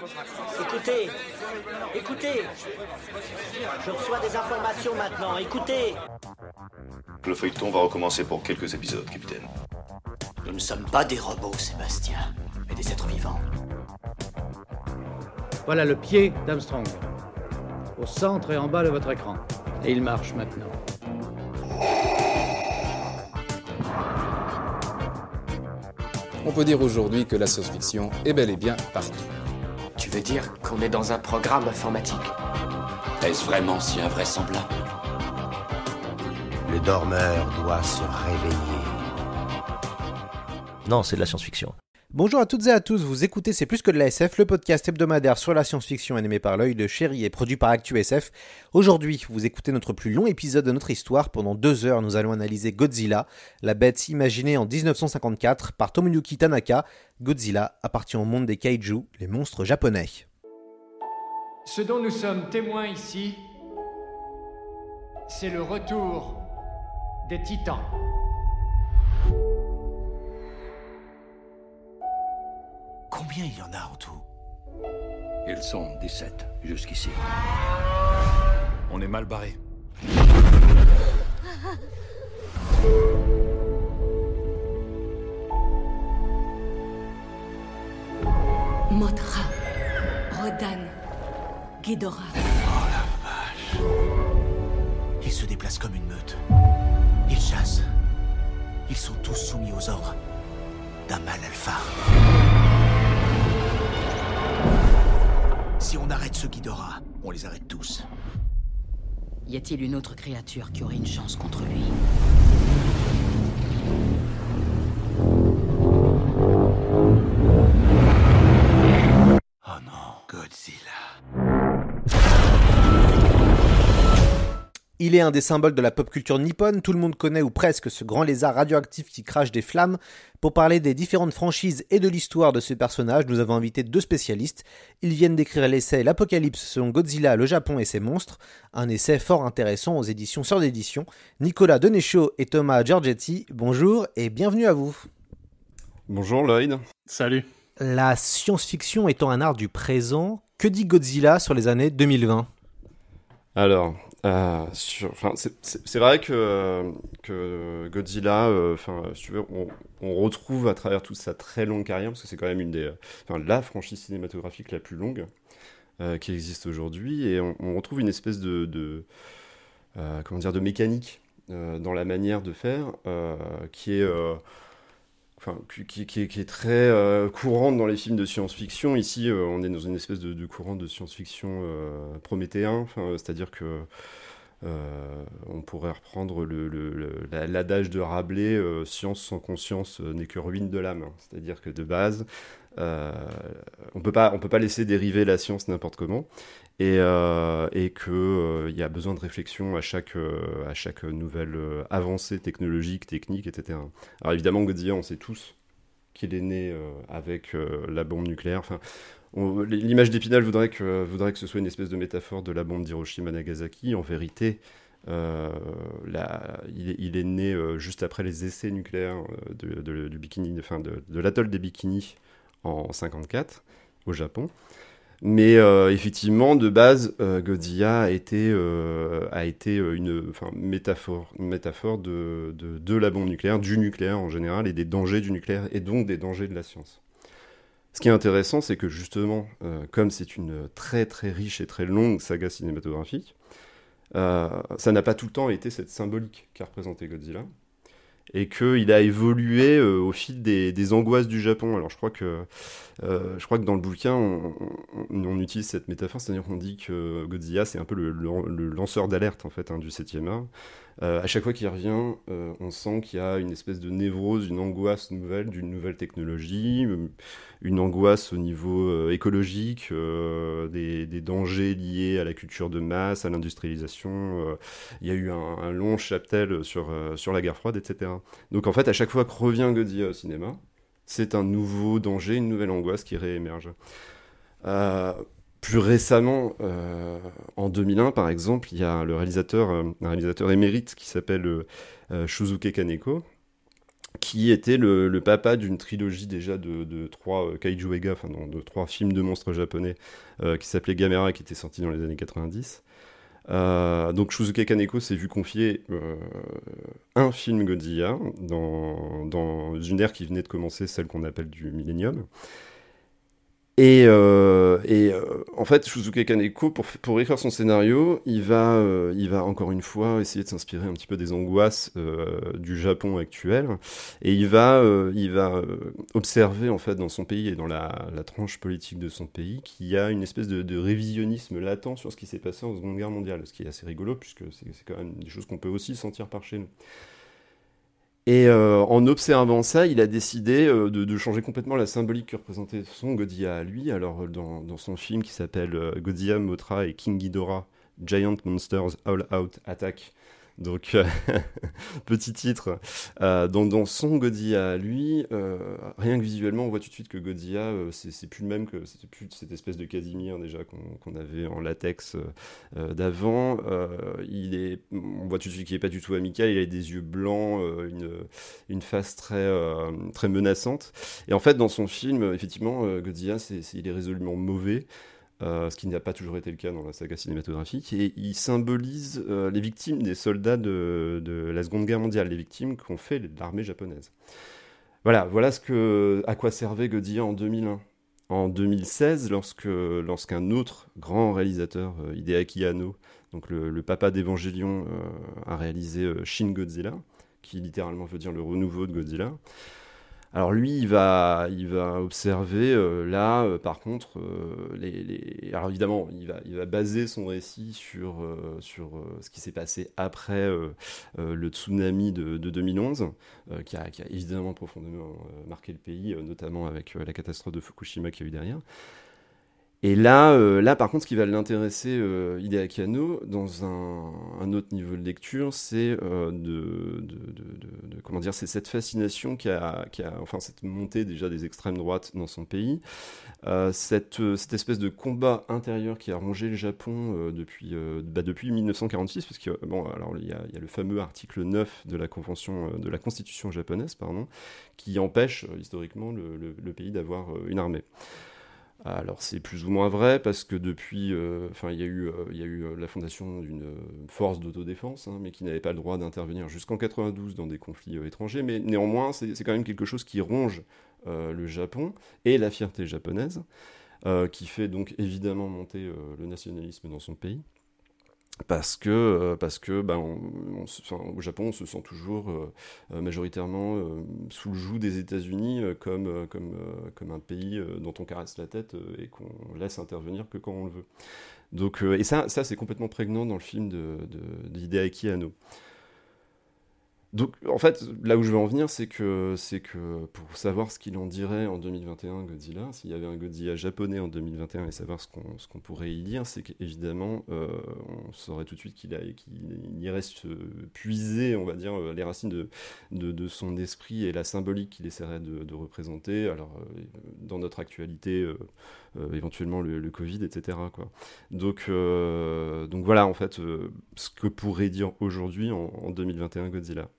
Écoutez, écoutez. Je reçois des informations maintenant, écoutez. Le feuilleton va recommencer pour quelques épisodes, capitaine. Nous ne sommes pas des robots, Sébastien, mais des êtres vivants. Voilà le pied d'Armstrong, au centre et en bas de votre écran. Et il marche maintenant. On peut dire aujourd'hui que la science-fiction est bel et bien partout. Tu veux dire qu'on est dans un programme informatique? Est-ce vraiment si invraisemblable? Le dormeur doit se réveiller. Non, c'est de la science-fiction. Bonjour à toutes et à tous, vous écoutez C'est plus que de la SF, le podcast hebdomadaire sur la science-fiction animé par l'œil de Chéri et produit par ActuSF. Aujourd'hui, vous écoutez notre plus long épisode de notre histoire. Pendant 2 heures, nous allons analyser Godzilla, la bête imaginée en 1954 par Tomoyuki Tanaka. Godzilla appartient au monde des kaiju, les monstres japonais. Ce dont nous sommes témoins ici, c'est le retour des Titans. Combien il y en a en tout? Ils sont 17 jusqu'ici. On est mal barré. Mothra, Rodan, Ghidorah. Oh la vache. Ils se déplacent comme une meute. Ils chassent. Ils sont tous soumis aux ordres d'un mâle alpha. Si on arrête ce Ghidorah, on les arrête tous. Y a-t-il une autre créature qui aurait une chance contre lui? Oh non, Godzilla. Il est un des symboles de la pop culture nippone, tout le monde connaît ou presque ce grand lézard radioactif qui crache des flammes. Pour parler des différentes franchises et de l'histoire de ce personnage, nous avons invité 2 spécialistes. Ils viennent d'écrire l'essai L'Apocalypse selon Godzilla, le Japon et ses monstres, un essai fort intéressant aux éditions Sœurs d'édition. Nicolas Denéchaud et Thomas Giorgetti, bonjour et bienvenue à vous. Bonjour Lloyd. Salut. La science-fiction étant un art du présent, que dit Godzilla sur les années 2020 ? Alors, c'est vrai que Godzilla, si tu veux, on retrouve à travers toute sa très longue carrière, parce que c'est quand même la franchise cinématographique la plus longue qui existe aujourd'hui, et on retrouve une espèce de mécanique dans la manière de faire qui est très courante dans les films de science-fiction. Ici, on est dans une espèce de courant de science-fiction prométhéen, c'est-à-dire que on pourrait reprendre l'adage de Rabelais, science sans conscience n'est que ruine de l'âme. C'est-à-dire que de base, on peut pas laisser dériver la science n'importe comment, et que il y a besoin de réflexion à chaque nouvelle avancée technologique, technique, etc. Alors évidemment, Godzilla, on sait tous qu'il est né avec la bombe nucléaire. L'image d'Épinal voudrait que ce soit une espèce de métaphore de la bombe d'Hiroshima-Nagasaki. En vérité, il est né juste après les essais nucléaires du Bikini, de l'atoll des Bikini en 1954 au Japon. Mais effectivement, de base, Godzilla a été une métaphore de la bombe nucléaire, du nucléaire en général, et des dangers du nucléaire, et donc des dangers de la science. Ce qui est intéressant, c'est que justement, comme c'est une très très riche et très longue saga cinématographique, ça n'a pas tout le temps été cette symbolique qu'a représenté Godzilla, et qu'il a évolué au fil des angoisses du Japon. Alors je crois que dans le bouquin, on utilise cette métaphore, c'est-à-dire qu'on dit que Godzilla, c'est un peu le lanceur d'alerte en fait, du 7e art. À chaque fois qu'il revient, on sent qu'il y a une espèce de névrose, une angoisse nouvelle d'une nouvelle technologie, une angoisse au niveau écologique, des dangers liés à la culture de masse, à l'industrialisation. Il y a eu un long cheptel sur la guerre froide, etc. Donc en fait, à chaque fois que revient Godzilla au cinéma, c'est un nouveau danger, une nouvelle angoisse qui réémerge. Plus récemment, en 2001 par exemple, il y a un réalisateur émérite qui s'appelle Shusuke Kaneko, qui était le papa d'une trilogie déjà de 3 kaiju eiga, enfin de 3 films de monstres japonais qui s'appelait Gamera, qui était sorti dans les années 90. Donc Shusuke Kaneko s'est vu confier un film Godzilla dans une ère qui venait de commencer, celle qu'on appelle du Millennium. Et en fait, Shusuke Kaneko, pour écrire son scénario, il va encore une fois essayer de s'inspirer un petit peu des angoisses du Japon actuel, et il va observer en fait dans son pays et dans la tranche politique de son pays qu'il y a une espèce de révisionnisme latent sur ce qui s'est passé en Seconde Guerre mondiale, ce qui est assez rigolo puisque c'est quand même des choses qu'on peut aussi sentir par chez nous. Et en observant ça, il a décidé de changer complètement la symbolique que représentait son Godzilla à lui. Alors dans son film qui s'appelle Godzilla, Mothra et King Ghidorah, Giant Monsters All Out Attack, donc petit titre, dans son Godzilla à lui, rien que visuellement on voit tout de suite que Godzilla c'est plus le même, que c'était plus cette espèce de Casimir déjà qu'on avait en latex d'avant. On voit tout de suite qu'il est pas du tout amical, il a des yeux blancs, une face très menaçante, et en fait dans son film effectivement Godzilla il est résolument mauvais. Ce qui n'a pas toujours été le cas dans la saga cinématographique, et il symbolise les victimes des soldats de la Seconde Guerre mondiale, les victimes qu'ont fait l'armée japonaise. Voilà à quoi servait Godzilla en 2001. En 2016, lorsqu'un autre grand réalisateur, Hideaki Anno, donc le papa d'Evangelion, a réalisé Shin Godzilla, qui littéralement veut dire le renouveau de Godzilla. Alors lui, il va observer par contre, alors évidemment, il va baser son récit sur ce qui s'est passé après le tsunami de 2011, qui a évidemment profondément marqué le pays, notamment avec la catastrophe de Fukushima qu'il y a eu derrière. Et là, par contre, ce qui va l'intéresser, Hideaki Anno, dans un autre niveau de lecture, c'est comment dire, c'est cette fascination enfin cette montée déjà des extrêmes droites dans son pays, cette espèce de combat intérieur qui a rongé le Japon depuis 1946, parce que alors il y a le fameux article 9 de la Constitution japonaise, qui empêche historiquement le pays d'avoir une armée. Alors c'est plus ou moins vrai parce que depuis, il y a eu la fondation d'une force d'autodéfense, mais qui n'avait pas le droit d'intervenir jusqu'en 92 dans des conflits étrangers. Mais néanmoins, c'est quand même quelque chose qui ronge le Japon et la fierté japonaise, qui fait donc évidemment monter le nationalisme dans son pays. Parce que au Japon, on se sent toujours majoritairement sous le joug des États-Unis comme un pays dont on caresse la tête et qu'on laisse intervenir que quand on le veut. Donc, et ça c'est complètement prégnant dans le film d'Hideaki Anno. Donc, en fait, là où je veux en venir, c'est que pour savoir ce qu'il en dirait en 2021, Godzilla, s'il y avait un Godzilla japonais en 2021 et savoir ce qu'on pourrait y dire, c'est qu'évidemment, on saurait tout de suite qu'il irait se puiser, on va dire, les racines de son esprit et la symbolique qu'il essaierait de représenter. Alors, dans notre actualité, éventuellement le Covid, etc., quoi. Donc voilà, en fait, ce que pourrait dire aujourd'hui en 2021 Godzilla.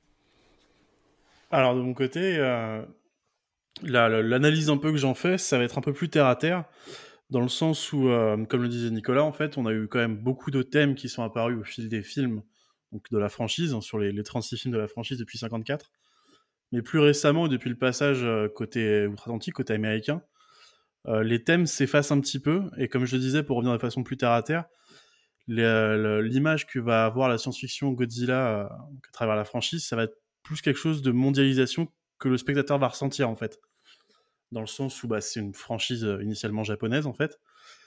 Alors de mon côté, l'analyse un peu que j'en fais, ça va être un peu plus terre à terre, dans le sens où, comme le disait Nicolas, en fait, on a eu quand même beaucoup de thèmes qui sont apparus au fil des films, donc de la franchise, sur les 36 films de la franchise depuis 54. Mais plus récemment, depuis le passage côté outre-Atlantique, côté américain, les thèmes s'effacent un petit peu, et comme je le disais, pour revenir de façon plus terre à terre, l'image que va avoir la science-fiction Godzilla à travers la franchise, ça va être plus quelque chose de mondialisation que le spectateur va ressentir, en fait. Dans le sens où c'est une franchise initialement japonaise, en fait.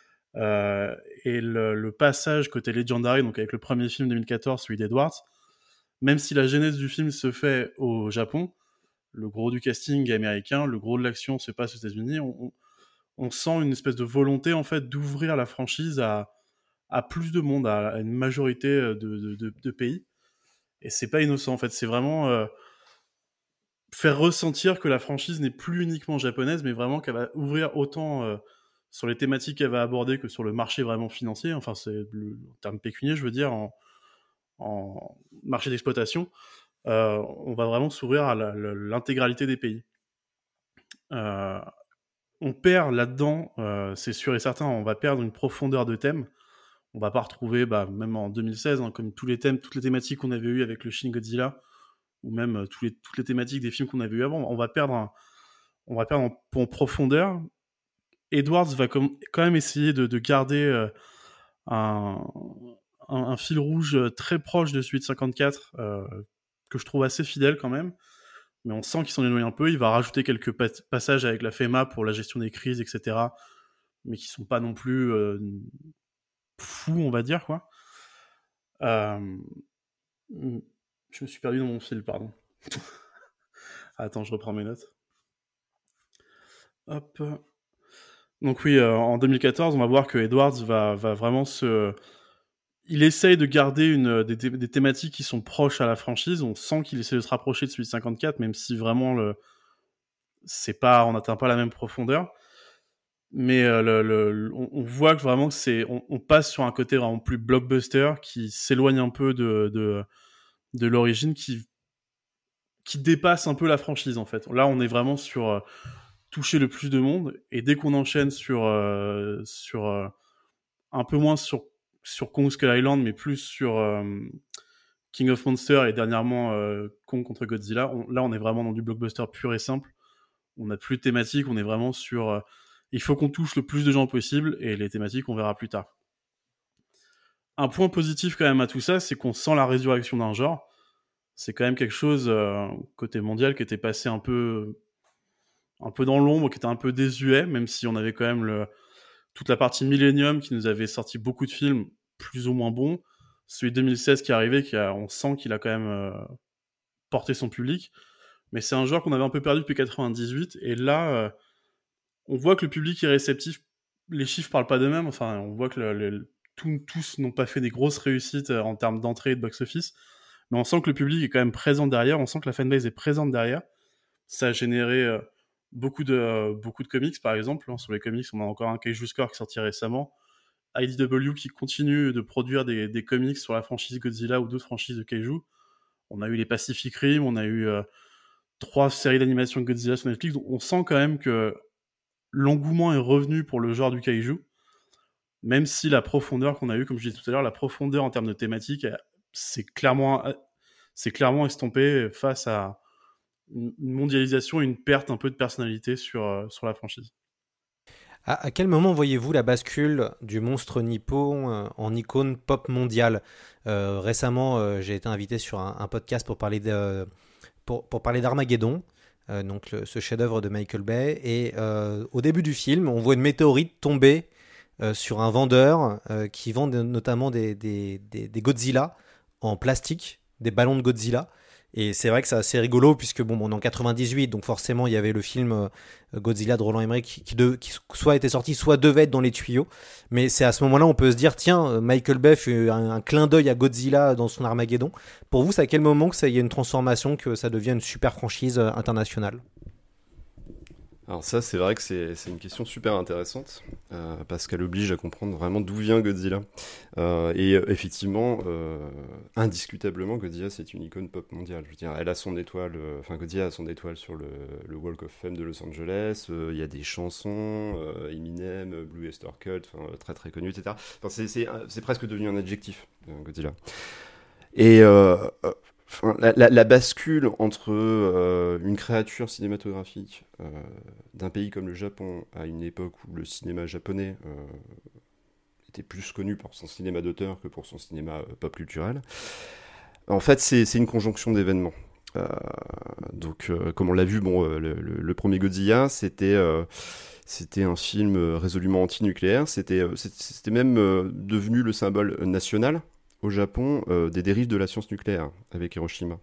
Et le passage côté Legendary, donc avec le premier film 2014, celui d'Edwards, même si la genèse du film se fait au Japon, le gros du casting est américain, le gros de l'action se passe aux États-Unis, on sent une espèce de volonté, en fait, d'ouvrir la franchise à plus de monde, à une majorité de pays. Et c'est pas innocent, en fait. C'est vraiment faire ressentir que la franchise n'est plus uniquement japonaise, mais vraiment qu'elle va ouvrir autant sur les thématiques qu'elle va aborder que sur le marché vraiment financier. Enfin, c'est le terme pécunier, je veux dire, en marché d'exploitation. on va vraiment s'ouvrir à l'intégralité des pays. On perd là-dedans, c'est sûr et certain, on va perdre une profondeur de thème. On va pas retrouver, même en 2016, comme tous les thèmes, toutes les thématiques qu'on avait eues avec le Shin Godzilla, ou même toutes les thématiques des films qu'on avait eu avant. On va perdre en profondeur. Edwards va quand même essayer de garder un fil rouge très proche de celui de 54, que je trouve assez fidèle quand même. Mais on sent qu'il s'en éloigne un peu. Il va rajouter quelques passages avec la FEMA pour la gestion des crises, etc. Mais qui sont pas non plus fous, on va dire, quoi. Je me suis perdu dans mon fil, pardon. Attends, je reprends mes notes. Hop. Donc oui, en 2014, on va voir que Edwards va vraiment il essaye de garder des thématiques qui sont proches à la franchise. On sent qu'il essaie de se rapprocher de celui de 54, même si vraiment on n'atteint pas la même profondeur. Mais on voit que vraiment on passe sur un côté vraiment plus blockbuster qui s'éloigne un peu de l'origine, qui dépasse un peu la franchise en fait. Là, on est vraiment sur toucher le plus de monde, et dès qu'on enchaîne sur un peu moins sur Kong Skull Island, mais plus sur King of Monsters et dernièrement Kong contre Godzilla, là on est vraiment dans du blockbuster pur et simple. On n'a plus de thématiques, on est vraiment sur il faut qu'on touche le plus de gens possible, et les thématiques on verra plus tard. Un point positif quand même à tout ça, c'est qu'on sent la résurrection d'un genre. C'est quand même quelque chose côté mondial qui était passé un peu dans l'ombre, qui était un peu désuet, même si on avait quand même toute la partie Millennium qui nous avait sorti beaucoup de films plus ou moins bons. Celui de 2016 qui est arrivé, on sent qu'il a quand même porté son public. Mais c'est un genre qu'on avait un peu perdu depuis 98, et là, on voit que le public est réceptif. Les chiffres parlent pas d'eux-mêmes, enfin, on voit que tous n'ont pas fait des grosses réussites en termes d'entrée et de box-office, mais on sent que le public est quand même présent derrière, on sent que la fanbase est présente derrière. Ça a généré beaucoup de comics, par exemple. Sur les comics, on a encore un Kaiju Score qui est sorti récemment. IDW qui continue de produire des comics sur la franchise Godzilla ou d'autres franchises de Kaiju. On a eu les Pacific Rim, on a eu 3 séries d'animation de Godzilla sur Netflix. Donc on sent quand même que l'engouement est revenu pour le genre du Kaiju, même si la profondeur qu'on a eue, comme je disais tout à l'heure, la profondeur en termes de thématique, c'est clairement estompé face à une mondialisation et une perte un peu de personnalité sur la franchise. À quel moment voyez-vous la bascule du monstre nippon en icône pop mondiale ? Récemment, j'ai été invité sur un podcast pour parler d'Armageddon, donc ce chef-d'œuvre de Michael Bay. Et au début du film, on voit une météorite tomber sur un vendeur qui vend notamment des Godzilla en plastique, des ballons de Godzilla. Et c'est vrai que c'est assez rigolo, puisque on est en 98, donc forcément il y avait le film Godzilla de Roland Emmerich qui soit était sorti, soit devait être dans les tuyaux. Mais c'est à ce moment-là on peut se dire, tiens, Michael Bay fait un clin d'œil à Godzilla dans son Armageddon. Pour vous, c'est à quel moment que ça y a une transformation, que ça devient une super franchise internationale ? Alors ça, c'est vrai que c'est une question super intéressante, parce qu'elle oblige à comprendre vraiment d'où vient Godzilla. Et effectivement, indiscutablement, Godzilla, c'est une icône pop mondiale. Je veux dire, elle a son étoile, Godzilla a son étoile sur le Walk of Fame de Los Angeles. Il y a des chansons, Eminem, Blue Oyster Cult, très très connues, etc. C'est presque devenu un adjectif, Godzilla. Et la bascule entre une créature cinématographique d'un pays comme le Japon, à une époque où le cinéma japonais était plus connu pour son cinéma d'auteur que pour son cinéma pop culturel, en fait c'est une conjonction d'événements. Donc comme on l'a vu, le premier Godzilla, c'était un film résolument anti-nucléaire, c'était même devenu le symbole national au Japon des dérives de la science nucléaire avec Hiroshima.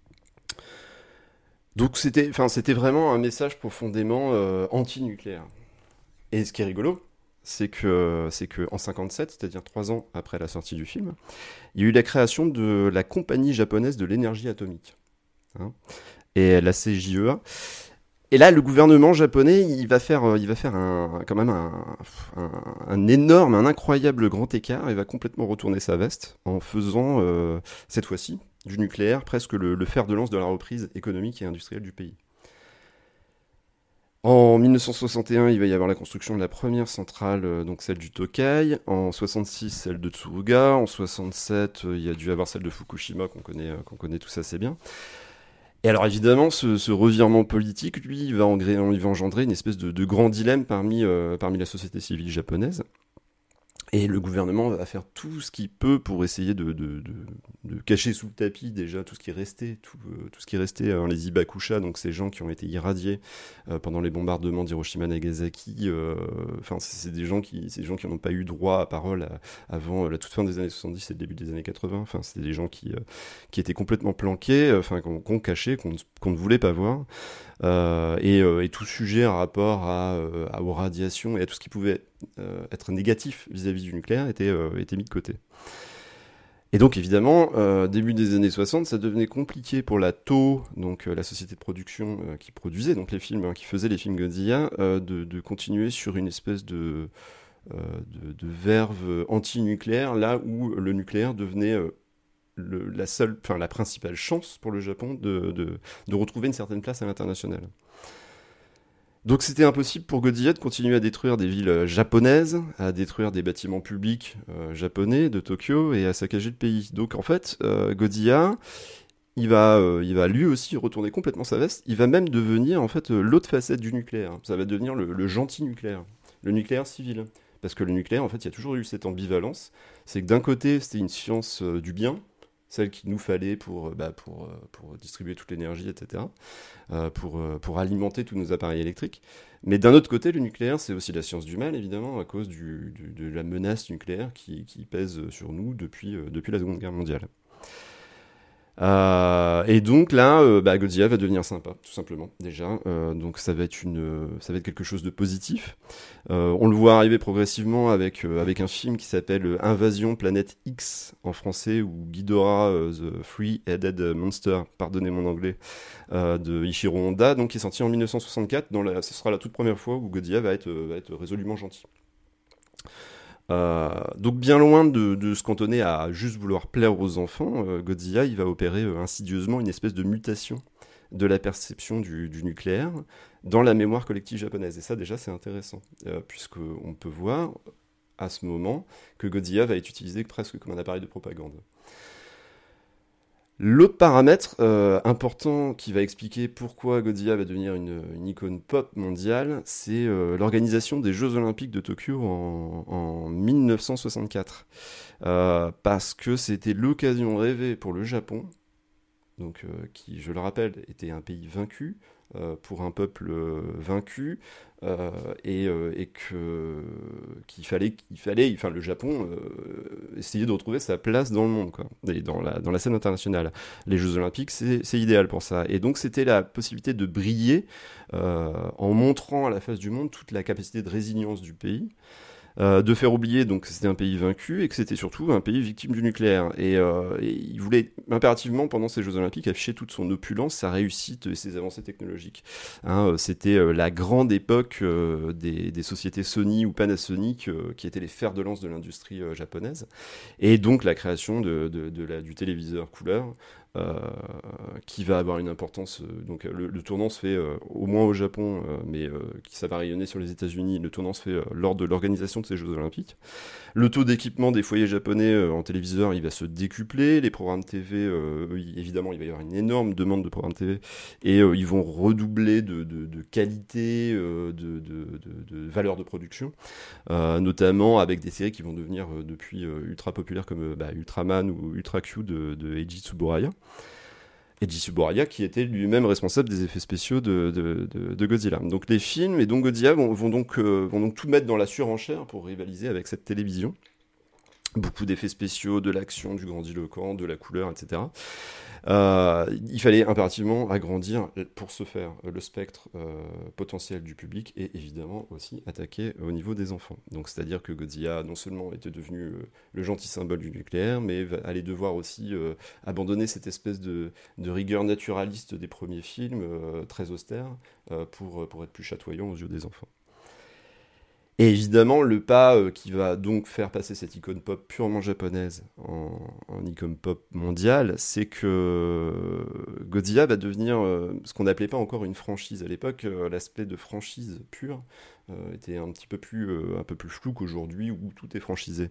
Donc c'était vraiment un message profondément anti-nucléaire. Et ce qui est rigolo, c'est que en 57, c'est-à-dire 3 ans après la sortie du film, il y a eu la création de la compagnie japonaise de l'énergie atomique, et la CJEA. Et là, le gouvernement japonais, il va faire un incroyable grand écart. Il va complètement retourner sa veste en faisant, cette fois-ci, du nucléaire, presque le fer de lance de la reprise économique et industrielle du pays. En 1961, il va y avoir la construction de la première centrale, donc celle du Tokai. En 66, celle de Tsuruga. En 67, il y a dû avoir celle de Fukushima, qu'on connaît tous assez bien. Et alors évidemment, ce revirement politique, lui, il va engendrer une espèce de grand dilemme parmi la société civile japonaise. Et le gouvernement va faire tout ce qu'il peut pour essayer de cacher sous le tapis déjà tout ce qui restait, tout ce qui restait, les Ibakusha, donc ces gens qui ont été irradiés pendant les bombardements d'Hiroshima, Nagasaki. Enfin, c'est des gens qui n'ont pas eu droit à parole avant la toute fin des années 70 et le début des années 80. Enfin, c'était des gens qui étaient complètement planqués, qu'on cachait, qu'on ne voulait pas voir. Et tout sujet à rapport aux radiations et à tout ce qui pouvait être négatif vis-à-vis du nucléaire était mis de côté. Et donc évidemment, début des années 60, ça devenait compliqué pour la Toho, donc la société de production qui produisait donc les films, qui faisait les films Godzilla, de continuer sur une espèce de verve anti-nucléaire, là où le nucléaire devenait la principale chance pour le Japon de retrouver une certaine place à l'international. Donc c'était impossible pour Godzilla de continuer à détruire des villes japonaises, à détruire des bâtiments publics japonais de Tokyo et à saccager le pays. Donc en fait, Godzilla, il va lui aussi retourner complètement sa veste. Il va même devenir en fait l'autre facette du nucléaire. Ça va devenir le gentil nucléaire, le nucléaire civil. Parce que le nucléaire, en fait, il y a toujours eu cette ambivalence. C'est que d'un côté, c'était une science du bien, celle qu'il nous fallait pour distribuer toute l'énergie, etc., pour alimenter tous nos appareils électriques. Mais d'un autre côté, le nucléaire, c'est aussi la science du mal, évidemment, à cause de la menace nucléaire qui pèse sur nous depuis la Seconde Guerre mondiale. Et donc là, Godzilla va devenir sympa, tout simplement, déjà. Donc ça va être quelque chose de positif. On le voit arriver progressivement avec un film qui s'appelle Invasion Planète X en français, ou Ghidorah the Three-Headed Monster, pardonnez mon anglais, de Ichiro Honda, donc qui est sorti en 1964. Ce sera la toute première fois où Godzilla va être résolument gentil. Donc bien loin de se cantonner à juste vouloir plaire aux enfants, Godzilla il va opérer insidieusement une espèce de mutation de la perception du nucléaire dans la mémoire collective japonaise. Et ça déjà c'est intéressant, puisqu'on peut voir à ce moment que Godzilla va être utilisé presque comme un appareil de propagande. L'autre paramètre important qui va expliquer pourquoi Godzilla va devenir une icône pop mondiale, c'est l'organisation des Jeux Olympiques de Tokyo en 1964. Parce que c'était l'occasion rêvée pour le Japon, donc, qui, je le rappelle, était un pays vaincu, pour un peuple vaincu, qu'il fallait, le Japon essayer de retrouver sa place dans le monde, quoi, et dans la scène internationale. Les Jeux Olympiques, c'est idéal pour ça. Et donc c'était la possibilité de briller en montrant à la face du monde toute la capacité de résilience du pays. De faire oublier donc que c'était un pays vaincu et que c'était surtout un pays victime du nucléaire. Et il voulait impérativement, pendant ces Jeux Olympiques, afficher toute son opulence, sa réussite et ses avancées technologiques. C'était la grande époque des sociétés Sony ou Panasonic qui étaient les fers de lance de l'industrie japonaise. Et donc la création du téléviseur couleur, qui va avoir une importance. Donc le tournant se fait au moins au Japon, mais ça va rayonner sur les États-Unis. Le tournant se fait lors de l'organisation de ces Jeux Olympiques. Le taux d'équipement des foyers japonais en téléviseur, il va se décupler. Les programmes TV, évidemment, il va y avoir une énorme demande de programmes TV, et ils vont redoubler de qualité, de valeur de production, notamment avec des séries qui vont devenir depuis ultra populaires comme Ultraman ou Ultra Q de Eiji Tsuburaya. Eiji Tsuburaya qui était lui-même responsable des effets spéciaux de Godzilla. Donc les films et donc Godzilla vont donc tout mettre dans la surenchère pour rivaliser avec cette télévision. Beaucoup d'effets spéciaux, de l'action, du grandiloquent, de la couleur, etc. Il fallait impérativement agrandir pour ce faire le spectre potentiel du public et évidemment aussi attaquer au niveau des enfants. Donc c'est-à-dire que Godzilla non seulement était devenu le gentil symbole du nucléaire, mais allait devoir aussi abandonner cette espèce de rigueur naturaliste des premiers films, très austère, pour être plus chatoyant aux yeux des enfants. Et évidemment, le pas qui va donc faire passer cette icône pop purement japonaise en icône pop mondiale, c'est que Godzilla va devenir ce qu'on n'appelait pas encore une franchise. À l'époque, l'aspect de franchise pure était un peu plus flou qu'aujourd'hui où tout est franchisé.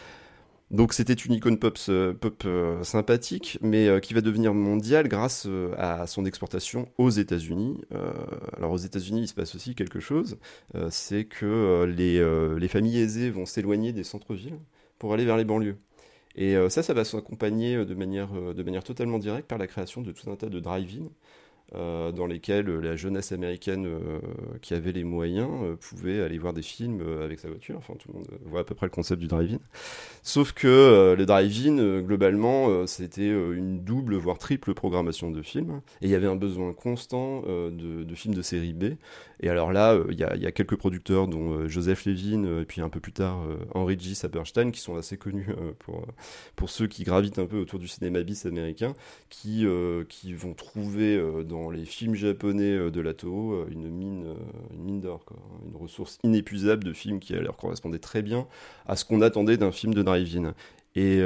Donc c'était une icône pop sympathique, mais qui va devenir mondiale grâce à son exportation aux États-Unis. Alors aux États-Unis, il se passe aussi quelque chose, c'est que les familles aisées vont s'éloigner des centres-villes pour aller vers les banlieues. Et ça va s'accompagner de manière totalement directe par la création de tout un tas de drive-in, dans lesquels la jeunesse américaine qui avait les moyens pouvait aller voir des films avec sa voiture. Enfin, tout le monde voit à peu près le concept du drive-in. Sauf que le drive-in, globalement, c'était une double, voire triple programmation de films. Et il y avait un besoin constant de films de série B. Et alors là, il y a quelques producteurs, dont Joseph Levin, et puis un peu plus tard, Henry J. Saperstein, qui sont assez connus pour ceux qui gravitent un peu autour du cinéma bis américain, qui vont trouver dans les films japonais de la Toho une mine d'or, quoi. Une ressource inépuisable de films qui leur correspondait très bien à ce qu'on attendait d'un film de drive-in. Et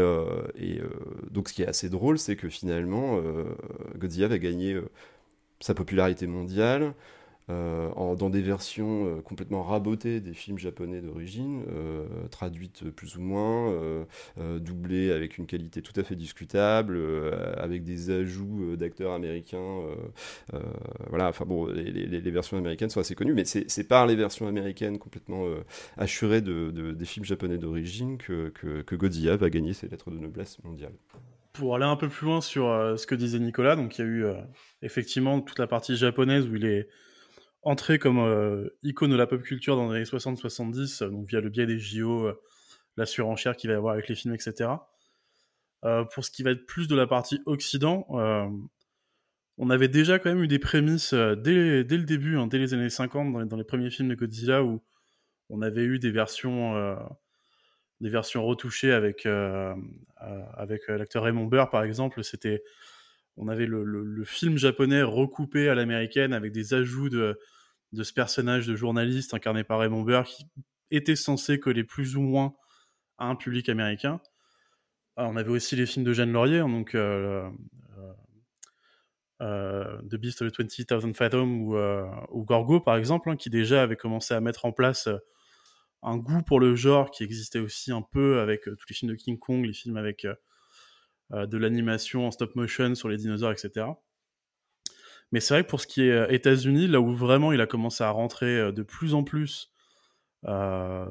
donc ce qui est assez drôle, c'est que finalement Godzilla va gagner sa popularité mondiale dans des versions complètement rabotées des films japonais d'origine, traduites plus ou moins, doublées avec une qualité tout à fait discutable, avec des ajouts d'acteurs américains. Voilà, enfin bon, les versions américaines sont assez connues, mais c'est par les versions américaines complètement assurées des films japonais d'origine que Godzilla va gagner ses lettres de noblesse mondiale. Pour aller un peu plus loin sur ce que disait Nicolas, donc il y a eu effectivement toute la partie japonaise où il est entré comme icône de la pop culture dans les années 60-70, donc via le biais des JO, la surenchère qu'il va y avoir avec les films, etc. Pour ce qui va être plus de la partie Occident, on avait déjà quand même eu des prémices dès le début, dès les années 50, dans les premiers films de Godzilla, où on avait eu des versions retouchées avec l'acteur Raymond Burr, par exemple. On avait le film japonais recoupé à l'américaine avec des ajouts de ce personnage de journaliste incarné par Raymond Burr qui était censé coller plus ou moins à un public américain. On avait aussi les films de Jeanne Laurier, donc The Beast of the 20,000 Fathoms ou Gorgo, par exemple, qui déjà avait commencé à mettre en place un goût pour le genre qui existait aussi un peu avec tous les films de King Kong, les films avec de l'animation en stop motion sur les dinosaures, etc. Mais c'est vrai que pour ce qui est États-Unis, là où vraiment il a commencé à rentrer de plus en plus en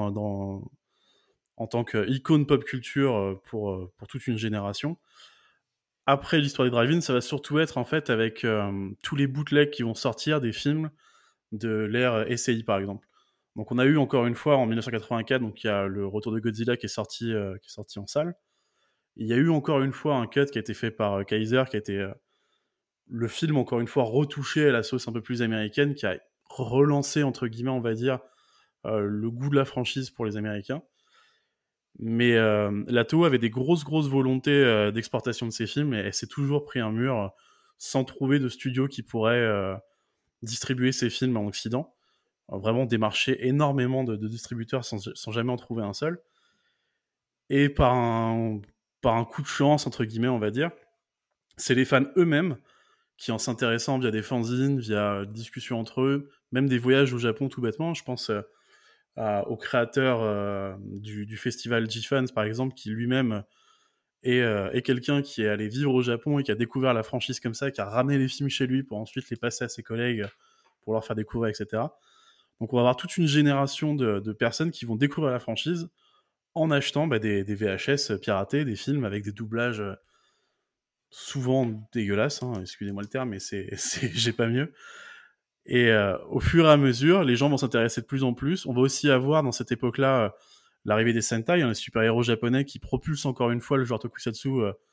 tant qu'icône pop culture pour toute une génération, après l'histoire des drive-in, ça va surtout être en fait avec tous les bootlegs qui vont sortir des films de l'ère SCI, par exemple. Donc on a eu encore une fois en 1984, donc il y a le Retour de Godzilla qui est sorti en salle. Il y a eu encore une fois un cut qui a été fait par Kaiser, qui a été le film encore une fois retouché à la sauce un peu plus américaine, qui a relancé entre guillemets, on va dire, le goût de la franchise pour les Américains. Mais la Toho avait des grosses volontés d'exportation de ces films, et elle s'est toujours pris un mur sans trouver de studio qui pourrait distribuer ces films en Occident. Vraiment démarcher énormément de distributeurs sans jamais en trouver un seul. Et par un coup de chance, entre guillemets, on va dire, c'est les fans eux-mêmes qui, en s'intéressant via des fanzines, via discussions entre eux, même des voyages au Japon tout bêtement, je pense au créateur du festival G-Fans, par exemple, qui lui-même est quelqu'un qui est allé vivre au Japon et qui a découvert la franchise comme ça, qui a ramené les films chez lui pour ensuite les passer à ses collègues pour leur faire découvrir, etc. Donc on va avoir toute une génération de personnes qui vont découvrir la franchise en achetant des VHS piratés, des films avec des doublages souvent dégueulasses, excusez-moi le terme, mais j'ai pas mieux. Et au fur et à mesure, les gens vont s'intéresser de plus en plus. On va aussi avoir dans cette époque-là l'arrivée des Sentai, les super-héros japonais qui propulsent encore une fois le genre tokusatsu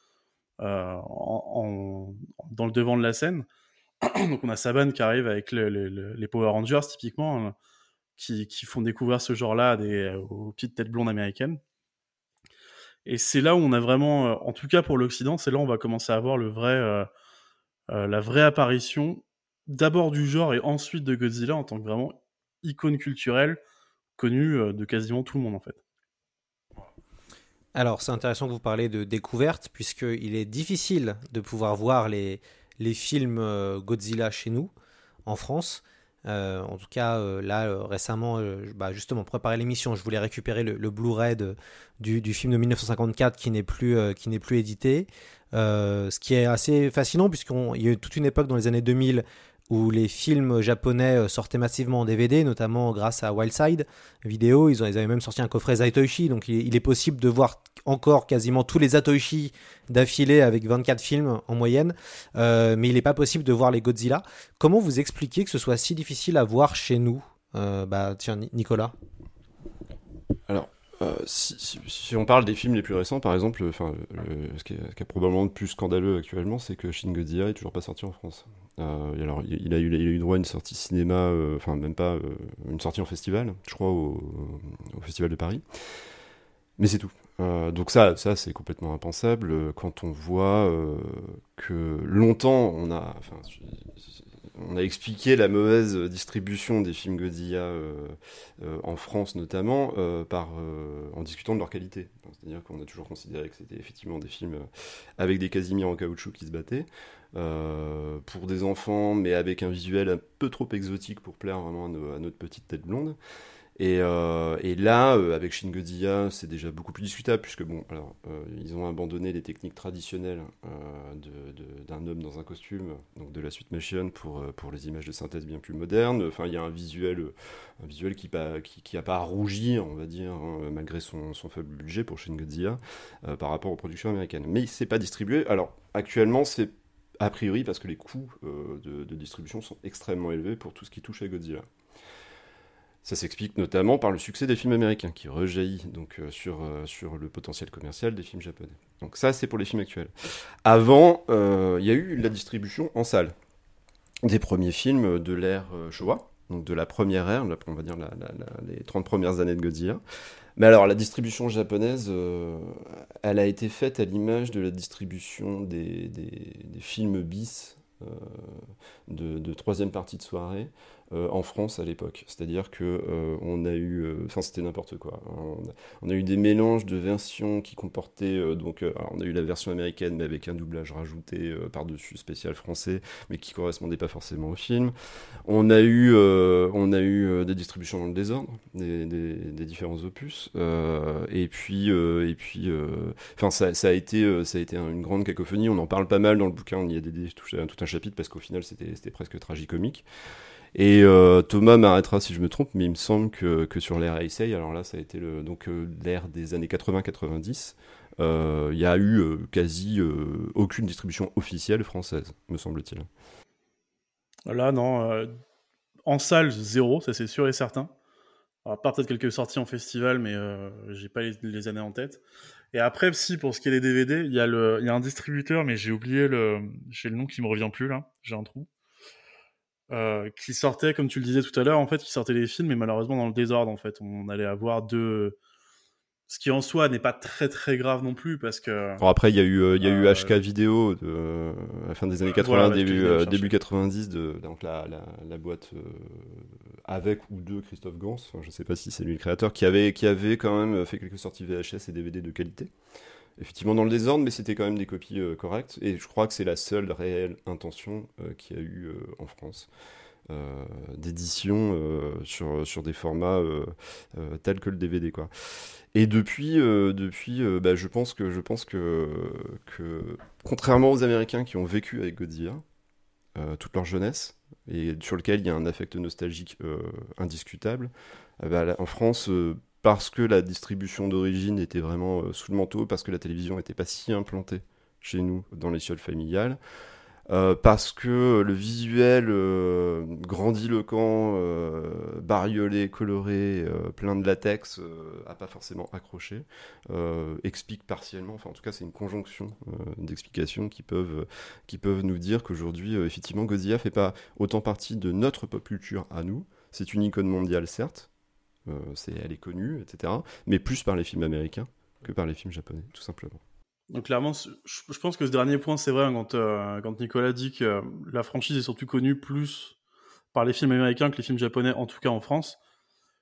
dans le devant de la scène. Donc on a Saban qui arrive avec les Power Rangers typiquement, qui font découvrir ce genre-là aux petites têtes blondes américaines. Et c'est là où on a vraiment, en tout cas pour l'Occident, c'est là où on va commencer à avoir la vraie apparition d'abord du genre et ensuite de Godzilla en tant que vraiment icône culturelle connu de quasiment tout le monde en fait. Alors, c'est intéressant que vous parlez de découverte, puisqu'il est difficile de pouvoir voir les films Godzilla chez nous, en France. En tout cas, récemment, justement, pour préparer l'émission, je voulais récupérer le Blu-ray du film de 1954 qui n'est plus édité. Ce qui est assez fascinant, puisqu'il y a eu toute une époque dans les années 2000 où les films japonais sortaient massivement en DVD, notamment grâce à Wildside Vidéo. Ils avaient même sorti un coffret Zatoichi, donc il est possible de voir encore quasiment tous les Zatoichi d'affilée avec 24 films en moyenne, mais il n'est pas possible de voir les Godzilla. Comment vous expliquez que ce soit si difficile à voir chez nous ? Tiens, Nicolas. Alors, si on parle des films les plus récents, par exemple, ce qui est probablement le plus scandaleux actuellement, c'est que Shin Godzilla est toujours pas sorti en France. Alors, il a eu droit à une sortie cinéma, même pas une sortie en festival, je crois, au Festival de Paris. Mais c'est tout. Donc ça c'est complètement impensable quand on voit que longtemps on a expliqué la mauvaise distribution des films Godzilla en France notamment en discutant de leur qualité. C'est-à-dire qu'on a toujours considéré que c'était effectivement des films avec des Casimir en caoutchouc qui se battaient pour des enfants, mais avec un visuel un peu trop exotique pour plaire vraiment à notre petite tête blonde. Et là, avec Shin Godzilla, c'est déjà beaucoup plus discutable, puisque ils ont abandonné les techniques traditionnelles d'un homme dans un costume, donc de la suite Machine, pour les images de synthèse bien plus modernes. Enfin, il y a un visuel qui a pas à rougir, on va dire, malgré son faible budget pour Shin Godzilla, par rapport aux productions américaines. Mais c'est pas distribué. Alors, actuellement, c'est a priori parce que les coûts de distribution sont extrêmement élevés pour tout ce qui touche à Godzilla. Ça s'explique notamment par le succès des films américains qui rejaillit donc sur le potentiel commercial des films japonais. Donc ça, c'est pour les films actuels. Avant, il y a eu la distribution en salle des premiers films de l'ère Showa, donc de la première ère, on va dire les 30 premières années de Godzilla. Mais alors, la distribution japonaise, elle a été faite à l'image de la distribution des films bis de troisième partie de soirée en France à l'époque. C'est-à-dire que on a eu, c'était n'importe quoi. On a eu des mélanges de versions qui comportaient alors on a eu la version américaine mais avec un doublage rajouté par-dessus spécial français, mais qui correspondait pas forcément au film. On a eu des distributions dans le désordre des différents opus. Et puis, ça a été une grande cacophonie. On en parle pas mal dans le bouquin. On y a dédié tout un chapitre parce qu'au final c'était presque tragicomique. Et Thomas m'arrêtera si je me trompe, mais il me semble que sur l'ère Heisei, alors là ça a été l'ère des années 80-90, il y a eu quasi aucune distribution officielle française, me semble-t-il. Là non, en salle zéro, ça c'est sûr et certain. Alors, à part peut-être quelques sorties en festival, mais j'ai pas les années en tête. Et après, si, pour ce qui est des DVD, il y a un distributeur, mais j'ai oublié le nom qui me revient plus là, j'ai un trou. Qui sortait, comme tu le disais tout à l'heure, en fait, qui sortait les films, mais malheureusement dans le désordre, en fait. On allait avoir ce qui en soi n'est pas très très grave non plus, parce que... Alors après, il y a eu HK Vidéo à la fin des années 80, début 90, donc la boîte avec ou de Christophe Gans, enfin, je sais pas si c'est lui le créateur, qui avait quand même fait quelques sorties VHS et DVD de qualité. Effectivement dans le désordre, mais c'était quand même des copies correctes, et je crois que c'est la seule réelle intention qu'il y a eu en France d'édition sur des formats tels que le DVD, quoi. Et depuis, je pense que contrairement aux Américains qui ont vécu avec Godzilla toute leur jeunesse, et sur lequel il y a un affect nostalgique indiscutable, en France... parce que la distribution d'origine était vraiment sous le manteau, parce que la télévision n'était pas si implantée chez nous dans les fioles familiales, parce que le visuel grandiloquent, bariolé, coloré, plein de latex, a pas forcément accroché, explique partiellement, enfin en tout cas c'est une conjonction d'explications qui peuvent nous dire qu'aujourd'hui, effectivement, Godzilla fait pas autant partie de notre pop culture à nous. C'est une icône mondiale, certes, elle est connue, etc., mais plus par les films américains que par les films japonais, tout simplement. Donc clairement, je pense que ce dernier point, c'est vrai, quand Nicolas dit que la franchise est surtout connue plus par les films américains que les films japonais, en tout cas en France.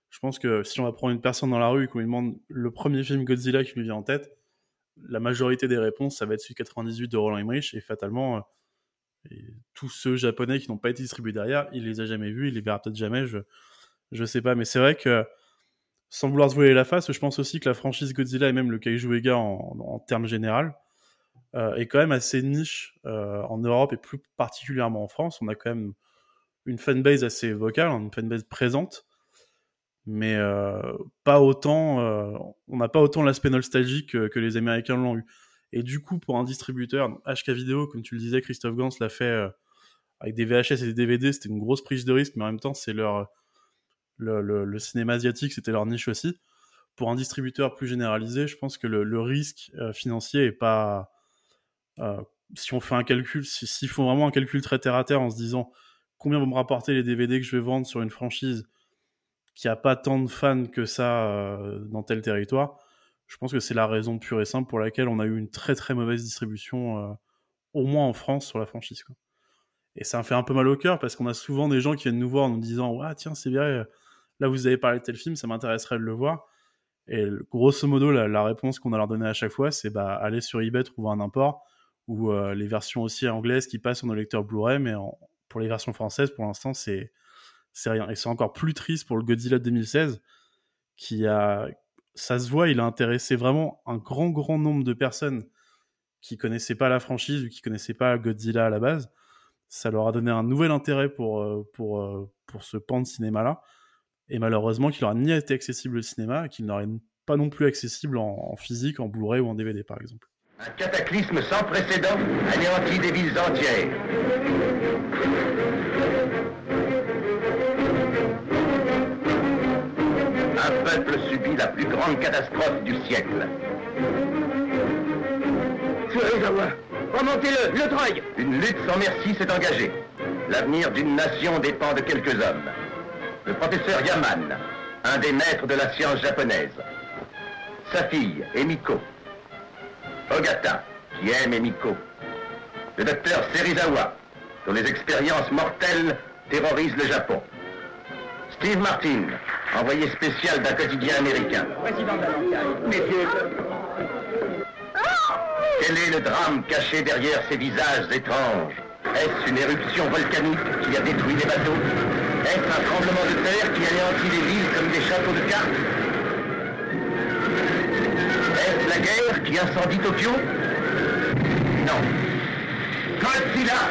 Je pense que si on va prendre une personne dans la rue et qu'on lui demande le premier film Godzilla qui lui vient en tête, la majorité des réponses, ça va être celui de 98 de Roland Emmerich, et fatalement, et tous ceux japonais qui n'ont pas été distribués derrière, il les a jamais vus, il les verra peut-être jamais, je sais pas. Mais c'est vrai que, sans vouloir se voiler la face, je pense aussi que la franchise Godzilla et même le Kaiju Ega en termes généraux est quand même assez niche en Europe et plus particulièrement en France. On a quand même une fanbase assez vocale, une fanbase présente, mais pas autant, on n'a pas autant l'aspect nostalgique que les Américains l'ont eu. Et du coup, pour un distributeur, HK Video, comme tu le disais, Christophe Gans l'a fait avec des VHS et des DVD, c'était une grosse prise de risque, mais en même temps, c'est le cinéma asiatique, c'était leur niche aussi. Pour un distributeur plus généralisé, je pense que le risque financier est pas... si on fait un calcul, s'ils font vraiment un calcul très terre-à-terre en se disant combien vont me rapporter les DVD que je vais vendre sur une franchise qui a pas tant de fans que ça dans tel territoire, je pense que c'est la raison pure et simple pour laquelle on a eu une très très mauvaise distribution, au moins en France, sur la franchise, quoi. Et ça me fait un peu mal au cœur parce qu'on a souvent des gens qui viennent nous voir en nous disant « Ouais, tiens, c'est vrai, là vous avez parlé de tel film, ça m'intéresserait de le voir. » Et grosso modo, la réponse qu'on a leur donnée à chaque fois, c'est aller sur eBay, trouver un import, ou les versions aussi anglaises qui passent sur nos lecteurs Blu-ray, mais pour les versions françaises, pour l'instant, c'est rien. Et c'est encore plus triste pour le Godzilla de 2016, ça se voit, il a intéressé vraiment un grand nombre de personnes qui connaissaient pas la franchise ou qui connaissaient pas Godzilla à la base. Ça leur a donné un nouvel intérêt pour ce pan de cinéma-là. Et malheureusement, qu'il n'aura ni été accessible au cinéma, qu'il n'aurait pas non plus accessible en physique, en Blu-ray ou en DVD, par exemple. Un cataclysme sans précédent anéantit des villes entières. Un peuple subit la plus grande catastrophe du siècle. Serizawa, remontez-le, le drogue. Une lutte sans merci s'est engagée. L'avenir d'une nation dépend de quelques hommes. Le professeur Yaman, un des maîtres de la science japonaise. Sa fille, Emiko. Ogata, qui aime Emiko. Le docteur Serizawa, dont les expériences mortelles terrorisent le Japon. Steve Martin, envoyé spécial d'un quotidien américain. Président de la Lancaille. Messieurs. Quel est le drame caché derrière ces visages étranges? Est-ce une éruption volcanique qui a détruit les bateaux? Est-ce un tremblement de terre qui anéantit les villes comme des châteaux de cartes? Est-ce la guerre qui incendie Tokyo? Non. Godzilla!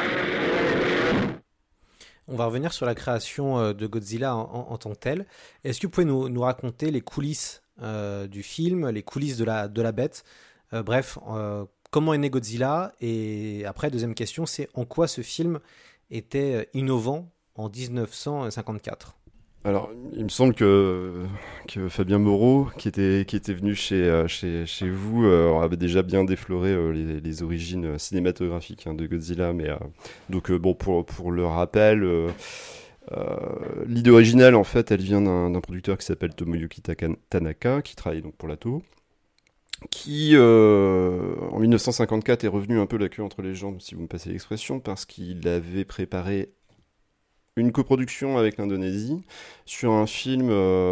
On va revenir sur la création de Godzilla en tant que telle. Est-ce que vous pouvez nous raconter les coulisses du film, les coulisses de la bête? Bref, comment est né Godzilla? Et après, deuxième question, c'est en quoi ce film était innovant en 1954? Alors, il me semble que Fabien Moreau, qui était venu chez vous, avait déjà bien défloré les origines cinématographiques de Godzilla. Mais donc, bon, pour le rappel, l'idée originale, en fait, elle vient d'un producteur qui s'appelle Tomoyuki Tanaka, qui travaille donc pour la Toho, qui, en 1954, est revenu un peu la queue entre les jambes, si vous me passez l'expression, parce qu'il avait préparé une coproduction avec l'Indonésie sur un film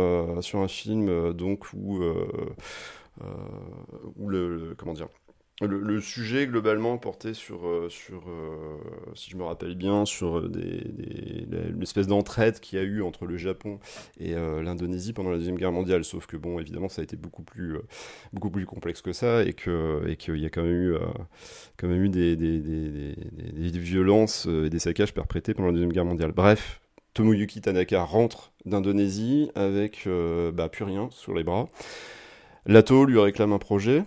donc où le sujet globalement portait sur si je me rappelle bien, sur une espèce d'entraide qu'il y a eu entre le Japon et l'Indonésie pendant la Deuxième Guerre mondiale, sauf que bon, évidemment ça a été beaucoup plus complexe que ça, et qu'il y a quand même eu des violences et des saccages perpétrés pendant la Deuxième Guerre mondiale. Bref, Tomoyuki Tanaka rentre d'Indonésie avec plus rien sur les bras. La Toho lui réclame un projet.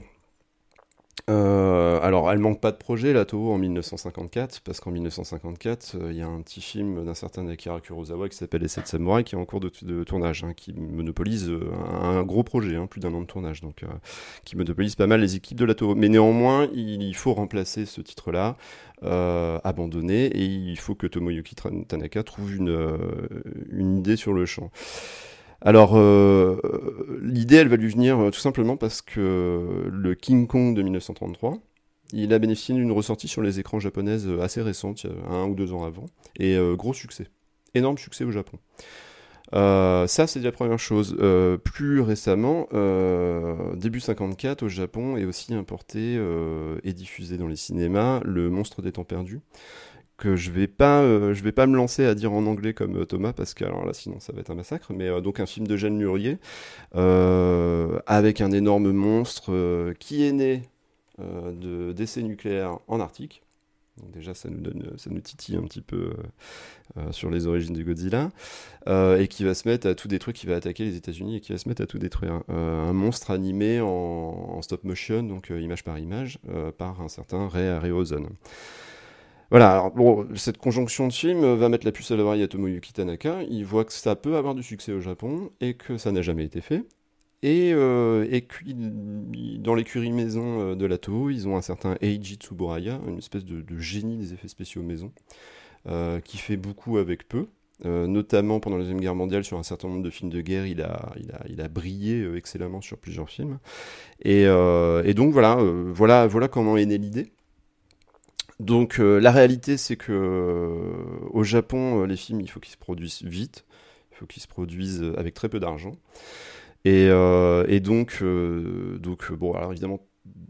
Alors, elle manque pas de projet, la Toho, en 1954, parce qu'en 1954, il y a un petit film d'un certain Akira Kurosawa qui s'appelle Les 7 Samouraïs, qui est en cours de tournage, qui monopolise un gros projet, plus d'un an de tournage, donc qui monopolise pas mal les équipes de la Toho. Mais néanmoins, il faut remplacer ce titre-là, abandonné, et il faut que Tomoyuki Tanaka trouve une idée sur le champ. Alors, l'idée, elle va lui venir tout simplement parce que le King Kong de 1933, il a bénéficié d'une ressortie sur les écrans japonaises assez récente, 1 ou 2 ans avant, et gros succès, énorme succès au Japon. Ça, c'est la première chose. Plus récemment, début 54, au Japon, est aussi importé et diffusé dans les cinémas Le Monstre des Temps Perdus, que je vais pas me lancer à dire en anglais comme Thomas, parce que alors là, sinon ça va être un massacre, mais donc un film d'Eugène Lurier, avec un énorme monstre qui est né d'essais nucléaires en Arctique. Donc déjà, ça nous titille un petit peu sur les origines du Godzilla, et qui va se mettre à tout détruire, qui va attaquer les États-Unis et qui va se mettre à tout détruire. Un monstre animé en stop motion, donc image par image, par un certain Ray Harryhausen. Voilà, alors bon, cette conjonction de films va mettre la puce à l'oreille à Tomoyuki Tanaka. Il voit que ça peut avoir du succès au Japon et que ça n'a jamais été fait. Et dans l'écurie maison de la Toho, ils ont un certain Eiji Tsuburaya, une espèce de génie des effets spéciaux maison, qui fait beaucoup avec peu. Notamment pendant la Deuxième Guerre mondiale, sur un certain nombre de films de guerre, il a brillé excellemment sur plusieurs films. Et donc voilà comment est née l'idée. Donc la réalité, c'est que au Japon, les films, il faut qu'ils se produisent vite, il faut qu'ils se produisent avec très peu d'argent. Et donc bon, alors évidemment,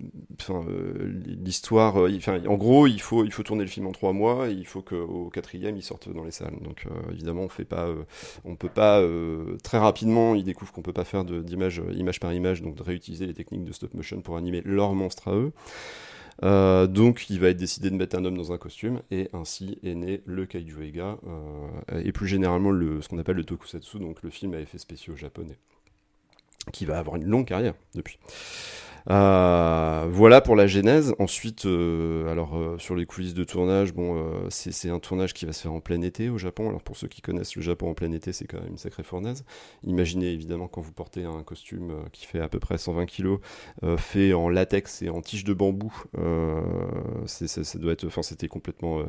l'histoire, en gros, il faut tourner le film en 3 mois, et il faut qu'au 4e, il sorte dans les salles. Donc évidemment, on peut pas très rapidement, ils découvrent qu'on peut pas faire d'image image par image, donc de réutiliser les techniques de stop motion pour animer leur monstre à eux. Donc il va être décidé de mettre un homme dans un costume, et ainsi est né le Kaiju Eiga, et plus généralement ce qu'on appelle le tokusatsu, donc le film à effets spéciaux japonais, qui va avoir une longue carrière depuis. Voilà pour la genèse. Ensuite, sur les coulisses de tournage, c'est un tournage qui va se faire en plein été au Japon. Alors pour ceux qui connaissent le Japon en plein été, c'est quand même une sacrée fournaise. Imaginez évidemment quand vous portez un costume qui fait à peu près 120 kg, fait en latex et en tige de bambou. Ça doit être, c'était complètement,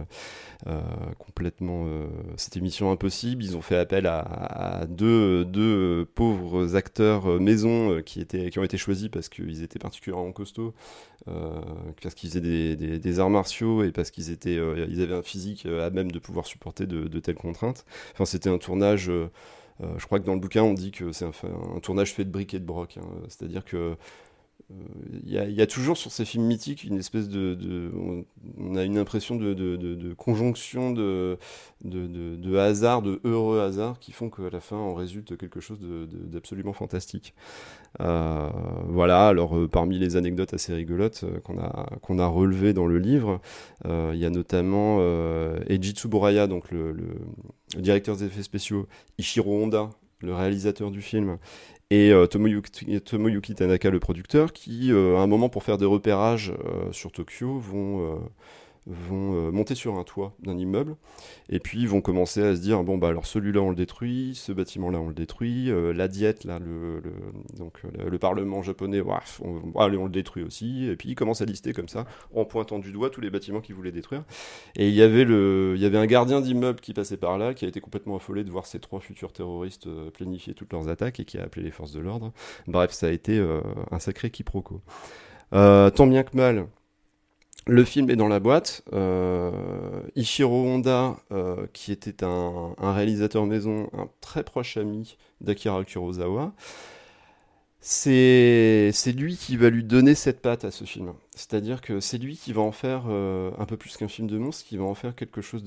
c'était mission impossible. Ils ont fait appel à deux pauvres acteurs maison qui ont été choisis parce qu'ils étaient particulièrement costauds, parce qu'ils faisaient des arts martiaux et parce qu'ils avaient un physique à même de pouvoir supporter de telles contraintes. Enfin, c'était un tournage, je crois que dans le bouquin on dit que c'est un tournage fait de briques et de broc, hein. C'est-à-dire que il y a toujours sur ces films mythiques une espèce on a une impression de conjonction de hasard, de heureux hasard, qui font qu'à la fin en résulte quelque chose d'absolument fantastique. Voilà, alors parmi les anecdotes assez rigolotes qu'on a relevées dans le livre, il y a notamment Eiji Tsuburaya, donc le directeur des effets spéciaux, Ishiro Honda, le réalisateur du film, et Tomoyuki Tanaka, le producteur, qui, à un moment, pour faire des repérages sur Tokyo, vont monter sur un toit d'un immeuble, et puis ils vont commencer à se dire, bon, bah alors celui-là on le détruit, ce bâtiment-là on le détruit, la diète, là, le parlement japonais, allez, on le détruit aussi, et puis ils commencent à lister comme ça, en pointant du doigt tous les bâtiments qu'ils voulaient détruire. Et il y avait un gardien d'immeuble qui passait par là, qui a été complètement affolé de voir ces 3 futurs terroristes planifier toutes leurs attaques, et qui a appelé les forces de l'ordre. Bref, ça a été un sacré quiproquo. Tant bien que mal, le film est dans la boîte. Ishiro Honda, qui était un réalisateur maison, un très proche ami d'Akira Kurosawa, c'est lui qui va lui donner cette patte à ce film. C'est-à-dire que c'est lui qui va en faire un peu plus qu'un film de monstre, qui va en faire quelque chose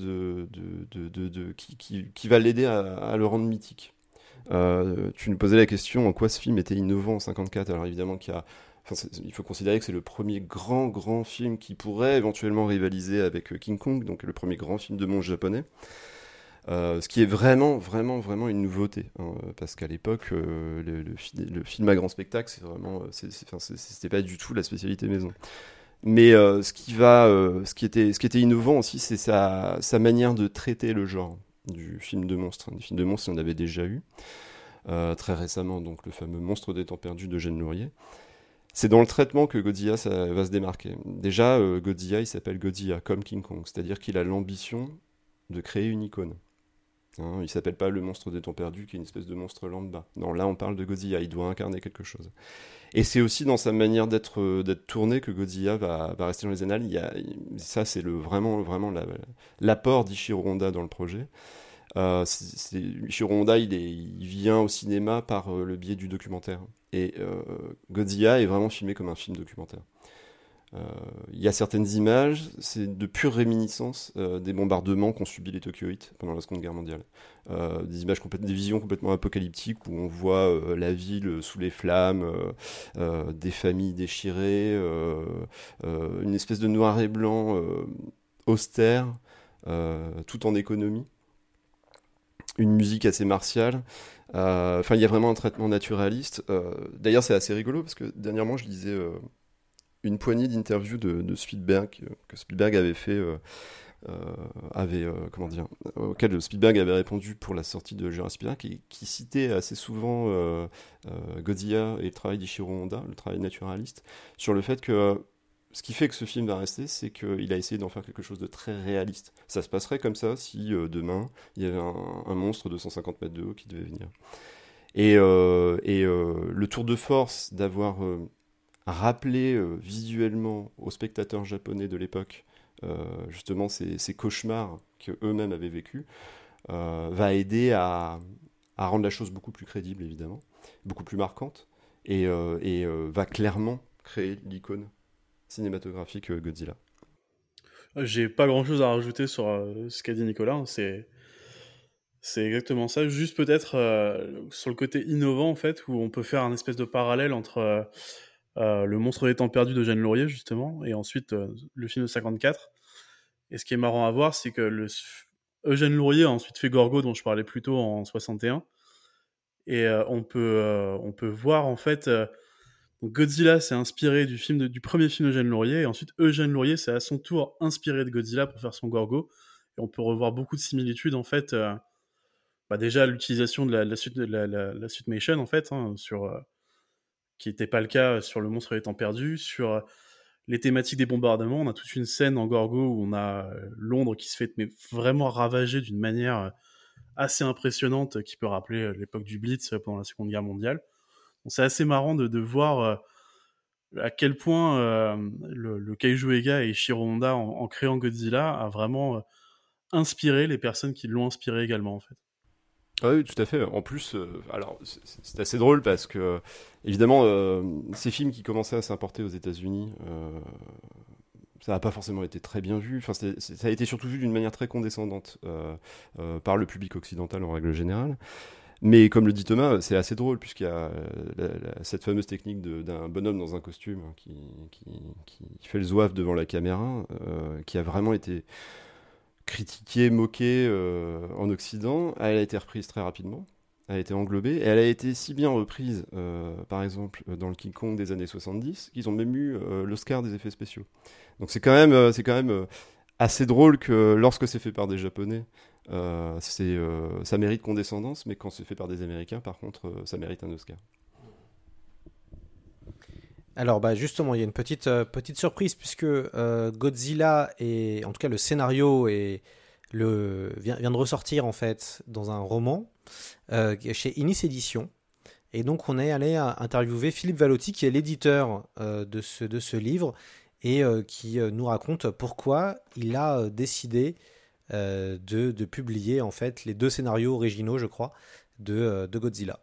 qui va l'aider à le rendre mythique. Tu nous posais la question en quoi ce film était innovant en 54. Alors évidemment il faut considérer que c'est le premier grand film qui pourrait éventuellement rivaliser avec King Kong, donc le premier grand film de monstre japonais. Ce qui est vraiment une nouveauté, hein, parce qu'à l'époque, le film à grand spectacle, c'était pas du tout la spécialité maison. Mais ce qui était innovant aussi, c'est sa manière de traiter le genre du film de monstre. Des films de monstres, il y en avait déjà eu très récemment, donc le fameux Monstre des Temps Perdus d'Eugène Lurier. C'est dans le traitement que Godzilla ça va se démarquer. Déjà, Godzilla, il s'appelle Godzilla comme King Kong, c'est-à-dire qu'il a l'ambition de créer une icône. Hein, il s'appelle pas le Monstre des Temps Perdus, qui est une espèce de monstre lambda. Non, là on parle de Godzilla, il doit incarner quelque chose. Et c'est aussi dans sa manière d'être tourné que Godzilla va rester dans les annales. Ça, c'est vraiment l'apport d'Ishiro Honda dans le projet. Ishiro Honda, il vient au cinéma par le biais du documentaire. Et Godzilla est vraiment filmé comme un film documentaire. Il y a certaines images, c'est de pure réminiscence des bombardements qu'ont subis les Tokyoïtes pendant la Seconde Guerre mondiale. Des visions complètement apocalyptiques où on voit la ville sous les flammes, des familles déchirées, une espèce de noir et blanc austère, tout en économie. Une musique assez martiale. Il y a vraiment un traitement naturaliste. D'ailleurs, c'est assez rigolo parce que dernièrement, je lisais une poignée d'interviews de Spielberg que Spielberg avait fait, auquel Spielberg avait répondu pour la sortie de Jurassic Park, et qui citait assez souvent Godzilla et le travail d'Ishiro Honda, le travail naturaliste, sur le fait que ce qui fait que ce film va rester, c'est qu'il a essayé d'en faire quelque chose de très réaliste. Ça se passerait comme ça si demain il y avait un monstre de 150 mètres de haut qui devait venir. Et le tour de force d'avoir rappeler visuellement aux spectateurs japonais de l'époque justement ces cauchemars qu'eux-mêmes avaient vécus va aider à rendre la chose beaucoup plus crédible, évidemment, beaucoup plus marquante, et va clairement créer l'icône cinématographique Godzilla. J'ai pas grand-chose à rajouter sur ce qu'a dit Nicolas, hein. C'est exactement ça, juste peut-être sur le côté innovant, en fait, où on peut faire un espèce de parallèle entre Le monstre des temps perdus d'Eugène Laurier, justement, et ensuite le film de 54. Et ce qui est marrant à voir, c'est que Eugène Laurier a ensuite fait Gorgo, dont je parlais plus tôt, en 61. Et on peut voir, en fait, Godzilla s'est inspiré du premier film d'Eugène Laurier, et ensuite Eugène Laurier s'est à son tour inspiré de Godzilla pour faire son Gorgo. Et on peut revoir beaucoup de similitudes, en fait. Déjà, l'utilisation de la suitmation, en fait, hein, qui n'était pas le cas sur Le monstre des temps perdus, sur les thématiques des bombardements. On a toute une scène en Gorgo où on a Londres qui se fait vraiment ravager d'une manière assez impressionnante, qui peut rappeler l'époque du Blitz pendant la Seconde Guerre mondiale. Donc c'est assez marrant de voir à quel point le Kaiju Eiga et Ishiro Honda, en créant Godzilla, a vraiment inspiré les personnes qui l'ont inspiré également, en fait. Ah oui, tout à fait. En plus, alors c'est assez drôle parce que, évidemment, ces films qui commençaient à s'importer aux États-Unis, ça n'a pas forcément été très bien vu. Enfin, ça a été surtout vu d'une manière très condescendante par le public occidental en règle générale. Mais comme le dit Thomas, c'est assez drôle puisqu'il y a cette fameuse technique d'un bonhomme dans un costume qui fait le zouave devant la caméra, qui a vraiment été critiquée, moquée en Occident. Elle a été reprise très rapidement, elle a été englobée, et elle a été si bien reprise, par exemple, dans le King Kong des années 70, qu'ils ont même eu l'Oscar des effets spéciaux. Donc c'est quand même assez drôle que lorsque c'est fait par des Japonais, ça mérite condescendance, mais quand c'est fait par des Américains, par contre, ça mérite un Oscar. Alors justement, il y a une petite surprise puisque Godzilla, et en tout cas le scénario vient de ressortir en fait dans un roman chez Inis Éditions, et donc on est allé interviewer Philippe Valotti qui est l'éditeur de ce livre, et qui nous raconte pourquoi il a décidé de publier en fait les 2 scénarios originaux, je crois, de Godzilla.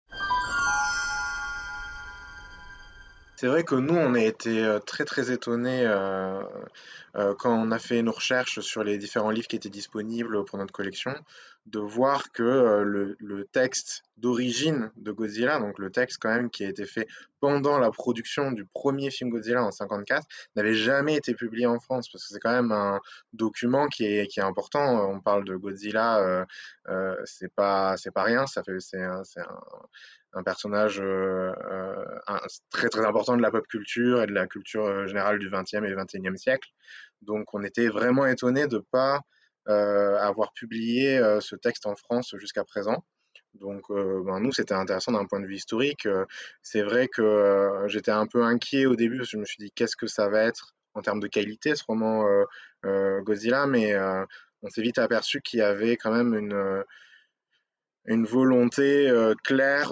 C'est vrai que nous, on a été très très étonnés quand on a fait nos recherches sur les différents livres qui étaient disponibles pour notre collection, de voir que le texte d'origine de Godzilla, donc le texte quand même qui a été fait pendant la production du premier film Godzilla en 54, n'avait jamais été publié en France, parce que c'est quand même un document qui est important. On parle de Godzilla, c'est pas rien, c'est un personnage très très important de la pop culture et de la culture générale du XXe et XXIe siècle. Donc on était vraiment étonnés de ne pas avoir publié ce texte en France jusqu'à présent. Donc nous, c'était intéressant d'un point de vue historique. C'est vrai que j'étais un peu inquiet au début, parce que je me suis dit qu'est-ce que ça va être en termes de qualité, ce roman Godzilla, mais on s'est vite aperçu qu'il y avait quand même une volonté claire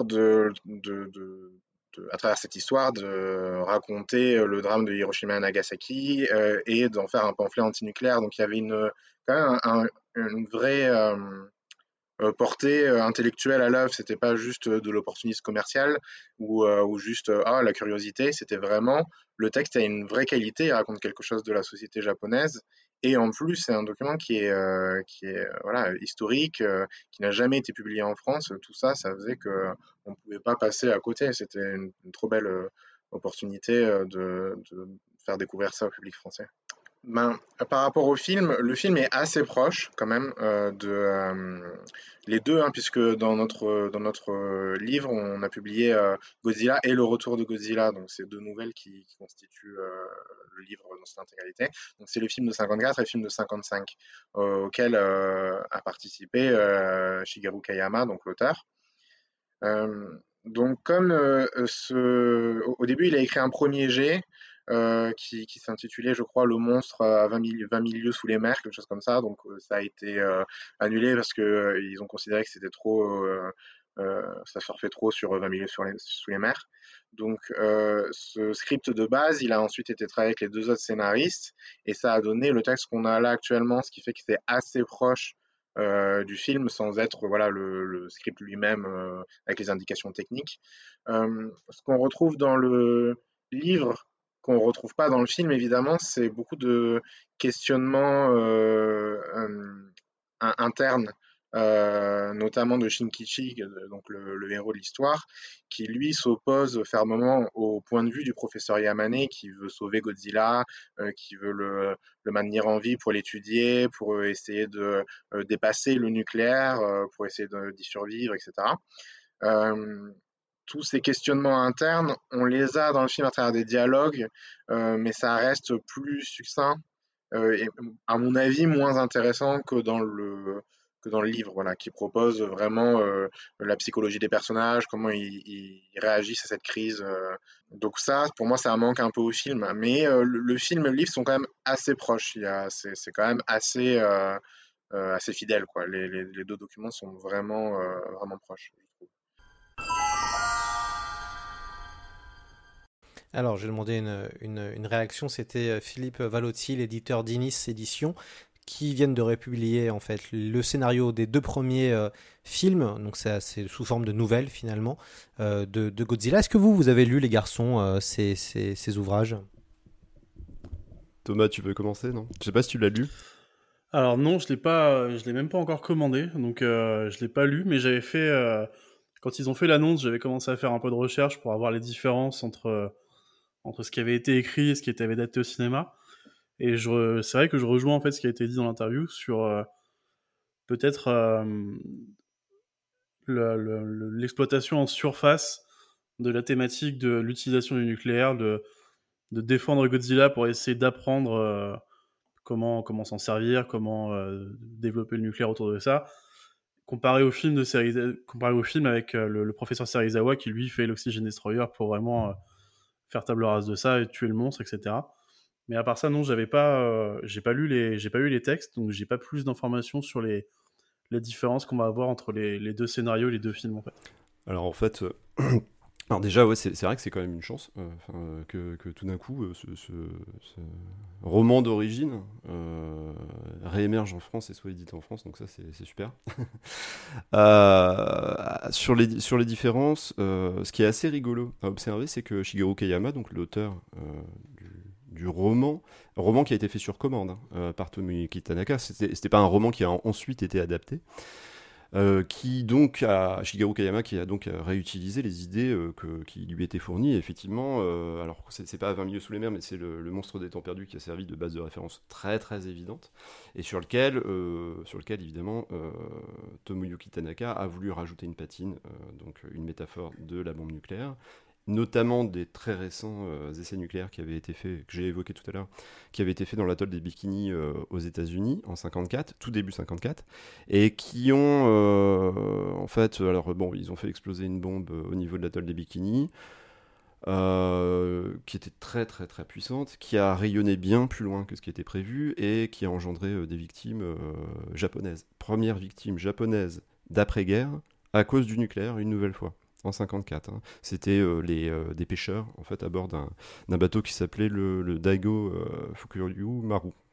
à travers cette histoire, de raconter le drame de Hiroshima et Nagasaki et d'en faire un pamphlet antinucléaire. Donc il y avait quand même une vraie portée intellectuelle à l'œuvre. C'était pas juste de l'opportunisme commercial ou juste la curiosité. C'était vraiment le texte a une vraie qualité, il raconte quelque chose de la société japonaise. Et en plus, c'est un document qui est voilà, historique, qui n'a jamais été publié en France. Tout ça, ça faisait qu'on ne pouvait pas passer à côté. C'était une trop belle opportunité de faire découvrir ça au public français. Ben, par rapport au film, le film est assez proche quand même les deux, hein, puisque dans notre livre, on a publié Godzilla et le retour de Godzilla, donc c'est deux nouvelles qui constituent le livre dans son intégralité. Donc c'est le film de 54 et le film de 55, auquel a participé Shigeru Kayama, donc l'auteur. Donc comme au début, il a écrit un premier jet, qui s'intitulait, je crois, Le monstre à 20 milieux sous les mers, quelque chose comme ça. Donc ça a été annulé parce que ils ont considéré que c'était trop, ça surfait trop sur 20 milieux sous les mers. Donc ce script de base, il a ensuite été travaillé avec les deux autres scénaristes et ça a donné le texte qu'on a là actuellement, ce qui fait que c'est assez proche du film sans être voilà le script lui-même avec les indications techniques. Ce qu'on retrouve dans le livre qu'on ne retrouve pas dans le film, évidemment, c'est beaucoup de questionnements internes, notamment de Shinkichi, donc le héros de l'histoire, qui lui s'oppose fermement au point de vue du professeur Yamane, qui veut sauver Godzilla, qui veut le maintenir en vie pour l'étudier, pour essayer de dépasser le nucléaire, pour essayer d'y survivre, etc. Tous ces questionnements internes, on les a dans le film à travers des dialogues, mais ça reste plus succinct et à mon avis moins intéressant que dans le livre, voilà, qui propose vraiment la psychologie des personnages, comment ils réagissent à cette crise. Donc ça, pour moi, ça manque un peu au film. Mais le film et le livre sont quand même assez proches. C'est quand même assez fidèle, quoi. Les deux documents sont vraiment proches, je trouve. Alors, j'ai demandé une réaction, c'était Philippe Valotti, l'éditeur d'Inis Éditions, qui viennent de republier en fait le scénario des deux premiers films, donc c'est sous forme de nouvelles finalement, de Godzilla. Est-ce que vous avez lu, les garçons, ces ouvrages ? Thomas, tu veux commencer, non ? Je sais pas si tu l'as lu. Alors non, je l'ai même pas encore commandé, donc je l'ai pas lu, mais j'avais fait, quand ils ont fait l'annonce, j'avais commencé à faire un peu de recherche pour avoir les différences entre ce qui avait été écrit et ce qui était adapté au cinéma. Et c'est vrai que je rejoins en fait ce qui a été dit dans l'interview sur peut-être l'exploitation en surface de la thématique de l'utilisation du nucléaire, de défendre Godzilla pour essayer d'apprendre comment s'en servir, comment développer le nucléaire autour de ça, comparé au film avec le professeur Serizawa qui lui fait l'Oxygen Destroyer pour vraiment faire table rase de ça et tuer le monstre, etc. Mais à part ça, non, j'ai pas lu les textes, donc j'ai pas plus d'informations sur les différences qu'on va avoir entre les deux scénarios, les deux films en fait. Alors en fait, alors déjà ouais, c'est vrai que c'est quand même une chance que tout d'un coup ce roman d'origine réémerge en France et soit édité en France, donc ça c'est super. Sur les différences, ce qui est assez rigolo à observer, c'est que Shigeru Kayama, donc l'auteur du roman qui a été fait sur commande par Tomoyuki Tanaka, c'était pas un roman qui a ensuite été adapté, Shigeru Kayama qui a donc réutilisé les idées qui lui étaient fournies, et effectivement, alors c'est pas 20 milieux sous les mers, mais c'est le monstre des temps perdus qui a servi de base de référence très très évidente, et sur lequel évidemment Tomoyuki Tanaka a voulu rajouter une patine, donc une métaphore de la bombe nucléaire, notamment des très récents essais nucléaires qui avaient été faits, que j'ai évoqué tout à l'heure, qui avaient été faits dans l'atoll des Bikini aux États-Unis en 54, tout début 54, et qui ont en fait, alors bon, ils ont fait exploser une bombe au niveau de l'atoll des Bikini, qui était très très très puissante, qui a rayonné bien plus loin que ce qui était prévu et qui a engendré des victimes japonaises. Première victime japonaise d'après-guerre à cause du nucléaire, une nouvelle fois. En 54, hein. C'était des pêcheurs en fait à bord d'un bateau qui s'appelait le Daigo Fukuryu Maru,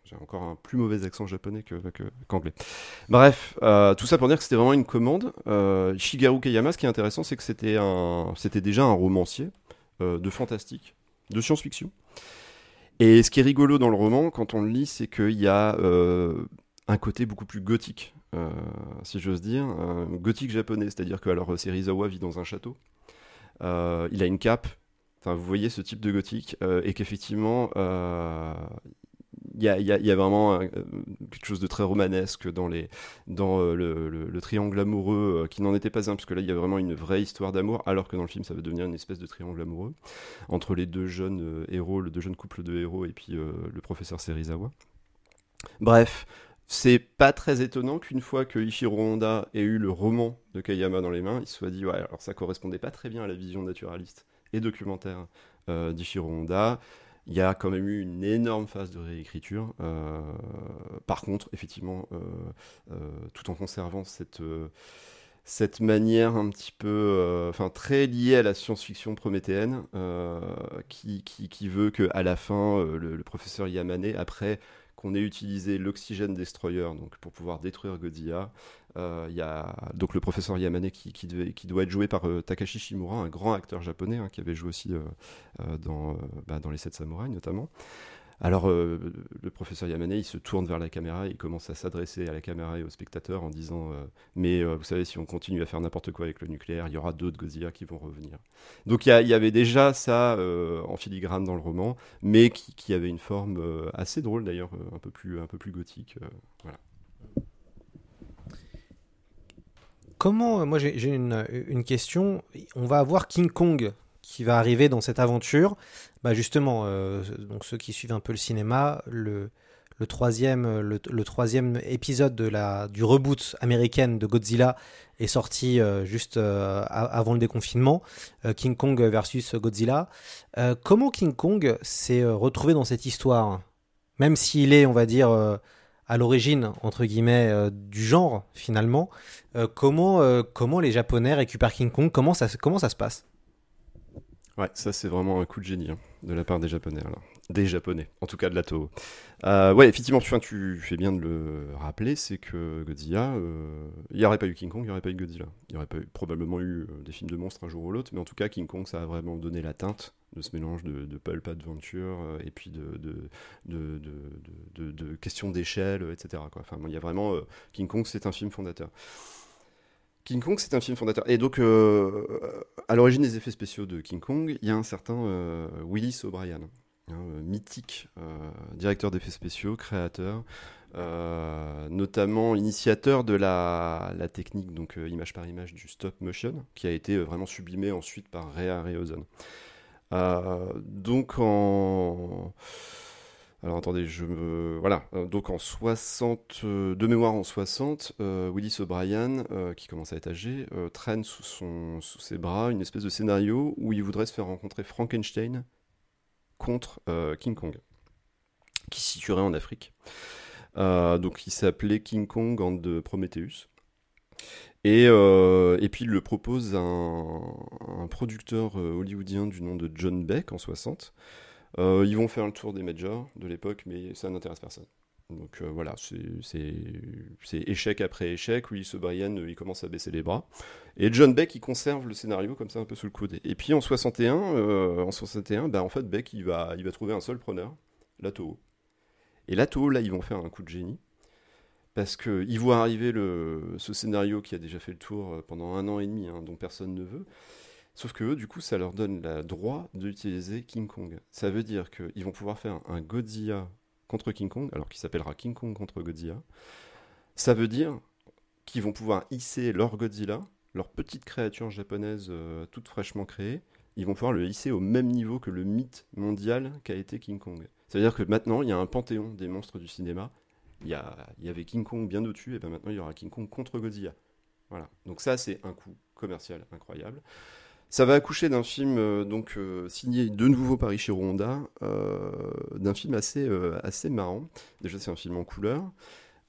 J'ai encore un plus mauvais accent japonais qu'anglais. Bref, tout ça pour dire que c'était vraiment une commande. Shigeru Kayama, ce qui est intéressant, c'est que c'était déjà un romancier de fantastique, de science-fiction. Et ce qui est rigolo dans le roman, quand on le lit, c'est qu'il y a un côté beaucoup plus gothique, si j'ose dire, gothique japonais. C'est-à-dire que Serizawa vit dans un château, il a une cape. Enfin, vous voyez ce type de gothique, et qu'effectivement, il y a vraiment quelque chose de très romanesque dans le triangle amoureux, qui n'en était pas un, parce que là, il y a vraiment une vraie histoire d'amour, alors que dans le film, ça va devenir une espèce de triangle amoureux entre les deux jeunes héros, le deux jeunes couples de héros, et puis le professeur Serizawa. Bref, c'est pas très étonnant qu'une fois que Ichiro Honda ait eu le roman de Kayama dans les mains, il se soit dit, ouais, alors ça correspondait pas très bien à la vision naturaliste et documentaire d'Ichiro Honda. Il y a quand même eu une énorme phase de réécriture. Par contre, effectivement, tout en conservant cette manière un petit peu, très liée à la science-fiction prométhéenne, qui veut qu'à la fin, le professeur Yamane, après qu'on ait utilisé l'Oxygen Destroyer donc, pour pouvoir détruire Godzilla, il y a donc le professeur Yamane qui doit être joué par Takashi Shimura, un grand acteur japonais qui avait joué aussi dans les 7 samouraïs notamment. Alors le professeur Yamane, il se tourne vers la caméra, il commence à s'adresser à la caméra et aux spectateurs en disant mais vous savez, si on continue à faire n'importe quoi avec le nucléaire, il y aura d'autres Godzilla qui vont revenir. Donc il y avait déjà ça en filigrane dans le roman, mais qui avait une forme assez drôle d'ailleurs, un peu plus gothique. Voilà. Comment, moi j'ai une question, on va avoir King Kong qui va arriver dans cette aventure, justement, donc ceux qui suivent un peu le cinéma, le troisième épisode du reboot américaine de Godzilla est sorti juste avant le déconfinement, King Kong versus Godzilla. Comment King Kong s'est retrouvé dans cette histoire, même s'il est, on va dire, à l'origine, entre guillemets, du genre, finalement, comment les Japonais récupèrent King Kong, comment ça se passe? Ouais, ça c'est vraiment un coup de génie de la part des Japonais. Alors. Des Japonais, en tout cas de la Toho. Ouais, effectivement, tu fais bien de le rappeler, c'est que Godzilla, il n'y aurait pas eu King Kong, il n'y aurait pas eu Godzilla. Il n'y aurait probablement eu des films de monstres un jour ou l'autre, mais en tout cas, King Kong, ça a vraiment donné la teinte de ce mélange de pulp adventure et puis de questions d'échelle, etc. Quoi. Enfin, il y a vraiment... King Kong, c'est un film fondateur. King Kong, c'est un film fondateur. Et donc, à l'origine des effets spéciaux de King Kong, il y a un certain Willis O'Brien, mythique directeur d'effets spéciaux, créateur, notamment initiateur de la technique donc image par image du stop motion, qui a été vraiment sublimée ensuite par Ray Harryhausen. Donc alors attendez, voilà. Donc en 60, de mémoire en 60, Willis O'Brien, qui commence à être âgé, traîne sous ses bras une espèce de scénario où il voudrait se faire rencontrer Frankenstein contre King Kong, qui se situerait en Afrique. Donc il s'appelait King Kong and Prometheus. Et puis il le propose à un producteur hollywoodien du nom de John Beck en 60. Ils vont faire le tour des majors de l'époque, mais ça n'intéresse personne. Donc voilà, c'est échec après échec. Willis O'Brien, il commence à baisser les bras. Et John Beck, il conserve le scénario comme ça un peu sous le coude. Et puis en 61, en fait, Beck, il va trouver un seul preneur, la Toho. Et la Toho, là, ils vont faire un coup de génie. Parce qu'ils voient arriver ce scénario qui a déjà fait le tour pendant 1 an et demi, dont personne ne veut. Sauf que eux, du coup, ça leur donne le droit d'utiliser King Kong. Ça veut dire qu'ils vont pouvoir faire un Godzilla contre King Kong, alors qu'il s'appellera King Kong contre Godzilla. Ça veut dire qu'ils vont pouvoir hisser leur Godzilla, leur petite créature japonaise toute fraîchement créée, ils vont pouvoir le hisser au même niveau que le mythe mondial qu'a été King Kong. Ça veut dire que maintenant, il y a un panthéon des monstres du cinéma. Il y avait King Kong bien au-dessus, et bien maintenant, il y aura King Kong contre Godzilla. Voilà. Donc ça, c'est un coup commercial incroyable. Ça va accoucher d'un film signé de nouveau par Ichiro Honda, d'un film assez marrant. Déjà, c'est un film en couleur.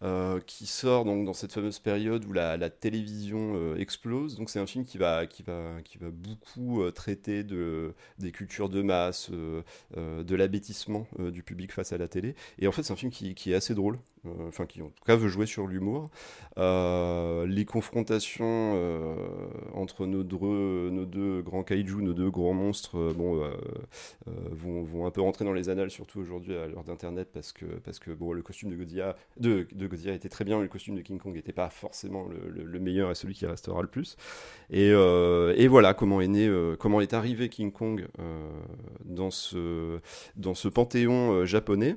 qui sort donc dans cette fameuse période où la télévision explose. Donc c'est un film qui va beaucoup traiter des cultures de masse, de l'abêtissement du public face à la télé. Et en fait c'est un film qui est assez drôle, qui en tout cas veut jouer sur l'humour. Les confrontations entre nos deux grands kaiju, nos deux grands monstres, vont un peu rentrer dans les annales, surtout aujourd'hui à l'heure d'internet, parce que le costume de Godzilla était très bien, mais le costume de King Kong n'était pas forcément le meilleur et celui qui restera le plus. Et voilà comment est arrivé King Kong dans ce panthéon japonais.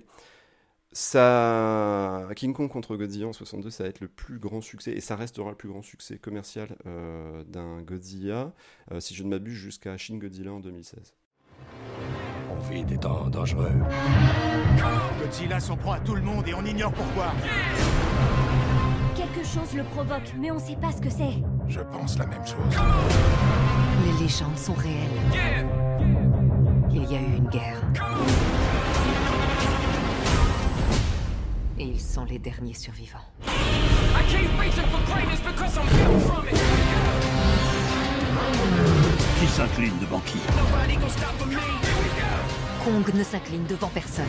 King Kong contre Godzilla en 62, ça va être le plus grand succès, et ça restera le plus grand succès commercial d'un Godzilla, si je ne m'abuse, jusqu'à Shin Godzilla en 2016. On vit des temps dangereux. Godzilla s'en prend à tout le monde et on ignore pourquoi. Quelque chose le provoque, mais on sait pas ce que c'est. Je pense la même chose. Les légendes sont réelles. Il y a eu une guerre. Et ils sont les derniers survivants. Qui s'incline devant qui? Kong ne s'incline devant personne.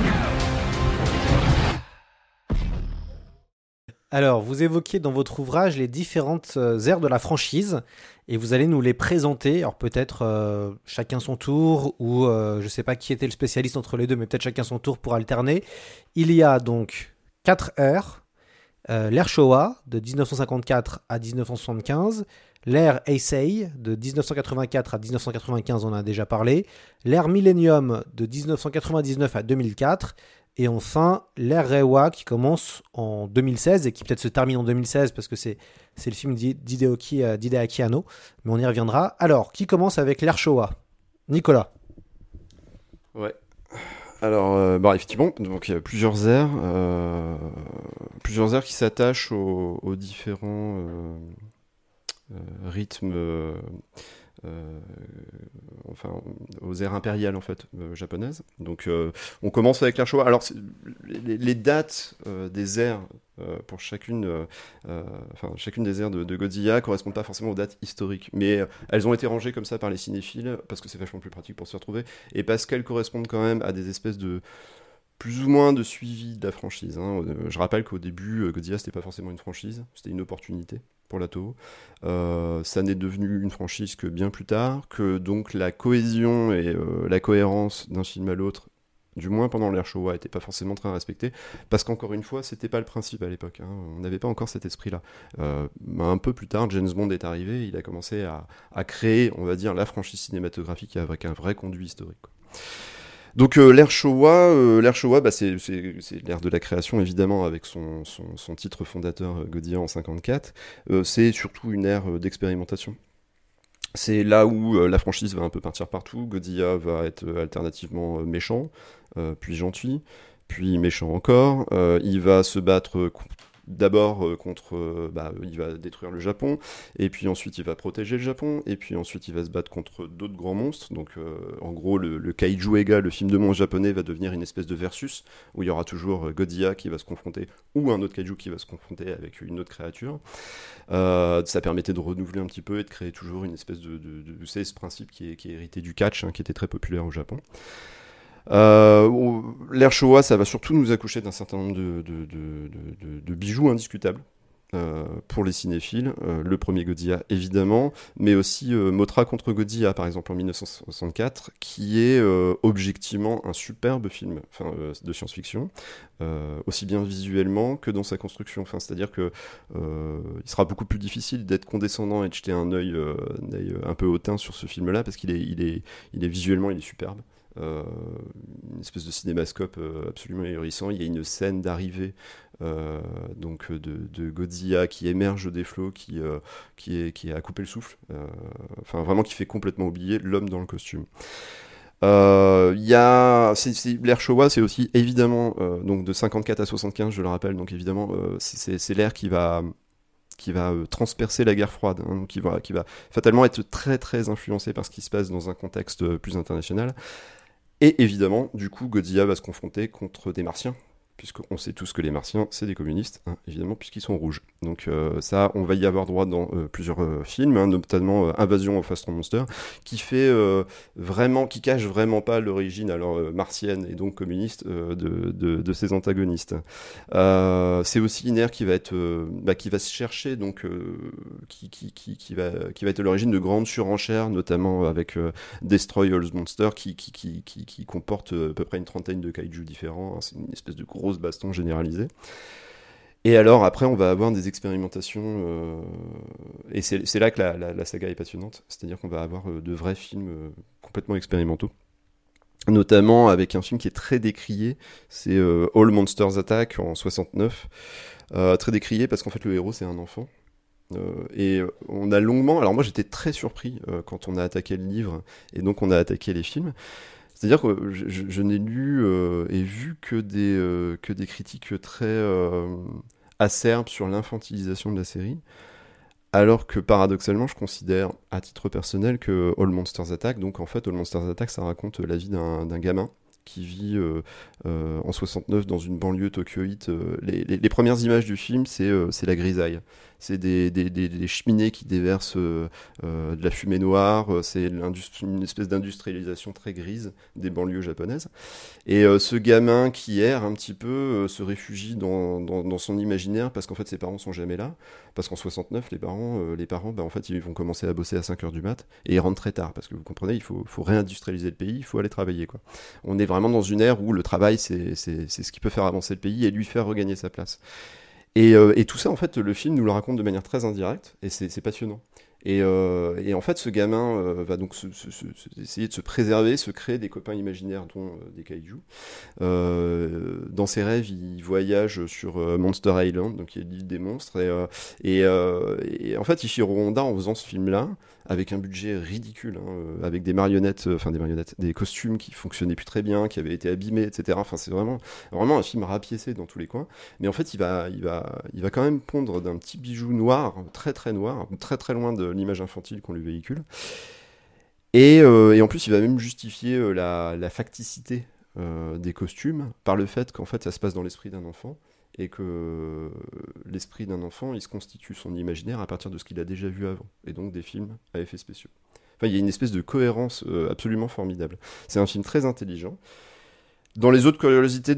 Alors, vous évoquiez dans votre ouvrage les différentes aires de la franchise et vous allez nous les présenter. Alors peut-être chacun son tour ou je ne sais pas qui était le spécialiste entre les deux, mais peut-être chacun son tour pour alterner. Il y a donc 4 ères. L'ère Showa de 1954 à 1975, l'ère Heisei de 1984 à 1995, on en a déjà parlé, l'ère Millennium de 1999 à 2004, et enfin l'ère Reiwa qui commence en 2016 et qui peut-être se termine en 2016 parce que c'est le film d'Hideaki Anno, mais on y reviendra. Alors, qui commence avec l'ère Showa? Nicolas. Ouais. Alors, effectivement, donc il y a plusieurs aires qui s'attachent aux différents rythmes, aux aires impériales en fait japonaises. Donc, on commence avec l'ère Showa. Alors, les dates des aires pour chacune des aires de Godzilla correspondent pas forcément aux dates historiques, mais elles ont été rangées comme ça par les cinéphiles parce que c'est vachement plus pratique pour se retrouver et parce qu'elles correspondent quand même à des espèces de plus ou moins de suivi de la franchise. Je rappelle qu'au début, Godzilla c'était pas forcément une franchise, c'était une opportunité pour la Toho. Ça n'est devenu une franchise que bien plus tard, que donc la cohésion et la cohérence d'un film à l'autre, du moins pendant l'ère Showa, n'était pas forcément très respectée, parce qu'encore une fois, c'était pas le principe à l'époque. On n'avait pas encore cet esprit-là. Un peu plus tard, James Bond est arrivé, il a commencé à créer, on va dire, la franchise cinématographique avec un vrai conduit historique, quoi. Donc l'ère Showa, c'est l'ère de la création évidemment avec son titre fondateur Godzilla en 54. C'est surtout une ère d'expérimentation. C'est là où la franchise va un peu partir partout. Godzilla va être alternativement méchant, puis gentil, puis méchant encore. Il va se battre d'abord il va détruire le Japon, et puis ensuite il va protéger le Japon, et puis ensuite il va se battre contre d'autres grands monstres. Donc en gros le Kaiju Eiga, le film de monstre japonais, va devenir une espèce de versus où il y aura toujours Godzilla qui va se confronter, ou un autre Kaiju qui va se confronter avec une autre créature. Ça permettait de renouveler un petit peu et de créer toujours une espèce de c'est ce principe qui est hérité du catch, qui était très populaire au Japon. L'ère Showa, ça va surtout nous accoucher d'un certain nombre de bijoux indiscutables pour les cinéphiles. Le premier Godzilla, évidemment, mais aussi Mothra contre Godzilla, par exemple, en 1964, qui est objectivement un superbe film de science-fiction, aussi bien visuellement que dans sa construction. C'est-à-dire que il sera beaucoup plus difficile d'être condescendant et de jeter un œil un peu hautain sur ce film-là, parce qu'il est visuellement, il est superbe. Une espèce de cinémascope absolument ahurissant. Il y a une scène d'arrivée de Godzilla qui émerge des flots, qui a coupé le souffle, vraiment qui fait complètement oublier l'homme dans le costume. L'ère Showa, c'est aussi évidemment donc de 54 à 75, je le rappelle, donc évidemment c'est l'ère qui va transpercer la guerre froide, qui va fatalement être très très influencée par ce qui se passe dans un contexte plus international. Et évidemment, du coup, Godzilla va se confronter contre des martiens, puisqu'on sait tous que les Martiens, c'est des communistes, hein, évidemment, puisqu'ils sont rouges. Donc ça, on va y avoir droit dans plusieurs films, hein, notamment Invasion of Astro Monster, qui cache vraiment pas l'origine martienne et donc communiste de ses antagonistes. C'est aussi une ère qui va se chercher, donc qui va être à l'origine de grandes surenchères, notamment avec Destroy All Monsters, qui comporte à peu près une trentaine de kaiju différents. Hein, c'est une espèce de grosse baston généralisée. Et alors après on va avoir des expérimentations et c'est là que la saga est passionnante, c'est-à-dire qu'on va avoir de vrais films complètement expérimentaux, notamment avec un film qui est très décrié, c'est All Monsters Attack en 69, très décrié parce qu'en fait le héros c'est un enfant. Et on a longuement, alors moi j'étais très surpris quand on a attaqué le livre et donc on a attaqué les films. C'est-à-dire que je n'ai lu et vu que des critiques très acerbes sur l'infantilisation de la série, alors que paradoxalement, je considère à titre personnel que All Monsters Attack, donc en fait All Monsters Attack, ça raconte la vie d'un gamin qui vit en 69 dans une banlieue tokyoïte. Les premières images du film, c'est la grisaille. C'est des cheminées qui déversent de la fumée noire. C'est une espèce d'industrialisation très grise des banlieues japonaises. Et ce gamin qui erre un petit peu se réfugie dans son imaginaire parce qu'en fait ses parents sont jamais là. Parce qu'en 69, les parents en fait, ils vont commencer à bosser à 5h du mat et ils rentrent très tard. Parce que vous comprenez, il faut réindustrialiser le pays, il faut aller travailler, quoi. On est vraiment dans une ère où le travail, c'est ce qui peut faire avancer le pays et lui faire regagner sa place. Et tout ça, en fait, le film nous le raconte de manière très indirecte, et c'est passionnant. Et en fait, ce gamin va donc essayer de se préserver, se créer des copains imaginaires, dont des kaiju. Dans ses rêves, il voyage sur Monster Island, donc qui est l'île des monstres. Et en fait, Ishiro Honda, en faisant ce film-là, avec un budget ridicule, hein, avec des marionnettes, des costumes qui fonctionnaient plus très bien, qui avaient été abîmés, etc. Enfin, c'est vraiment un film rapiécé dans tous les coins. Mais en fait, il va quand même pondre d'un petit bijou noir, très très noir, très très loin de l'image infantile qu'on lui véhicule. Et en plus, il va même justifier la facticité des costumes par le fait qu'en fait, ça se passe dans l'esprit d'un enfant. Et que l'esprit d'un enfant, il se constitue son imaginaire à partir de ce qu'il a déjà vu avant, et donc des films à effets spéciaux. Enfin, il y a une espèce de cohérence absolument formidable. C'est un film très intelligent. Dans les autres curiosités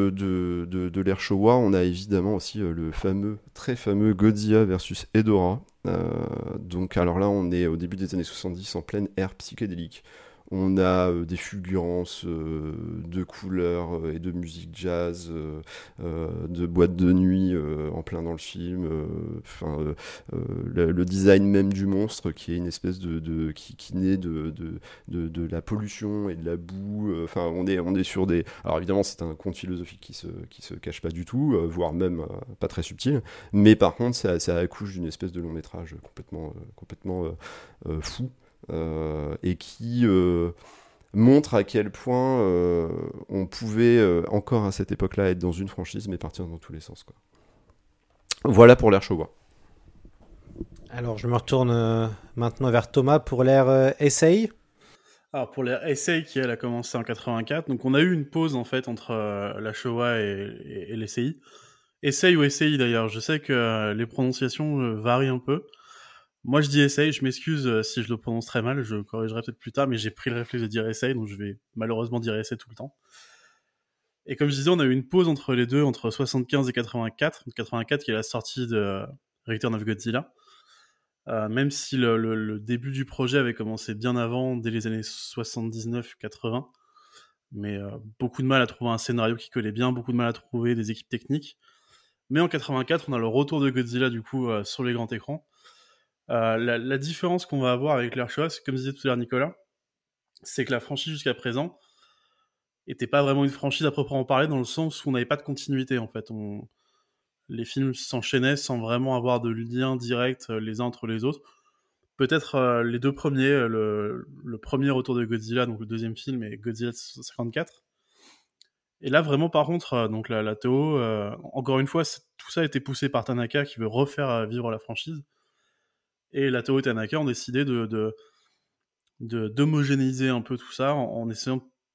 de l'ère Showa, on a évidemment aussi le très fameux Godzilla versus Hedorah. Donc alors là, on est au début des années 70, en pleine ère psychédélique. On a des fulgurances de couleurs et de musique jazz, de boîtes de nuit en plein dans le film. Le design même du monstre qui est une espèce qui naît de la pollution et de la boue. On est sur des. Alors évidemment, c'est un conte philosophique qui se cache pas du tout, voire même pas très subtil. Mais par contre, ça accouche d'une espèce de long métrage complètement fou. Et qui montre à quel point on pouvait encore à cette époque-là être dans une franchise mais partir dans tous les sens, quoi. Voilà pour l'ère Showa. Alors je me retourne maintenant vers Thomas pour l'ère Heisei. Alors pour l'ère Heisei qui elle a commencé en 84, donc on a eu une pause en fait entre la Showa et l'Heisei. Heisei ou Heisei d'ailleurs, je sais que les prononciations varient un peu. Moi, je dis Heisei, je m'excuse si je le prononce très mal, je corrigerai peut-être plus tard, mais j'ai pris le réflexe de dire Heisei, donc je vais malheureusement dire Heisei tout le temps. Et comme je disais, on a eu une pause entre les deux, entre 75 et 84, 84 qui est la sortie de Return of Godzilla, même si le début du projet avait commencé bien avant, dès les années 79-80, mais beaucoup de mal à trouver un scénario qui collait bien, beaucoup de mal à trouver des équipes techniques. Mais en 84, on a le retour de Godzilla du coup sur les grands écrans. La différence qu'on va avoir avec l'ère Showa, c'est comme disait tout à l'heure Nicolas, c'est que la franchise jusqu'à présent était pas vraiment une franchise à proprement parler, dans le sens où on n'avait pas de continuité en fait. Les films s'enchaînaient sans vraiment avoir de lien direct les uns entre les autres. Peut-être les deux premiers, le premier retour de Godzilla, donc le deuxième film, et Godzilla 54. Et là vraiment par contre, donc la Toho, encore une fois, tout ça a été poussé par Tanaka qui veut refaire vivre la franchise. Et la Toho et Tanaka ont décidé d'homogénéiser un peu tout ça en essayant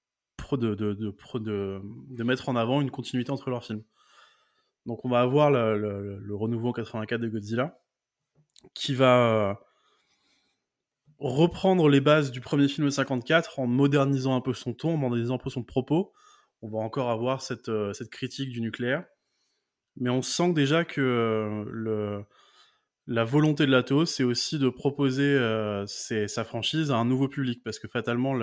de mettre en avant une continuité entre leurs films. Donc on va avoir le renouveau en 84 de Godzilla, qui va reprendre les bases du premier film de 54 en modernisant un peu son ton, en modernisant un peu son propos. On va encore avoir cette critique du nucléaire. Mais on sent déjà que la volonté de Lato, c'est aussi de proposer sa franchise à un nouveau public, parce que fatalement,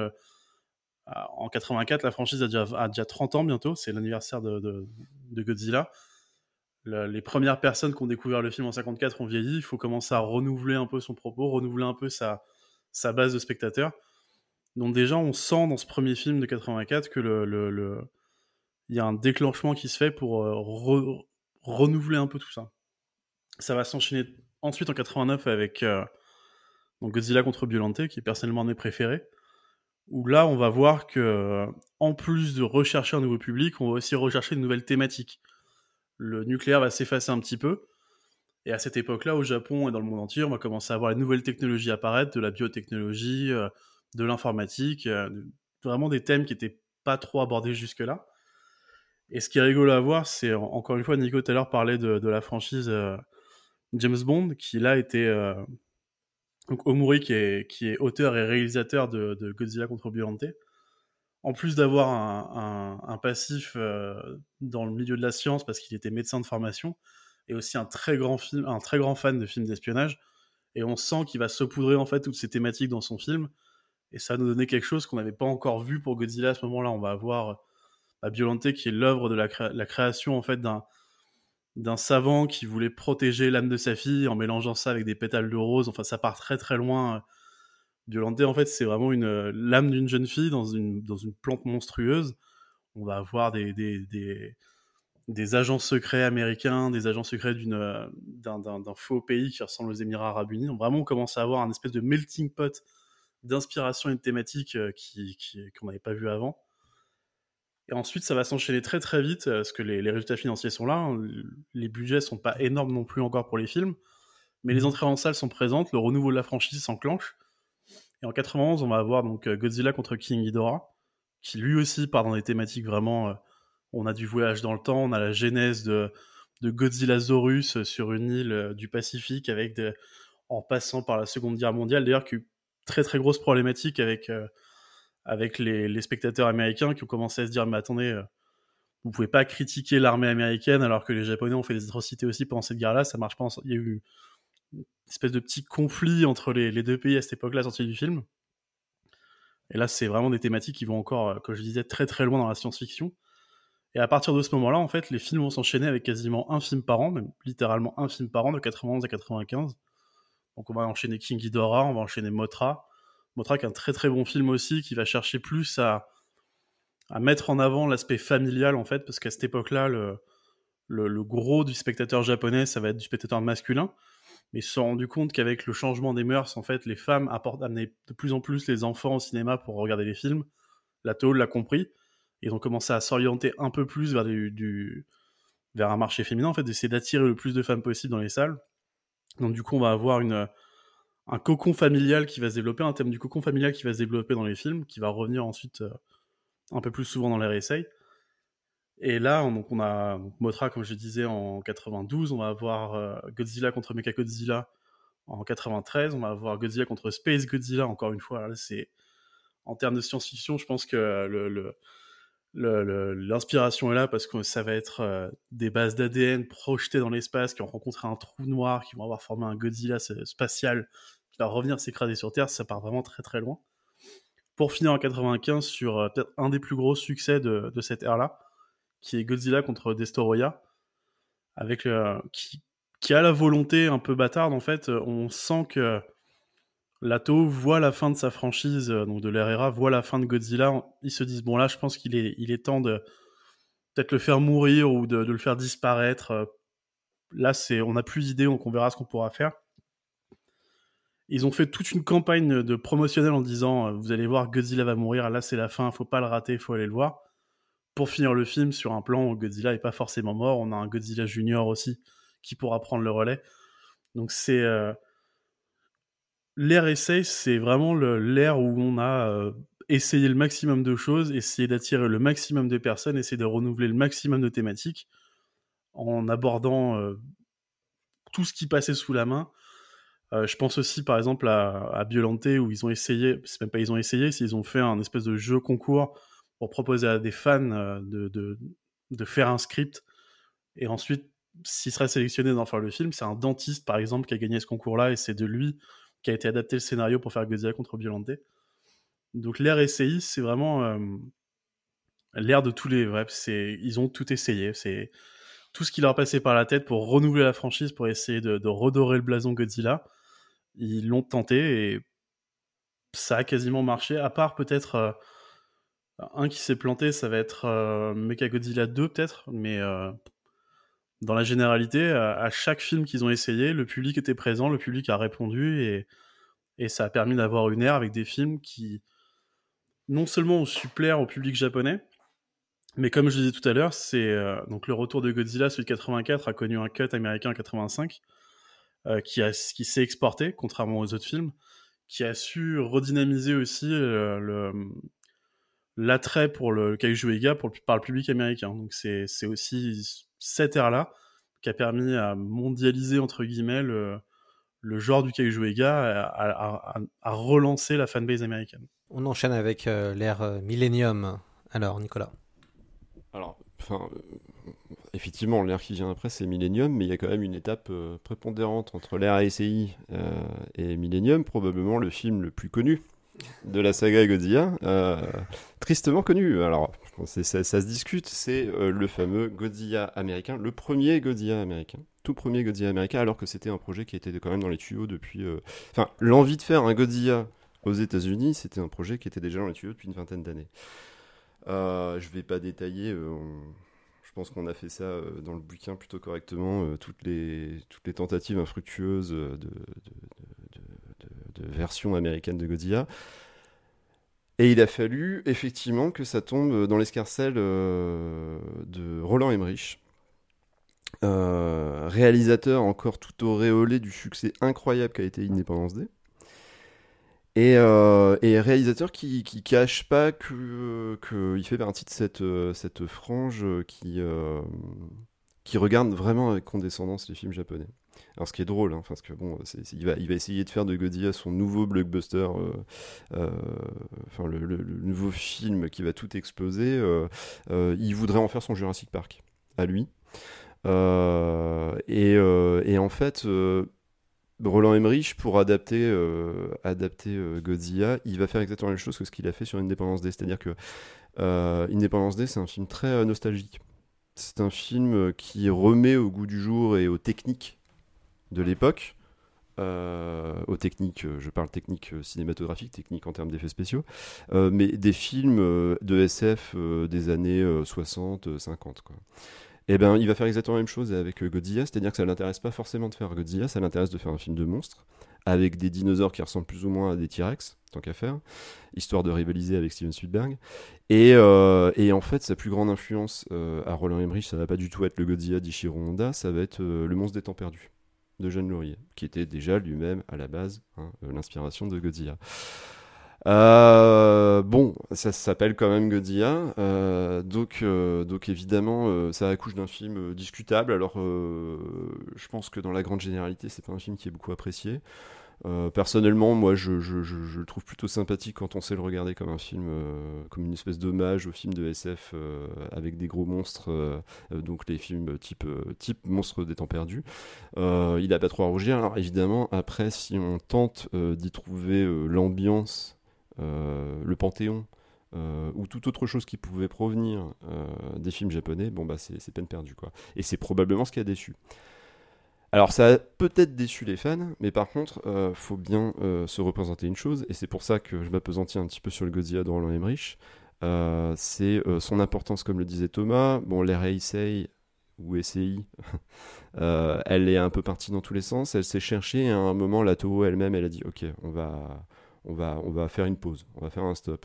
en 84, la franchise a déjà 30 ans bientôt, c'est l'anniversaire de Godzilla. Les premières personnes qui ont découvert le film en 54 ont vieilli, il faut commencer à renouveler un peu son propos, renouveler un peu sa base de spectateurs. Donc déjà, on sent dans ce premier film de 84 que il y a un déclenchement qui se fait pour renouveler un peu tout ça. Ça va s'enchaîner ensuite en 89 avec donc Godzilla contre Biollante, qui est personnellement un de mes préférés, où là, on va voir que en plus de rechercher un nouveau public, on va aussi rechercher de nouvelles thématiques. Le nucléaire va s'effacer un petit peu, et à cette époque-là, au Japon et dans le monde entier, on va commencer à voir les nouvelles technologies apparaître, de la biotechnologie, de l'informatique, vraiment des thèmes qui n'étaient pas trop abordés jusque-là. Et ce qui est rigolo à voir, c'est, encore une fois, Nico tout à l'heure parlait de la franchise James Bond, qui là était... donc Omuri, qui est auteur et réalisateur de Godzilla contre Biollante, en plus d'avoir un passif dans le milieu de la science, parce qu'il était médecin de formation, et aussi un très grand fan de films d'espionnage, et on sent qu'il va saupoudrer en fait toutes ces thématiques dans son film, et ça va nous donner quelque chose qu'on n'avait pas encore vu pour Godzilla à ce moment-là. On va avoir Biollante, qui est l'œuvre de la création en fait d'un savant qui voulait protéger l'âme de sa fille en mélangeant ça avec des pétales de rose. Enfin, ça part très très loin. Biollante, en fait, c'est vraiment l'âme d'une jeune fille dans une plante monstrueuse. On va avoir des agents secrets américains, des agents secrets d'un faux pays qui ressemble aux Émirats Arabes Unis. Donc vraiment, on commence à avoir un espèce de melting pot d'inspiration et de thématiques qu'on n'avait pas vu avant. Et ensuite, ça va s'enchaîner très très vite, parce que les résultats financiers sont là. Hein. Les budgets sont pas énormes non plus encore pour les films, mais les entrées en salle sont présentes, le renouveau de la franchise s'enclenche. Et en 91, on va avoir donc Godzilla contre King Ghidorah, qui lui aussi part dans des thématiques vraiment... on a du voyage dans le temps, on a la genèse de Godzillasaurus sur une île du Pacifique, en passant par la Seconde Guerre mondiale, d'ailleurs, qui a eu très très grosse problématique avec les spectateurs américains qui ont commencé à se dire « Mais attendez, vous pouvez pas critiquer l'armée américaine alors que les Japonais ont fait des atrocités aussi pendant cette guerre-là, ça marche pas ensemble. » Il y a eu une espèce de petit conflit entre les deux pays à cette époque-là, sortie du film. Et là, c'est vraiment des thématiques qui vont encore, comme je disais, très très loin dans la science-fiction. Et à partir de ce moment-là, en fait, les films vont s'enchaîner avec quasiment un film par an, même littéralement un film par an, de 91 à 95. Donc on va enchaîner King Ghidorah, on va enchaîner Mothra, qui est un très très bon film aussi, qui va chercher plus à mettre en avant l'aspect familial, en fait, parce qu'à cette époque-là, le gros du spectateur japonais, ça va être du spectateur masculin, mais ils se sont rendus compte qu'avec le changement des mœurs, en fait, les femmes amenaient de plus en plus les enfants au cinéma pour regarder les films. La tôle l'a compris, ils ont commencé à s'orienter un peu plus vers un marché féminin, en fait, d'essayer d'attirer le plus de femmes possible dans les salles. Donc du coup, on va avoir un cocon familial qui va se développer, un thème du cocon familial qui va se développer dans les films, qui va revenir ensuite un peu plus souvent dans les réessais. Et là, on a Mothra, comme je disais, en 92, on va avoir Godzilla contre Mechagodzilla en 93, on va avoir Godzilla contre Space Godzilla, encore une fois. Là, c'est, en termes de science-fiction, je pense que l'inspiration est là, parce que ça va être des bases d'ADN projetées dans l'espace qui ont rencontré un trou noir, qui vont avoir formé un Godzilla spatial qui va revenir s'écraser sur Terre. Ça part vraiment très très loin. Pour finir en 95 sur peut-être un des plus gros succès de cette ère-là, qui est Godzilla contre Destoroyah, avec qui a la volonté un peu bâtarde, en fait. On sent que Lato voit la fin de sa franchise, donc de l'ère voit la fin de Godzilla. Ils se disent, bon là, je pense qu'il est temps de peut-être le faire mourir ou de le faire disparaître. Là, on n'a plus d'idées, donc on verra ce qu'on pourra faire. Ils ont fait toute une campagne de promotionnelle en disant, vous allez voir, Godzilla va mourir, là c'est la fin, faut pas le rater, faut aller le voir. Pour finir le film sur un plan où Godzilla est pas forcément mort, on a un Godzilla Junior aussi qui pourra prendre le relais. Donc c'est... l'ère essai, c'est vraiment l'ère où on a essayer le maximum de choses, essayer d'attirer le maximum de personnes, essayer de renouveler le maximum de thématiques en abordant tout ce qui passait sous la main. Je pense aussi par exemple à Biollante où ils ont essayé, c'est même pas ils ont essayé, c'est ils ont fait un espèce de jeu concours pour proposer à des fans de faire un script et ensuite s'il serait sélectionné d'en faire le film. C'est un dentiste par exemple qui a gagné ce concours-là et c'est de lui qui a été adapté le scénario pour faire Godzilla contre Biollante. Donc l'ère SCI c'est vraiment l'ère de tous les... Bref, ils ont tout essayé, c'est tout ce qui leur passait par la tête pour renouveler la franchise, pour essayer de redorer le blason Godzilla. Ils l'ont tenté et ça a quasiment marché, à part peut-être un qui s'est planté, ça va être Mechagodzilla 2 peut-être, mais dans la généralité, à chaque film qu'ils ont essayé, le public était présent, le public a répondu et ça a permis d'avoir une ère avec des films qui non seulement ont su plaire au public japonais, mais comme je disais tout à l'heure, c'est donc le retour de Godzilla, celui de 84, a connu un cut américain en 85, qui s'est exporté, contrairement aux autres films, qui a su redynamiser aussi l'attrait pour le Kaiju Eiga par le public américain. Donc c'est aussi cette ère-là qui a permis à mondialiser, entre guillemets, le genre du Kaiju Eiga, à relancer la fanbase américaine. On enchaîne avec l'ère Millennium. Alors, Nicolas. Alors, effectivement, l'ère qui vient après, c'est Millennium, mais il y a quand même une étape prépondérante entre l'ère ASI et Millennium, probablement le film le plus connu de la saga Godzilla, tristement connu. Alors, ça se discute, c'est le fameux Godzilla américain, le premier Godzilla américain, tout premier Godzilla américain, alors que c'était un projet qui était quand même dans les tuyaux depuis... l'envie de faire un Godzilla aux États-Unis, c'était un projet qui était déjà dans les tuyaux depuis une vingtaine d'années. Je vais pas détailler, je pense qu'on a fait ça dans le bouquin plutôt correctement, toutes les tentatives infructueuses de version américaine de Godzilla. Et il a fallu effectivement que ça tombe dans l'escarcelle de Roland Emmerich, réalisateur encore tout auréolé du succès incroyable qu'a été Independence Day. Et réalisateur qui cache pas qu'il fait partie de cette frange qui regarde vraiment avec condescendance les films japonais. Alors ce qui est drôle, parce que bon, il va essayer de faire de Godzilla son nouveau blockbuster, le nouveau film qui va tout exploser. Il voudrait en faire son Jurassic Park à lui. Et en fait. Roland Emmerich, pour adapter Godzilla, il va faire exactement la même chose que ce qu'il a fait sur Independence Day. C'est-à-dire que Independence Day, c'est un film très nostalgique. C'est un film qui remet au goût du jour et aux techniques de l'époque, aux techniques, je parle techniques cinématographiques, techniques en termes d'effets spéciaux, mais des films de SF des années 60, 50, quoi. Eh ben, il va faire exactement la même chose avec Godzilla, c'est-à-dire que ça ne l'intéresse pas forcément de faire Godzilla, ça l'intéresse de faire un film de monstre, avec des dinosaures qui ressemblent plus ou moins à des T-Rex, tant qu'à faire, histoire de rivaliser avec Steven Spielberg. Et en fait, sa plus grande influence à Roland Emmerich, ça ne va pas du tout être le Godzilla d'Ichiro Honda, ça va être Le Monstre des Temps Perdus, de Jeanne Laurier, qui était déjà lui-même, à la base, l'inspiration de Godzilla. Bon, ça s'appelle quand même Godzilla, donc évidemment ça accouche d'un film discutable. Alors je pense que dans la grande généralité c'est pas un film qui est beaucoup apprécié. Personnellement, moi je le trouve plutôt sympathique quand on sait le regarder comme un film, comme une espèce d'hommage au film de SF avec des gros monstres, donc les films type Monstre des Temps Perdus. Il a pas trop à rougir. Alors évidemment, après, si on tente d'y trouver l'ambiance, le panthéon ou toute autre chose qui pouvait provenir des films japonais, bon bah c'est peine perdue, quoi. Et c'est probablement ce qui a déçu. Alors ça a peut-être déçu les fans, mais par contre faut bien se représenter une chose, et c'est pour ça que je m'appesantis un petit peu sur le Godzilla de Roland Emmerich, c'est son importance, comme le disait Thomas. Bon, l'ère Heisei ou SCI, elle est un peu partie dans tous les sens, elle s'est cherchée, et à un moment la Toho elle-même elle a dit ok, on va faire une pause, on va faire un stop.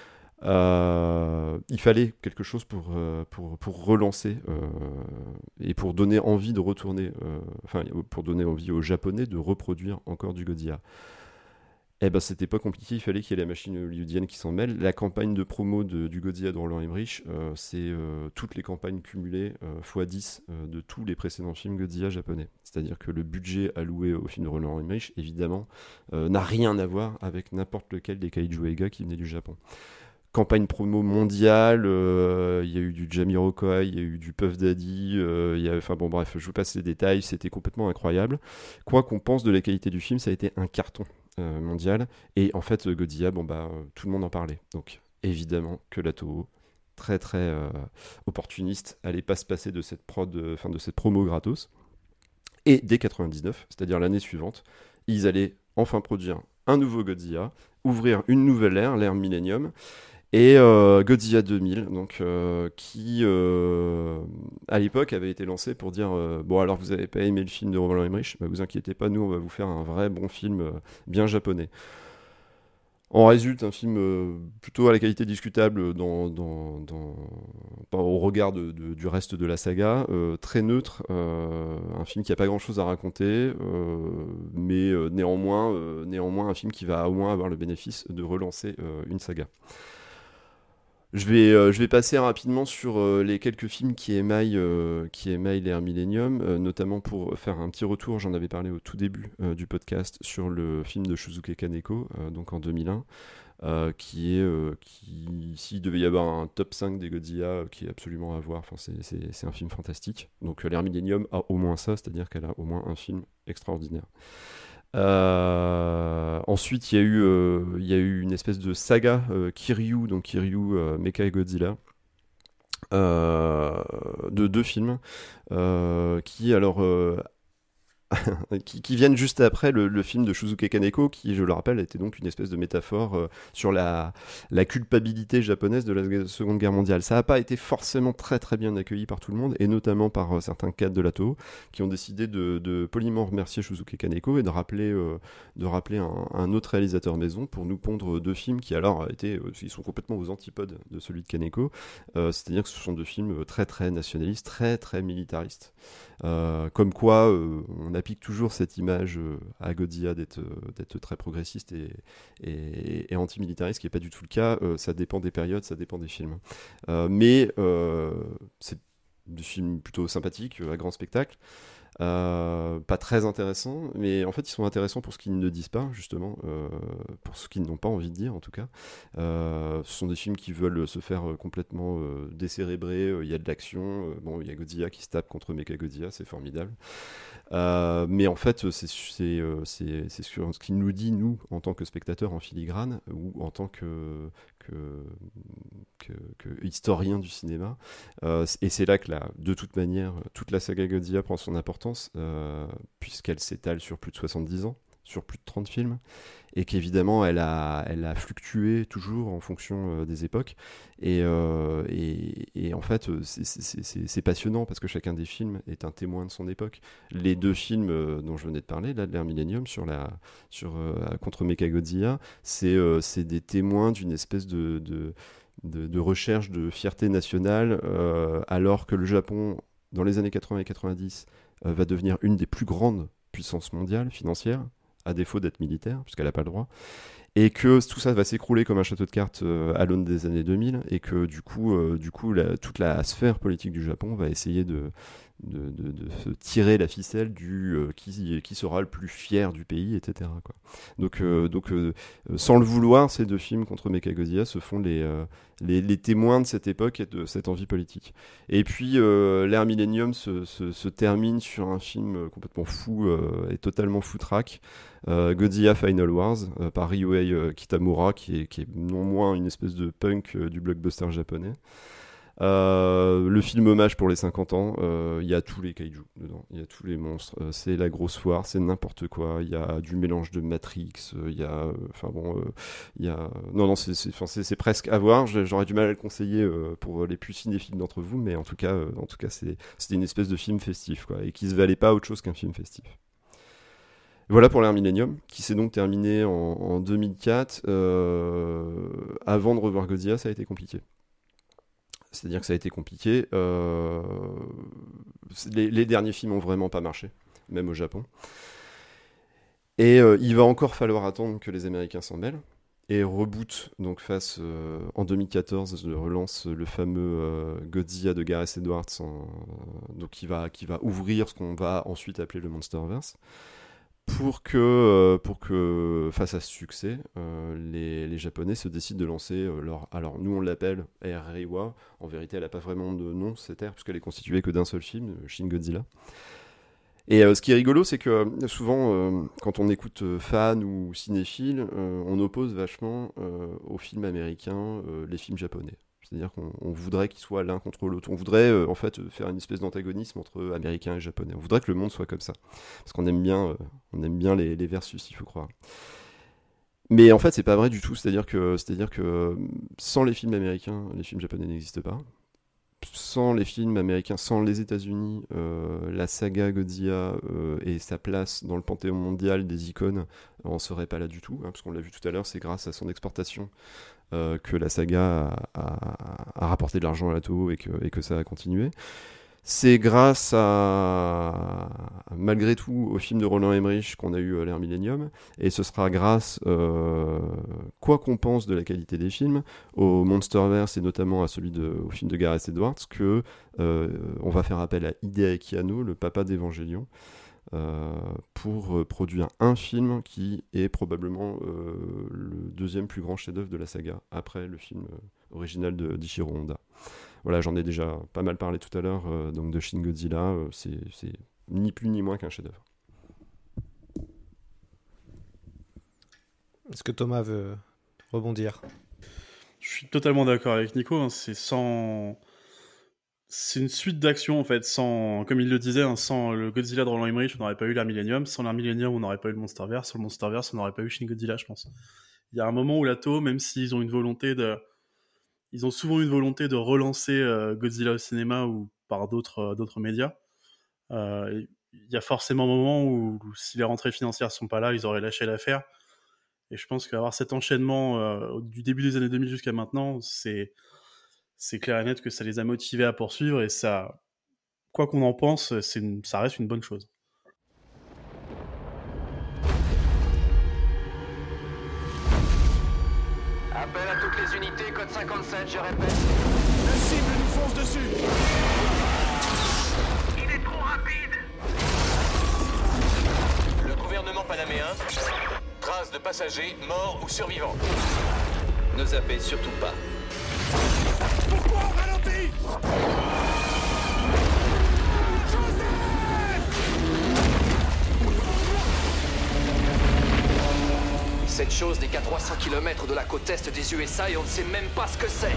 Il fallait quelque chose pour relancer et pour donner envie de retourner, pour donner envie aux Japonais de reproduire encore du Godzilla. Eh ben, c'était pas compliqué, il fallait qu'il y ait la machine hollywoodienne qui s'en mêle. La campagne de promo du Godzilla de Roland Emmerich, c'est toutes les campagnes cumulées x10 de tous les précédents films Godzilla japonais. C'est-à-dire que le budget alloué au film de Roland Emmerich, évidemment, n'a rien à voir avec n'importe lequel des Kaiju Eiga qui venaient du Japon. Campagne promo mondiale, il y a eu du Jamiroquai, il y a eu du Puff Daddy, enfin bon bref, je vous passe les détails, c'était complètement incroyable. Quoi qu'on pense de la qualité du film, ça a été un carton mondial, et en fait Godzilla, tout le monde en parlait. Donc évidemment que la Toho, très très opportuniste, allait pas se passer de cette de cette promo gratos. Et dès 99, c'est-à-dire l'année suivante, ils allaient enfin produire un nouveau Godzilla, ouvrir une nouvelle ère, l'ère Millennium, et Godzilla 2000, donc, qui à l'époque avait été lancé pour dire bon, alors vous avez pas aimé le film de Roland Emmerich, vous inquiétez pas, nous on va vous faire un vrai bon film bien japonais. En résulte un film plutôt à la qualité discutable au regard du reste de la saga, très neutre, un film qui n'a pas grand chose à raconter, mais néanmoins un film qui va au moins avoir le bénéfice de relancer une saga. Je vais passer rapidement sur les quelques films qui émaillent l'ère Millennium, notamment pour faire un petit retour, j'en avais parlé au tout début du podcast, sur le film de Shusuke Kaneko, donc en 2001, s'il devait y avoir un top 5 des Godzilla qui est absolument à voir, enfin, c'est un film fantastique. Donc l'ère Millennium a au moins ça, c'est-à-dire qu'elle a au moins un film extraordinaire. Ensuite, il y a eu une espèce de saga Kiryu, donc Kiryu Mechagodzilla, de 2 films qui viennent juste après le film de Shusuke Kaneko, qui, je le rappelle, était donc une espèce de métaphore sur la culpabilité japonaise de la Seconde Guerre mondiale. Ça n'a pas été forcément très très bien accueilli par tout le monde, et notamment par certains cadres de la Toho, qui ont décidé de poliment remercier Shusuke Kaneko et de rappeler un autre réalisateur maison pour nous pondre 2 films qui alors ils sont complètement aux antipodes de celui de Kaneko, c'est-à-dire que ce sont 2 films très très nationalistes, très très militaristes. Comme quoi on applique toujours cette image à Godzilla d'être très progressiste et antimilitariste, ce qui n'est pas du tout le cas. Ça dépend des périodes, ça dépend des films. Mais c'est des films plutôt sympathiques, à grand spectacle. Pas très intéressants, mais en fait ils sont intéressants pour ce qu'ils ne disent pas, justement, pour ce qu'ils n'ont pas envie de dire en tout cas. Ce sont des films qui veulent se faire complètement décérébrer, il y a de l'action, il y a Godzilla qui se tape contre Mechagodzilla, c'est formidable. Mais en fait c'est ce qu'il nous dit, nous, en tant que spectateurs en filigrane, ou en tant que historien du cinéma, et c'est là que de toute manière toute la saga Godzilla prend son importance, puisqu'elle s'étale sur plus de 70 ans, sur plus de 30 films, et qu'évidemment elle a fluctué toujours en fonction des époques, et en fait c'est passionnant parce que chacun des films est un témoin de son époque. Les 2 films dont je venais de parler, là, de l'ère Millennium, contre Mechagodzilla, c'est des témoins d'une espèce de recherche de fierté nationale, alors que le Japon, dans les années 80 et 90, va devenir une des plus grandes puissances mondiales financières, à défaut d'être militaire, puisqu'elle n'a pas le droit, et que tout ça va s'écrouler comme un château de cartes à l'aune des années 2000, et que du coup toute la sphère politique du Japon va essayer de se tirer la ficelle qui sera le plus fier du pays, etc., quoi. Donc sans le vouloir, ces 2 films contre Mechagodzilla se font les témoins de cette époque et de cette envie politique. Et puis l'ère Millennium se termine sur un film complètement fou et totalement foutraque, Godzilla Final Wars, par Ryuhei Kitamura, qui est non moins une espèce de punk du blockbuster japonais. Le film hommage pour les 50 ans, il y a tous les kaiju dedans, il y a tous les monstres, c'est la grosse foire, c'est n'importe quoi, il y a du mélange de Matrix, il y a c'est presque à voir. J'aurais du mal à le conseiller pour les plus cinéphiles d'entre vous, mais en tout cas c'était une espèce de film festif, quoi, et qui se valait pas autre chose qu'un film festif. Voilà pour l'ère Millennium, qui s'est donc terminée en 2004. Avant de revoir Godzilla, ça a été compliqué. C'est-à-dire que ça a été compliqué. Les derniers films ont vraiment pas marché, même au Japon. Et il va encore falloir attendre que les Américains s'en mêlent. Et Reboot, donc en 2014, relance le fameux Godzilla de Gareth Edwards, donc qui va ouvrir ce qu'on va ensuite appeler le Monsterverse. Pour que face à ce succès, les Japonais se décident de lancer alors nous on l'appelle Ère Reiwa, en vérité elle n'a pas vraiment de nom cette ère, puisqu'elle est constituée que d'un seul film, Shin Godzilla. Et ce qui est rigolo, c'est que souvent, quand on écoute fans ou cinéphiles, on oppose vachement aux films américains les films japonais. C'est-à-dire qu'on voudrait qu'ils soient l'un contre l'autre. On voudrait en fait faire une espèce d'antagonisme entre Américains et Japonais. On voudrait que le monde soit comme ça. Parce qu'on aime bien, les versus, il faut croire. Mais en fait, c'est pas vrai du tout. C'est-à-dire que sans les films américains, les films japonais n'existent pas. Sans les films américains, sans les États-Unis, la saga Godzilla et sa place dans le panthéon mondial des icônes, on serait pas là du tout, parce qu'on l'a vu tout à l'heure, c'est grâce à son exportation que la saga a rapporté de l'argent à la Toho et que ça a continué. C'est grâce malgré tout, au film de Roland Emmerich qu'on a eu l'ère Millennium, et ce sera grâce, quoi qu'on pense de la qualité des films, au Monsterverse et notamment au film de Gareth Edwards, que on va faire appel à Hideaki Anno, le papa d'Evangelion, pour produire un film qui est probablement le deuxième plus grand chef-d'œuvre de la saga, après le film original d'Ichiro Honda. Voilà, j'en ai déjà pas mal parlé tout à l'heure, donc de Shin Godzilla, c'est ni plus ni moins qu'un chef-d'œuvre. Est-ce que Thomas veut rebondir ? Je suis totalement d'accord avec Nico, c'est une suite d'actions en fait, comme il le disait, sans le Godzilla de Roland Emmerich, on n'aurait pas eu l'ère Millennium, sans l'ère Millennium, on n'aurait pas eu le Monsterverse, sans le Monsterverse, on n'aurait pas eu Shin Godzilla, je pense. Il y a un moment où la Toho, même s'ils ont ils ont souvent une volonté de relancer Godzilla au cinéma ou par d'autres médias. Il y a forcément un moment où si les rentrées financières sont pas là, ils auraient lâché l'affaire. Et je pense qu'avoir cet enchaînement du début des années 2000 jusqu'à maintenant, c'est clair et net que ça les a motivés à poursuivre. Et ça, quoi qu'on en pense, ça reste une bonne chose. Appel à toutes les unités, code 57, je répète. La cible nous fonce dessus. Il est trop rapide. Le gouvernement panaméen, traces de passagers, morts ou survivants. Ne zappez surtout pas. Pourquoi on ralentit ? Cette chose n'est qu'à 300 km de la côte est des USA et on ne sait même pas ce que c'est.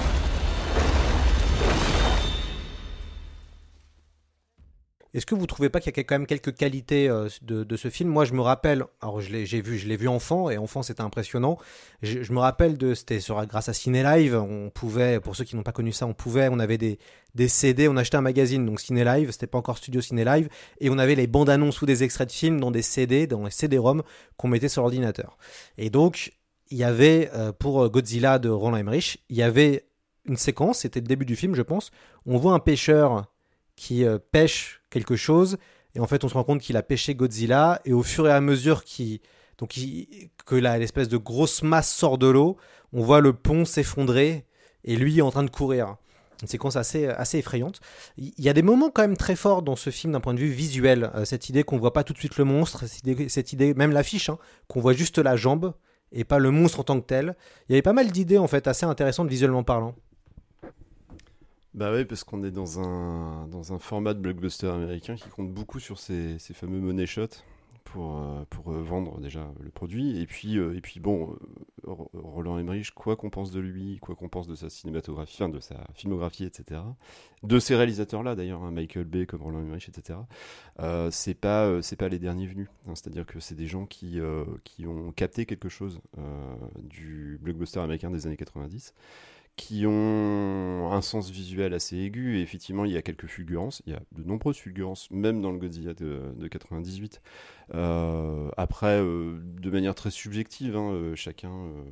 Est-ce que vous trouvez pas qu'il y a quand même quelques qualités de ce film ? Moi, je me rappelle, alors je l'ai vu enfant, et enfant c'était impressionnant. Je me rappelle c'était grâce à Ciné Live, on pouvait, pour ceux qui n'ont pas connu ça, on avait des CD, on achetait un magazine, donc Ciné Live, c'était pas encore Studio Ciné Live, et on avait les bandes annonces ou des extraits de films dans des CD, dans les CD-ROM qu'on mettait sur l'ordinateur. Et donc, il y avait, pour Godzilla de Roland Emmerich, il y avait une séquence, c'était le début du film, je pense, on voit un pêcheur qui pêche quelque chose, et en fait on se rend compte qu'il a pêché Godzilla, et au fur et à mesure que l'espèce de grosse masse sort de l'eau, on voit le pont s'effondrer, et lui est en train de courir. Une séquence assez effrayante. Il y a des moments quand même très forts dans ce film d'un point de vue visuel, cette idée qu'on voit pas tout de suite le monstre, cette idée même l'affiche, qu'on voit juste la jambe, et pas le monstre en tant que tel. Il y avait pas mal d'idées en fait assez intéressantes visuellement parlant. Bah oui, parce qu'on est dans un format de blockbuster américain qui compte beaucoup sur ces fameux money shots pour vendre déjà le produit. Et puis bon, Roland Emmerich, quoi qu'on pense de lui, quoi qu'on pense de sa cinématographie, enfin de sa filmographie, etc. De ces réalisateurs-là d'ailleurs, Michael Bay comme Roland Emmerich, etc. C'est pas les derniers venus. C'est-à-dire que c'est des gens qui ont capté quelque chose du blockbuster américain des années 90. Qui ont un sens visuel assez aigu, et effectivement il y a quelques fulgurances, il y a de nombreuses fulgurances, même dans le Godzilla de 98. Après, de manière très subjective, chacun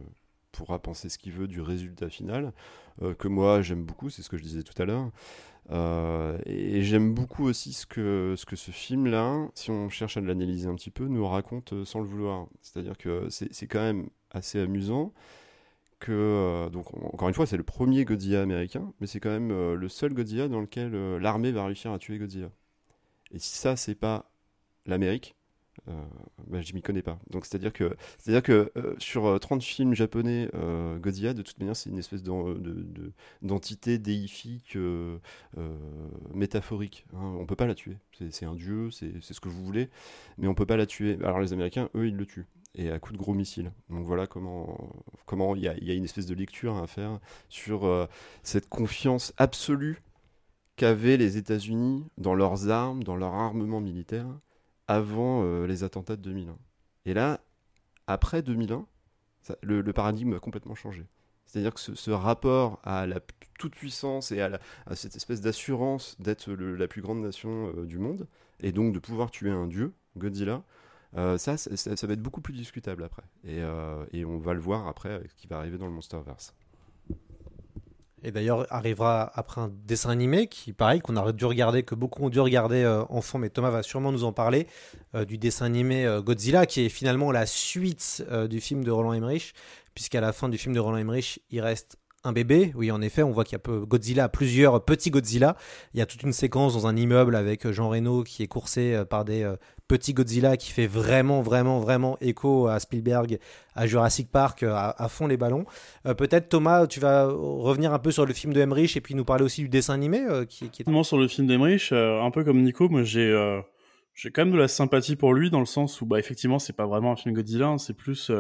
pourra penser ce qu'il veut du résultat final, que moi j'aime beaucoup, c'est ce que je disais tout à l'heure. Et j'aime beaucoup aussi ce que ce film-là, si on cherche à l'analyser un petit peu, nous raconte sans le vouloir. C'est-à-dire que c'est quand même assez amusant que, donc encore une fois, c'est le premier Godzilla américain, mais c'est quand même le seul Godzilla dans lequel l'armée va réussir à tuer Godzilla. Et si ça, c'est pas l'Amérique, je m'y connais pas. Donc c'est-à-dire que sur 30 films japonais, Godzilla, de toute manière, c'est une espèce d'entité déifique, métaphorique. Hein. On peut pas la tuer. C'est un dieu, c'est ce que vous voulez, mais on peut pas la tuer. Alors les Américains, eux, ils le tuent. Et à coups de gros missiles. Donc voilà comment il y a une espèce de lecture à faire sur cette confiance absolue qu'avaient les États-Unis dans leurs armes, dans leur armement militaire, avant les attentats de 2001. Et là, après 2001, le paradigme a complètement changé. C'est-à-dire que ce rapport à la toute-puissance et à cette espèce d'assurance d'être la plus grande nation du monde, et donc de pouvoir tuer un dieu, Godzilla, ça va être beaucoup plus discutable après. Et on va le voir après avec ce qui va arriver dans le Monsterverse. Et d'ailleurs, arrivera après un dessin animé qui, pareil, qu'on a dû regarder, que beaucoup ont dû regarder enfant, mais Thomas va sûrement nous en parler, du dessin animé Godzilla, qui est finalement la suite du film de Roland Emmerich, puisqu'à la fin du film de Roland Emmerich, il reste un bébé. Oui, en effet, on voit qu'il y a Godzilla, plusieurs petits Godzilla. Il y a toute une séquence dans un immeuble avec Jean Reno qui est coursé par des petits Godzilla qui fait vraiment, vraiment, vraiment écho à Spielberg, à Jurassic Park, à fond les ballons. Peut-être, Thomas, tu vas revenir un peu sur le film de Emmerich et puis nous parler aussi du dessin animé qui est... Sur le film d'Emmerich, un peu comme Nico, moi j'ai quand même de la sympathie pour lui dans le sens où, effectivement, c'est pas vraiment un film Godzilla, hein, c'est plus...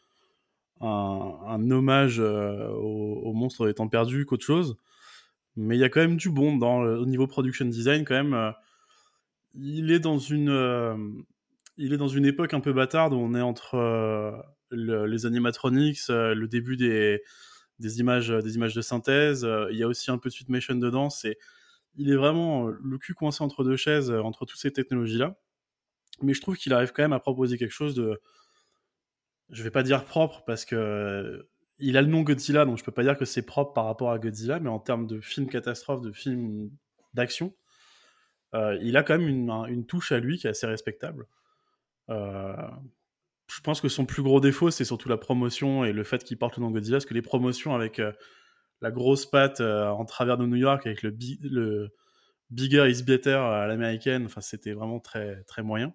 un hommage au monstre des temps perdus qu'autre chose, mais il y a quand même du bon au niveau production design quand même. Il est dans une époque un peu bâtarde où on est entre les animatronics, le début des images de synthèse. Il y a aussi un peu de suitmation dedans. Il est vraiment le cul coincé entre deux chaises entre toutes ces technologies là, mais je trouve qu'il arrive quand même à proposer quelque chose de, je vais pas dire propre parce que il a le nom Godzilla, donc je peux pas dire que c'est propre par rapport à Godzilla, mais en termes de film catastrophe, de film d'action, il a quand même une touche à lui qui est assez respectable. Je pense que son plus gros défaut, c'est surtout la promotion et le fait qu'il porte le nom Godzilla, parce que les promotions avec la grosse patte en travers de New York, avec le bigger is better à l'américaine, c'était vraiment très, très moyen.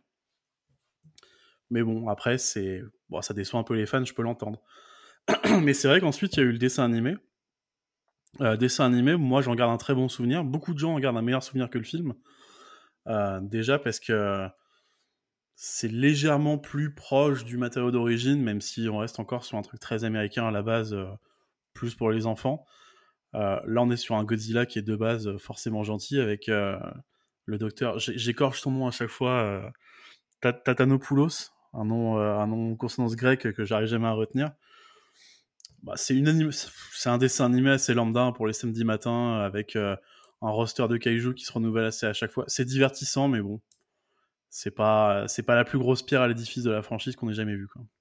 Mais bon, après, ça déçoit un peu les fans, je peux l'entendre. Mais c'est vrai qu'ensuite, il y a eu le dessin animé. Dessin animé, moi, j'en garde un très bon souvenir. Beaucoup de gens en gardent un meilleur souvenir que le film. Déjà parce que c'est légèrement plus proche du matériau d'origine, même si on reste encore sur un truc très américain à la base, plus pour les enfants. Là, on est sur un Godzilla qui est de base forcément gentil, avec le docteur... J'écorche son nom à chaque fois... Tatanopoulos, un nom consonance grecque que j'arrive jamais à retenir. C'est un dessin animé assez lambda pour les samedis matins, avec un roster de kaiju qui se renouvelle assez à chaque fois. C'est divertissant, mais bon, c'est pas la plus grosse pierre à l'édifice de la franchise qu'on ait jamais vue, quoi.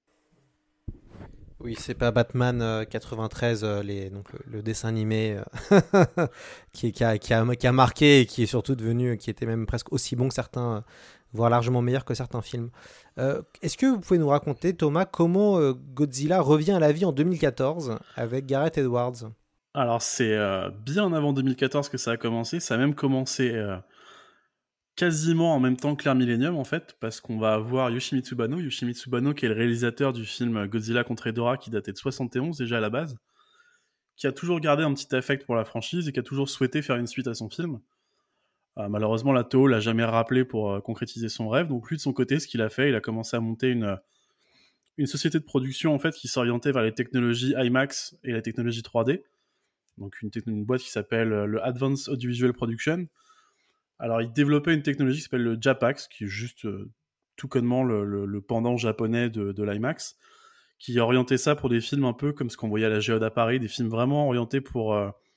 Oui, c'est pas Batman 93, donc le dessin animé qui a marqué et qui est surtout devenu, qui était même presque aussi bon que certains, voire largement meilleur que certains films. Est-ce que vous pouvez nous raconter, Thomas, comment Godzilla revient à la vie en 2014 avec Gareth Edwards ? Alors c'est bien avant 2014 que ça a commencé. Ça a même commencé quasiment en même temps que l'ère Millennium, en fait, parce qu'on va avoir Yoshimitsu Banno qui est le réalisateur du film Godzilla contre Hedorah, qui datait de 71 déjà à la base, qui a toujours gardé un petit affect pour la franchise et qui a toujours souhaité faire une suite à son film. Malheureusement, la Toho l'a jamais rappelé pour concrétiser son rêve, donc lui, de son côté, ce qu'il a fait, il a commencé à monter une société de production, en fait, qui s'orientait vers les technologies IMAX et la technologie 3D, donc une boîte qui s'appelle le Advanced Audiovisual Production. Alors, il développait une technologie qui s'appelle le JAPAX, qui est juste tout connement le pendant japonais de l'IMAX, qui orientait ça pour des films un peu comme ce qu'on voyait à la Géode à Paris, des films vraiment orientés pour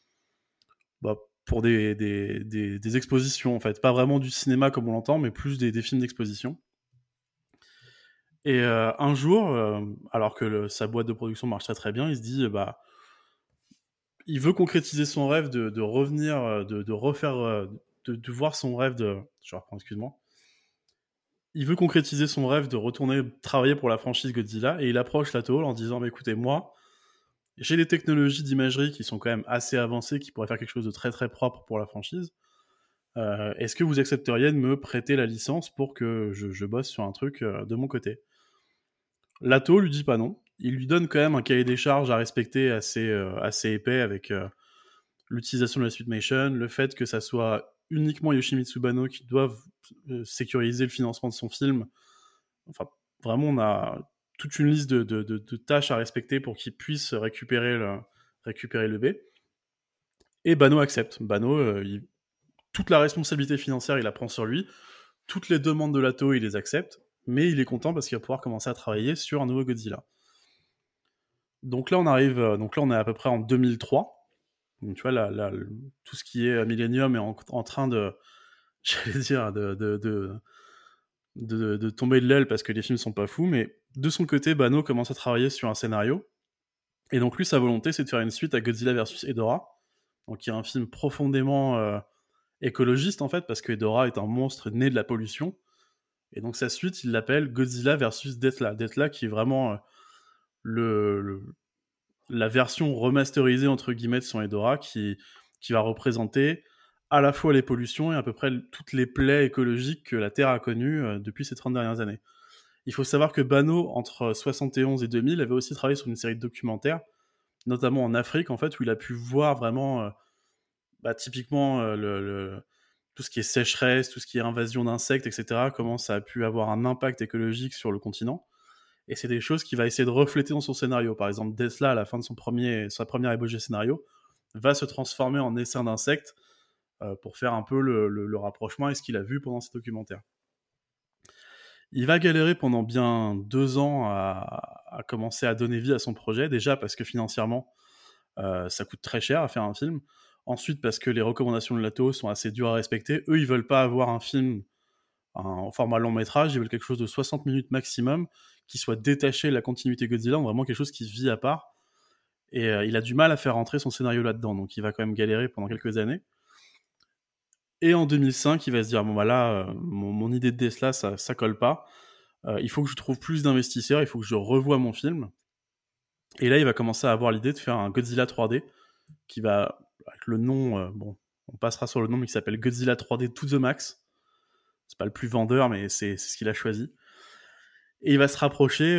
des expositions, en fait. Pas vraiment du cinéma comme on l'entend, mais plus des films d'exposition. Et un jour, alors que sa boîte de production marche très très bien, il se dit il veut concrétiser son rêve de revenir, de refaire, de voir son rêve de... Je reprends, excuse-moi. Il veut concrétiser son rêve de retourner travailler pour la franchise Godzilla, et il approche la Toho en disant mais écoutez, moi, j'ai des technologies d'imagerie qui sont quand même assez avancées, qui pourraient faire quelque chose de très très propre pour la franchise. Est-ce que vous accepteriez de me prêter la licence pour que je bosse sur un truc de mon côté? La Toho lui dit pas non. Il lui donne quand même un cahier des charges à respecter assez épais, avec l'utilisation de la Suitmation, le fait que ça soit uniquement Yoshimitsu Banno qui doive sécuriser le financement de son film. Enfin, vraiment, on a toute une liste de tâches à respecter pour qu'il puisse récupérer le B. Et Banno accepte. Banno, toute la responsabilité financière, il la prend sur lui. Toutes les demandes de la Toho, il les accepte. Mais il est content parce qu'il va pouvoir commencer à travailler sur un nouveau Godzilla. Donc là, on est à peu près en 2003. Donc, tu vois, tout ce qui est Millennium est en train de, j'allais dire, de tomber de l'aile parce que les films sont pas fous. Mais de son côté, Banno commence à travailler sur un scénario. Et donc lui, sa volonté, c'est de faire une suite à Godzilla vs Hedorah. Donc il y a un film profondément écologiste, en fait, parce que Hedorah est un monstre né de la pollution. Et donc sa suite, il l'appelle Godzilla vs Dethla. Dethla qui est vraiment la version remasterisée entre guillemets de son Hedorah, qui va représenter à la fois les pollutions et à peu près toutes les plaies écologiques que la Terre a connues depuis ces 30 dernières années. Il faut savoir que Banno, entre 71 et 2000, avait aussi travaillé sur une série de documentaires, notamment en Afrique, en fait, où il a pu voir vraiment typiquement tout ce qui est sécheresse, tout ce qui est invasion d'insectes, etc., comment ça a pu avoir un impact écologique sur le continent. Et c'est des choses qu'il va essayer de refléter dans son scénario. Par exemple, Dethla, à la fin de sa première ébauche de scénario, va se transformer en essaim d'insectes pour faire un peu le rapprochement et ce qu'il a vu pendant ces documentaires. Il va galérer pendant bien 2 ans à commencer à donner vie à son projet, déjà parce que financièrement, ça coûte très cher à faire un film. Ensuite, parce que les recommandations de la Toho sont assez dures à respecter. Eux, ils veulent pas avoir un film en format long métrage, ils veulent quelque chose de 60 minutes maximum, qui soit détaché de la continuité Godzilla, vraiment quelque chose qui vit à part. Et il a du mal à faire rentrer son scénario là-dedans, donc il va quand même galérer pendant quelques années. Et en 2005, il va se dire, bon bah là, mon idée de Dethla, ça colle pas. Il faut que je trouve plus d'investisseurs, il faut que je revoie mon film. Et là, il va commencer à avoir l'idée de faire un Godzilla 3D, qui va, avec le nom, on passera sur le nom, mais qui s'appelle Godzilla 3D to the Max. C'est pas le plus vendeur, mais c'est ce qu'il a choisi. Et il va se rapprocher,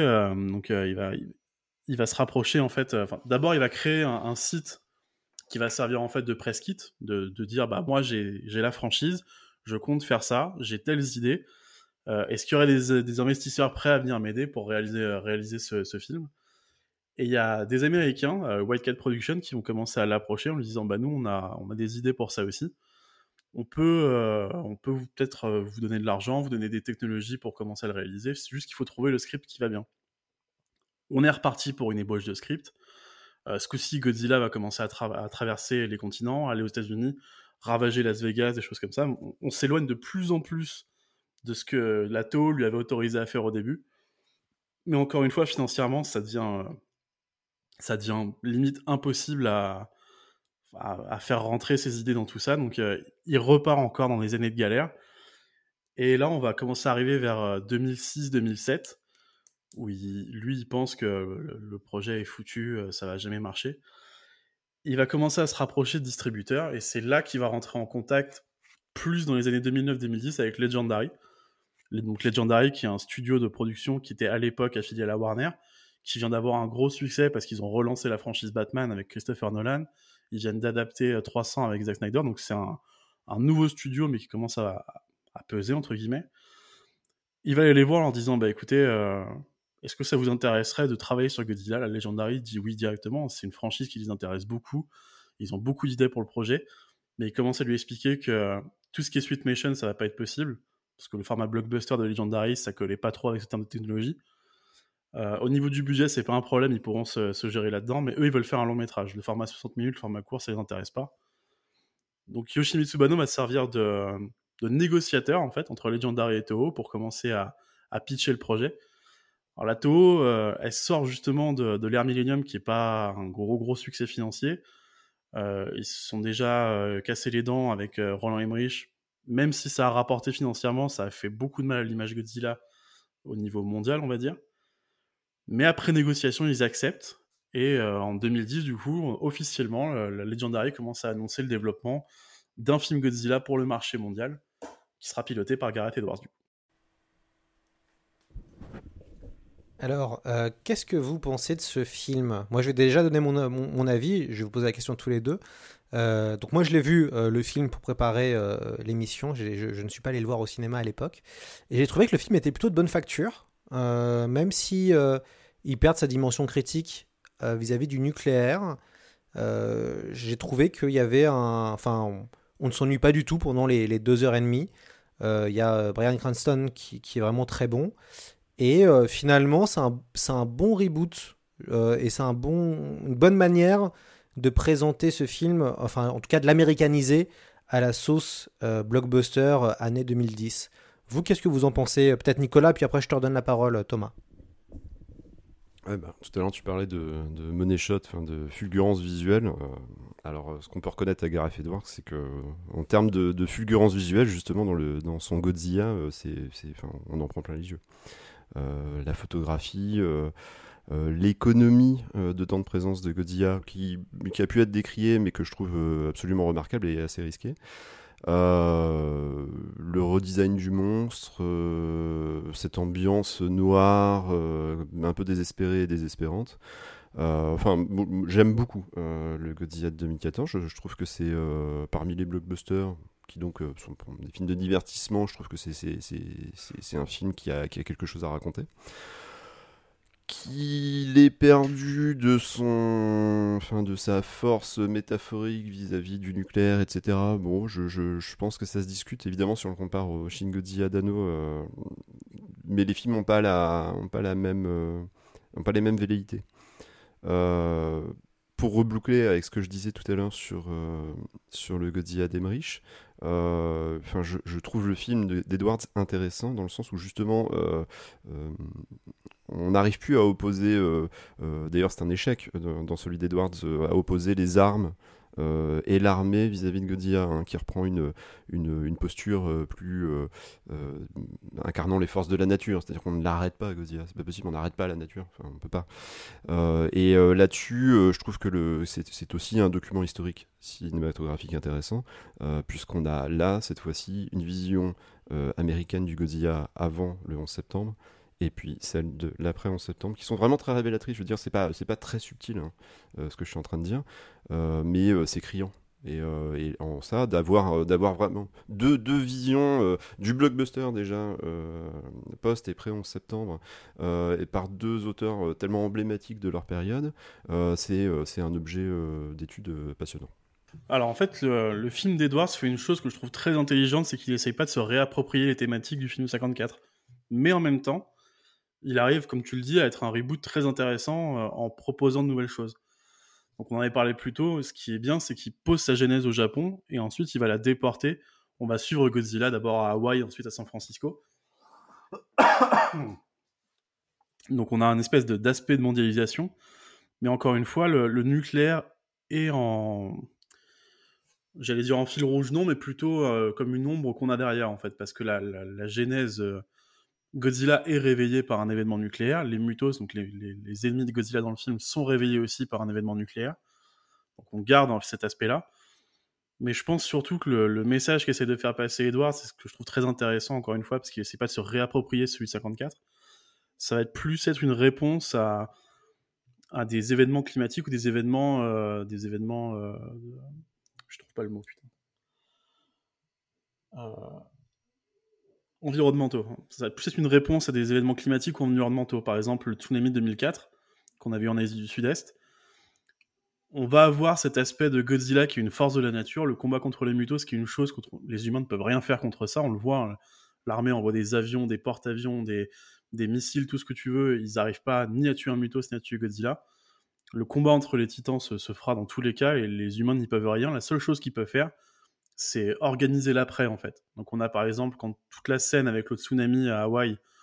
il va se rapprocher, en fait, d'abord, il va créer un site qui va servir, en fait, de press kit, de dire, bah, moi, j'ai la franchise, je compte faire ça, j'ai telles idées, est-ce qu'il y aurait des investisseurs prêts à venir m'aider pour réaliser ce film? Et il y a des Américains, White Cat Productions, qui vont commencer à l'approcher en lui disant, bah, nous, on a des idées pour ça aussi. On peut peut-être vous donner de l'argent, vous donner des technologies pour commencer à le réaliser, c'est juste qu'il faut trouver le script qui va bien. On est reparti pour une ébauche de script. Ce coup-ci, Godzilla va commencer à traverser les continents, aller aux États-Unis, ravager Las Vegas, des choses comme ça. On s'éloigne de plus en plus de ce que la Toho lui avait autorisé à faire au début. Mais encore une fois, financièrement, ça devient limite impossible à faire rentrer ses idées dans tout ça. Donc, il repart encore dans des années de galère. Et là, on va commencer à arriver vers 2006-2007, où il pense que le projet est foutu, ça va jamais marcher. Il va commencer à se rapprocher de distributeurs, et c'est là qu'il va rentrer en contact plus dans les années 2009-2010 avec Legendary. Donc Legendary, qui est un studio de production qui était à l'époque affilié à la Warner, qui vient d'avoir un gros succès parce qu'ils ont relancé la franchise Batman avec Christopher Nolan. Ils viennent d'adapter 300 avec Zack Snyder, donc c'est un nouveau studio, mais qui commence à peser, entre guillemets. Il va aller les voir en leur disant, bah écoutez, est-ce que ça vous intéresserait de travailler sur Godzilla? La Legendary dit oui directement, c'est une franchise qui les intéresse beaucoup, ils ont beaucoup d'idées pour le projet, mais il commence à lui expliquer que tout ce qui est Suitmation, ça va pas être possible, parce que le format blockbuster de Legendary, ça collait pas trop avec certaines technologies. Au niveau du budget, c'est pas un problème, ils pourront se gérer là-dedans, mais eux, ils veulent faire un long métrage. Le format 60 minutes, le format court, ça les intéresse pas. Donc Yoshimitsu Banno va servir de négociateur, en fait, entre Legendary et Toho pour commencer à pitcher le projet. Alors la Toho, elle sort justement de l'ère Millennium, qui est pas un gros succès financier. Ils se sont déjà cassé les dents avec Roland Emmerich. Même si ça a rapporté financièrement, ça a fait beaucoup de mal à l'image Godzilla au niveau mondial, on va dire. Mais après négociation, ils acceptent. Et en 2010, du coup, officiellement, la Legendary commence à annoncer le développement d'un film Godzilla pour le marché mondial, qui sera piloté par Gareth Edwards, du coup. Alors, qu'est-ce que vous pensez de ce film ? Moi, je vais déjà donner mon avis. Je vais vous poser la question tous les deux. Donc moi, je l'ai vu, le film, pour préparer l'émission. Je ne suis pas allé le voir au cinéma à l'époque. Et j'ai trouvé que le film était plutôt de bonne facture, même si il perd sa dimension critique vis-à-vis du nucléaire. J'ai trouvé qu'il y avait on ne s'ennuie pas du tout pendant les 2h30. Il y a Bryan Cranston qui est vraiment très bon. Et finalement, c'est un bon reboot et c'est une bonne manière de présenter ce film, enfin en tout cas de l'américaniser à la sauce blockbuster année 2010. Vous, qu'est-ce que vous en pensez ? Peut-être Nicolas, puis après je te redonne la parole, Thomas. Ouais, tout à l'heure tu parlais de money shot, de fulgurance visuelle. Alors ce qu'on peut reconnaître à Gareth Edwards, c'est que en termes de fulgurance visuelle, justement dans son Godzilla, on en prend plein les yeux. La photographie, l'économie de temps de présence de Godzilla qui a pu être décriée mais que je trouve absolument remarquable et assez risqué. Le redesign du monstre, cette ambiance noire, un peu désespérée et désespérante. J'aime beaucoup le Godzilla de 2014. Je trouve que c'est parmi les blockbusters qui donc sont des films de divertissement. Je trouve que c'est un film qui a quelque chose à raconter. Qu'il est perdu de sa force métaphorique vis-à-vis du nucléaire, etc. Bon, je pense que ça se discute, évidemment, si on le compare au Shin Godzilla d'Anno, mais les films n'ont pas les mêmes velléités. Pour reboucler avec ce que je disais tout à l'heure sur le Godzilla d'Emmerich, je trouve le film d'Edwards intéressant dans le sens où justement on n'arrive plus à opposer, d'ailleurs c'est un échec dans celui d'Edwards, à opposer les armes et l'armée vis-à-vis de Godzilla, qui reprend une posture plus incarnant les forces de la nature, c'est-à-dire qu'on ne l'arrête pas, Godzilla, c'est pas possible, on n'arrête pas la nature, on peut pas. Et là-dessus, je trouve que c'est aussi un document historique cinématographique intéressant, puisqu'on a là, cette fois-ci, une vision américaine du Godzilla avant le 11 septembre, et puis celle de l'après 11 septembre, qui sont vraiment très révélatrices. Je veux dire, c'est pas très subtil, ce que je suis en train de dire, mais c'est criant. Et en ça, d'avoir vraiment deux visions du blockbuster déjà, post et pré 11 septembre, et par deux auteurs tellement emblématiques de leur période, c'est un objet d'étude passionnant. Alors en fait, le film d'Edwards fait une chose que je trouve très intelligente, c'est qu'il essaye pas de se réapproprier les thématiques du film 54. Mais en même temps, il arrive, comme tu le dis, à être un reboot très intéressant en proposant de nouvelles choses. Donc on en avait parlé plus tôt, ce qui est bien, c'est qu'il pose sa genèse au Japon, et ensuite il va la déporter. On va suivre Godzilla d'abord à Hawaï, ensuite à San Francisco. Donc on a un espèce d'aspect de mondialisation, mais encore une fois, le nucléaire est j'allais dire en fil rouge, non, mais plutôt comme une ombre qu'on a derrière, en fait, parce que la genèse... Godzilla est réveillé par un événement nucléaire. Les Mutos, donc les ennemis de Godzilla dans le film, sont réveillés aussi par un événement nucléaire. Donc on garde cet aspect-là. Mais je pense surtout que le message qu'essaie de faire passer Edwards, c'est ce que je trouve très intéressant, encore une fois, parce qu'il essaie pas de se réapproprier celui de 54. Ça va être plus une réponse à des événements climatiques ou des événements... je trouve pas le mot, putain. Environnementaux. Ça va plus être une réponse à des événements climatiques ou environnementaux. Par exemple, le tsunami de 2004, qu'on a vu en Asie du Sud-Est. On va avoir cet aspect de Godzilla qui est une force de la nature, le combat contre les Mutos qui est une chose contre les humains ne peuvent rien faire contre ça, on le voit, l'armée envoie des avions, des porte-avions, des missiles, tout ce que tu veux, ils n'arrivent pas ni à tuer un Mutos ni à tuer Godzilla. Le combat entre les titans se fera dans tous les cas et les humains n'y peuvent rien. La seule chose qu'ils peuvent faire, c'est organiser l'après, en fait. Donc on a par exemple, quand toute la scène avec le tsunami à Hawaï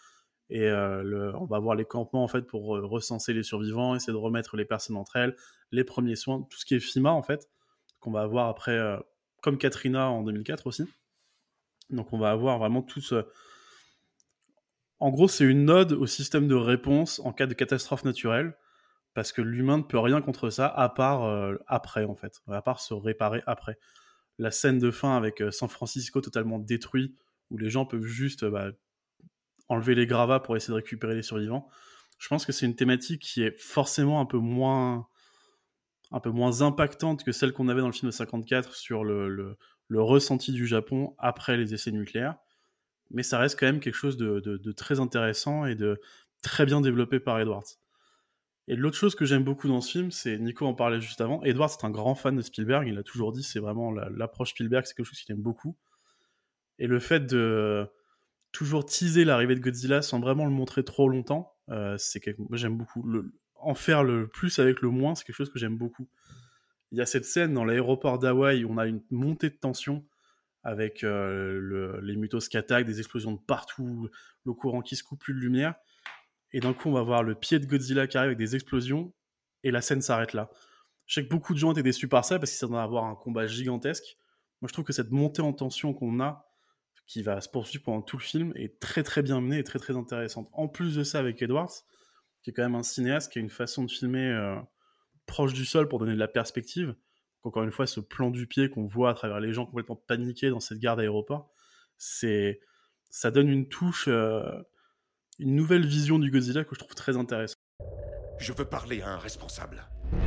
Et on va avoir les campements en fait pour recenser les survivants, essayer de remettre les personnes entre elles, les premiers soins, tout ce qui est FEMA en fait, qu'on va avoir après, comme Katrina en 2004 aussi. Donc on va avoir vraiment tout ce... En gros, c'est une ode au système de réponse en cas de catastrophe naturelle, parce que l'humain ne peut rien contre ça, à part après, en fait, à part se réparer après. La scène de fin avec San Francisco totalement détruit, où les gens peuvent juste enlever les gravats pour essayer de récupérer les survivants. Je pense que c'est une thématique qui est forcément un peu moins impactante que celle qu'on avait dans le film de 54 sur le ressenti du Japon après les essais nucléaires. Mais ça reste quand même quelque chose de très intéressant et de très bien développé par Edwards. Et l'autre chose que j'aime beaucoup dans ce film, c'est, Nico en parlait juste avant, Edwards c'est un grand fan de Spielberg, il l'a toujours dit, c'est vraiment l'approche Spielberg, c'est quelque chose qu'il aime beaucoup. Et le fait de toujours teaser l'arrivée de Godzilla sans vraiment le montrer trop longtemps, moi j'aime beaucoup. En faire le plus avec le moins, c'est quelque chose que j'aime beaucoup. Il y a cette scène dans l'aéroport d'Hawaï où on a une montée de tension avec les mutos qui attaquent, des explosions de partout, le courant qui se coupe, plus de lumière. Et d'un coup, on va voir le pied de Godzilla qui arrive avec des explosions, et la scène s'arrête là. Je sais que beaucoup de gens étaient déçus par ça, parce qu'ils s'attendaient à avoir un combat gigantesque. Moi, je trouve que cette montée en tension qu'on a, qui va se poursuivre pendant tout le film, est très très bien menée et très très intéressante. En plus de ça, avec Edwards, qui est quand même un cinéaste qui a une façon de filmer proche du sol pour donner de la perspective. Donc, encore une fois, ce plan du pied qu'on voit à travers les gens complètement paniqués dans cette gare d'aéroport, ça donne une touche... une nouvelle vision du Godzilla que je trouve très intéressante. Je veux parler à un responsable.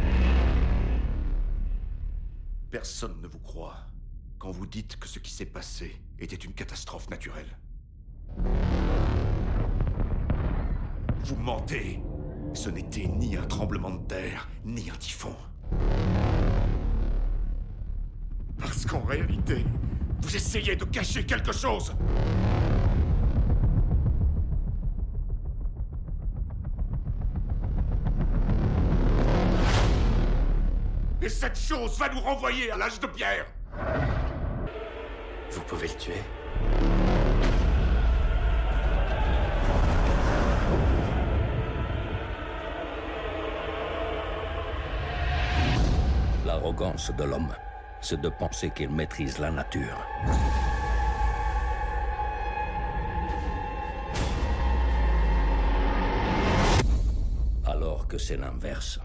Personne ne vous croit quand vous dites que ce qui s'est passé était une catastrophe naturelle. Vous mentez. Ce n'était ni un tremblement de terre, ni un typhon. Parce qu'en réalité, vous essayez de cacher quelque chose. Et cette chose va nous renvoyer à l'âge de pierre. Vous pouvez le tuer. L'arrogance de l'homme, c'est de penser qu'il maîtrise la nature. Alors que c'est l'inverse.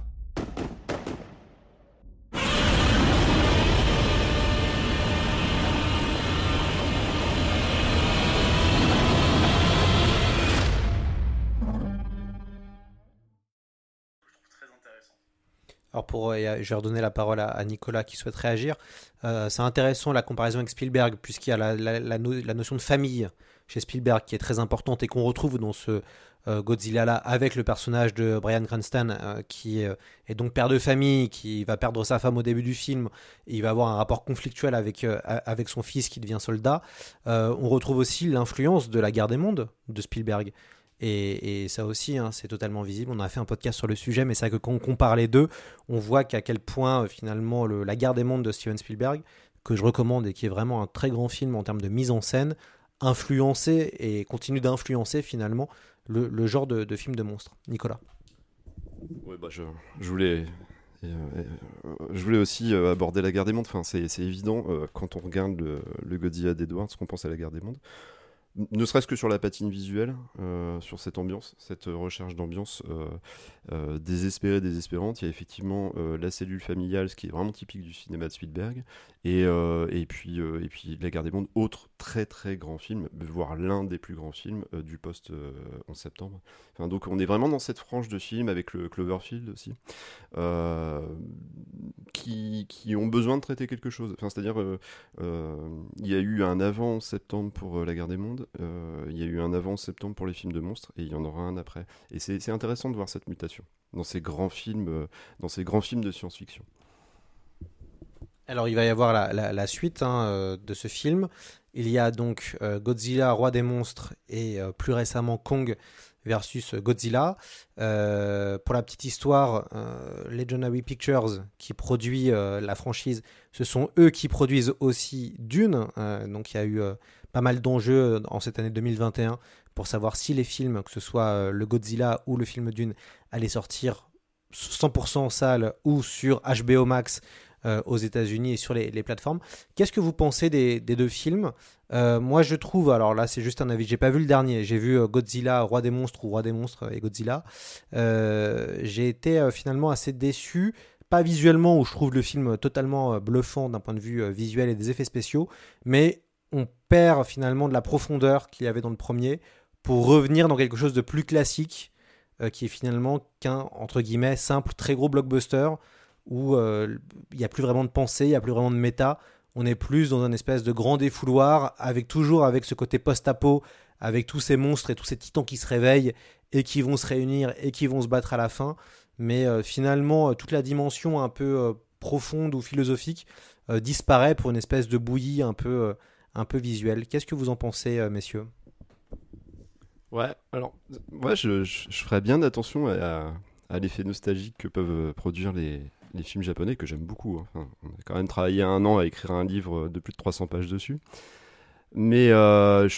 Alors je vais redonner la parole à Nicolas qui souhaite réagir. C'est intéressant la comparaison avec Spielberg, puisqu'il y a la notion de famille chez Spielberg qui est très importante et qu'on retrouve dans ce Godzilla-là avec le personnage de Bryan Cranston qui est donc père de famille, qui va perdre sa femme au début du film, et il va avoir un rapport conflictuel avec son fils qui devient soldat. On retrouve aussi l'influence de La Guerre des Mondes de Spielberg. Et ça aussi, hein, c'est totalement visible. On a fait un podcast sur le sujet, mais c'est vrai que quand on compare les deux, on voit qu'à quel point finalement La Guerre des Mondes de Steven Spielberg, que je recommande et qui est vraiment un très grand film en termes de mise en scène, influencé et continue d'influencer finalement le genre de film de monstre. Nicolas. Ouais, je voulais aussi aborder La Guerre des Mondes. Enfin, c'est évident quand on regarde le Godzilla d'Edwards qu'on pense à La Guerre des Mondes. Ne serait-ce que sur la patine visuelle, sur cette ambiance, cette recherche d'ambiance désespérée, désespérante. Il y a effectivement la cellule familiale, ce qui est vraiment typique du cinéma de Spielberg, et puis La Guerre des Mondes, autre très très grand film, voire l'un des plus grands films du post-11 septembre. Enfin, donc on est vraiment dans cette frange de films avec le Cloverfield aussi, qui ont besoin de traiter quelque chose. Enfin, c'est-à-dire, il y a eu un avant 11 septembre pour La Guerre des Mondes. Il y a eu un avant septembre pour les films de monstres et il y en aura un après. Et c'est intéressant de voir cette mutation dans ces grands films de science-fiction. Alors il va y avoir la suite de ce film. Il y a donc Godzilla, roi des monstres, et plus récemment Kong versus Godzilla. Pour la petite histoire, Legendary Pictures, qui produit la franchise, ce sont eux qui produisent aussi Dune. Donc il y a eu pas mal d'enjeux en cette année 2021 pour savoir si les films, que ce soit le Godzilla ou le film Dune, allaient sortir 100% en salle ou sur HBO Max aux États-Unis et sur les plateformes. Qu'est-ce que vous pensez des deux films ? Moi, je trouve, alors là, c'est juste un avis, j'ai pas vu le dernier, j'ai vu Godzilla, Roi des monstres ou Roi des monstres et Godzilla. J'ai été finalement assez déçu, pas visuellement où je trouve le film totalement bluffant d'un point de vue visuel et des effets spéciaux, mais on perd finalement de la profondeur qu'il y avait dans le premier pour revenir dans quelque chose de plus classique qui est finalement qu'un, entre guillemets, simple, très gros blockbuster où il n'y a plus vraiment de pensée, il n'y a plus vraiment de méta. On est plus dans un espèce de grand défouloir, toujours avec ce côté post-apo, avec tous ces monstres et tous ces titans qui se réveillent et qui vont se réunir et qui vont se battre à la fin. Mais finalement, toute la dimension un peu profonde ou philosophique disparaît pour une espèce de bouillie un peu visuelle. Qu'est-ce que vous en pensez, messieurs ? Ouais, alors, moi, je ferais bien attention à l'effet nostalgique que peuvent produire les films japonais, que j'aime beaucoup. Enfin, on a quand même travaillé 1 an à écrire un livre de plus de 300 pages dessus. Mais il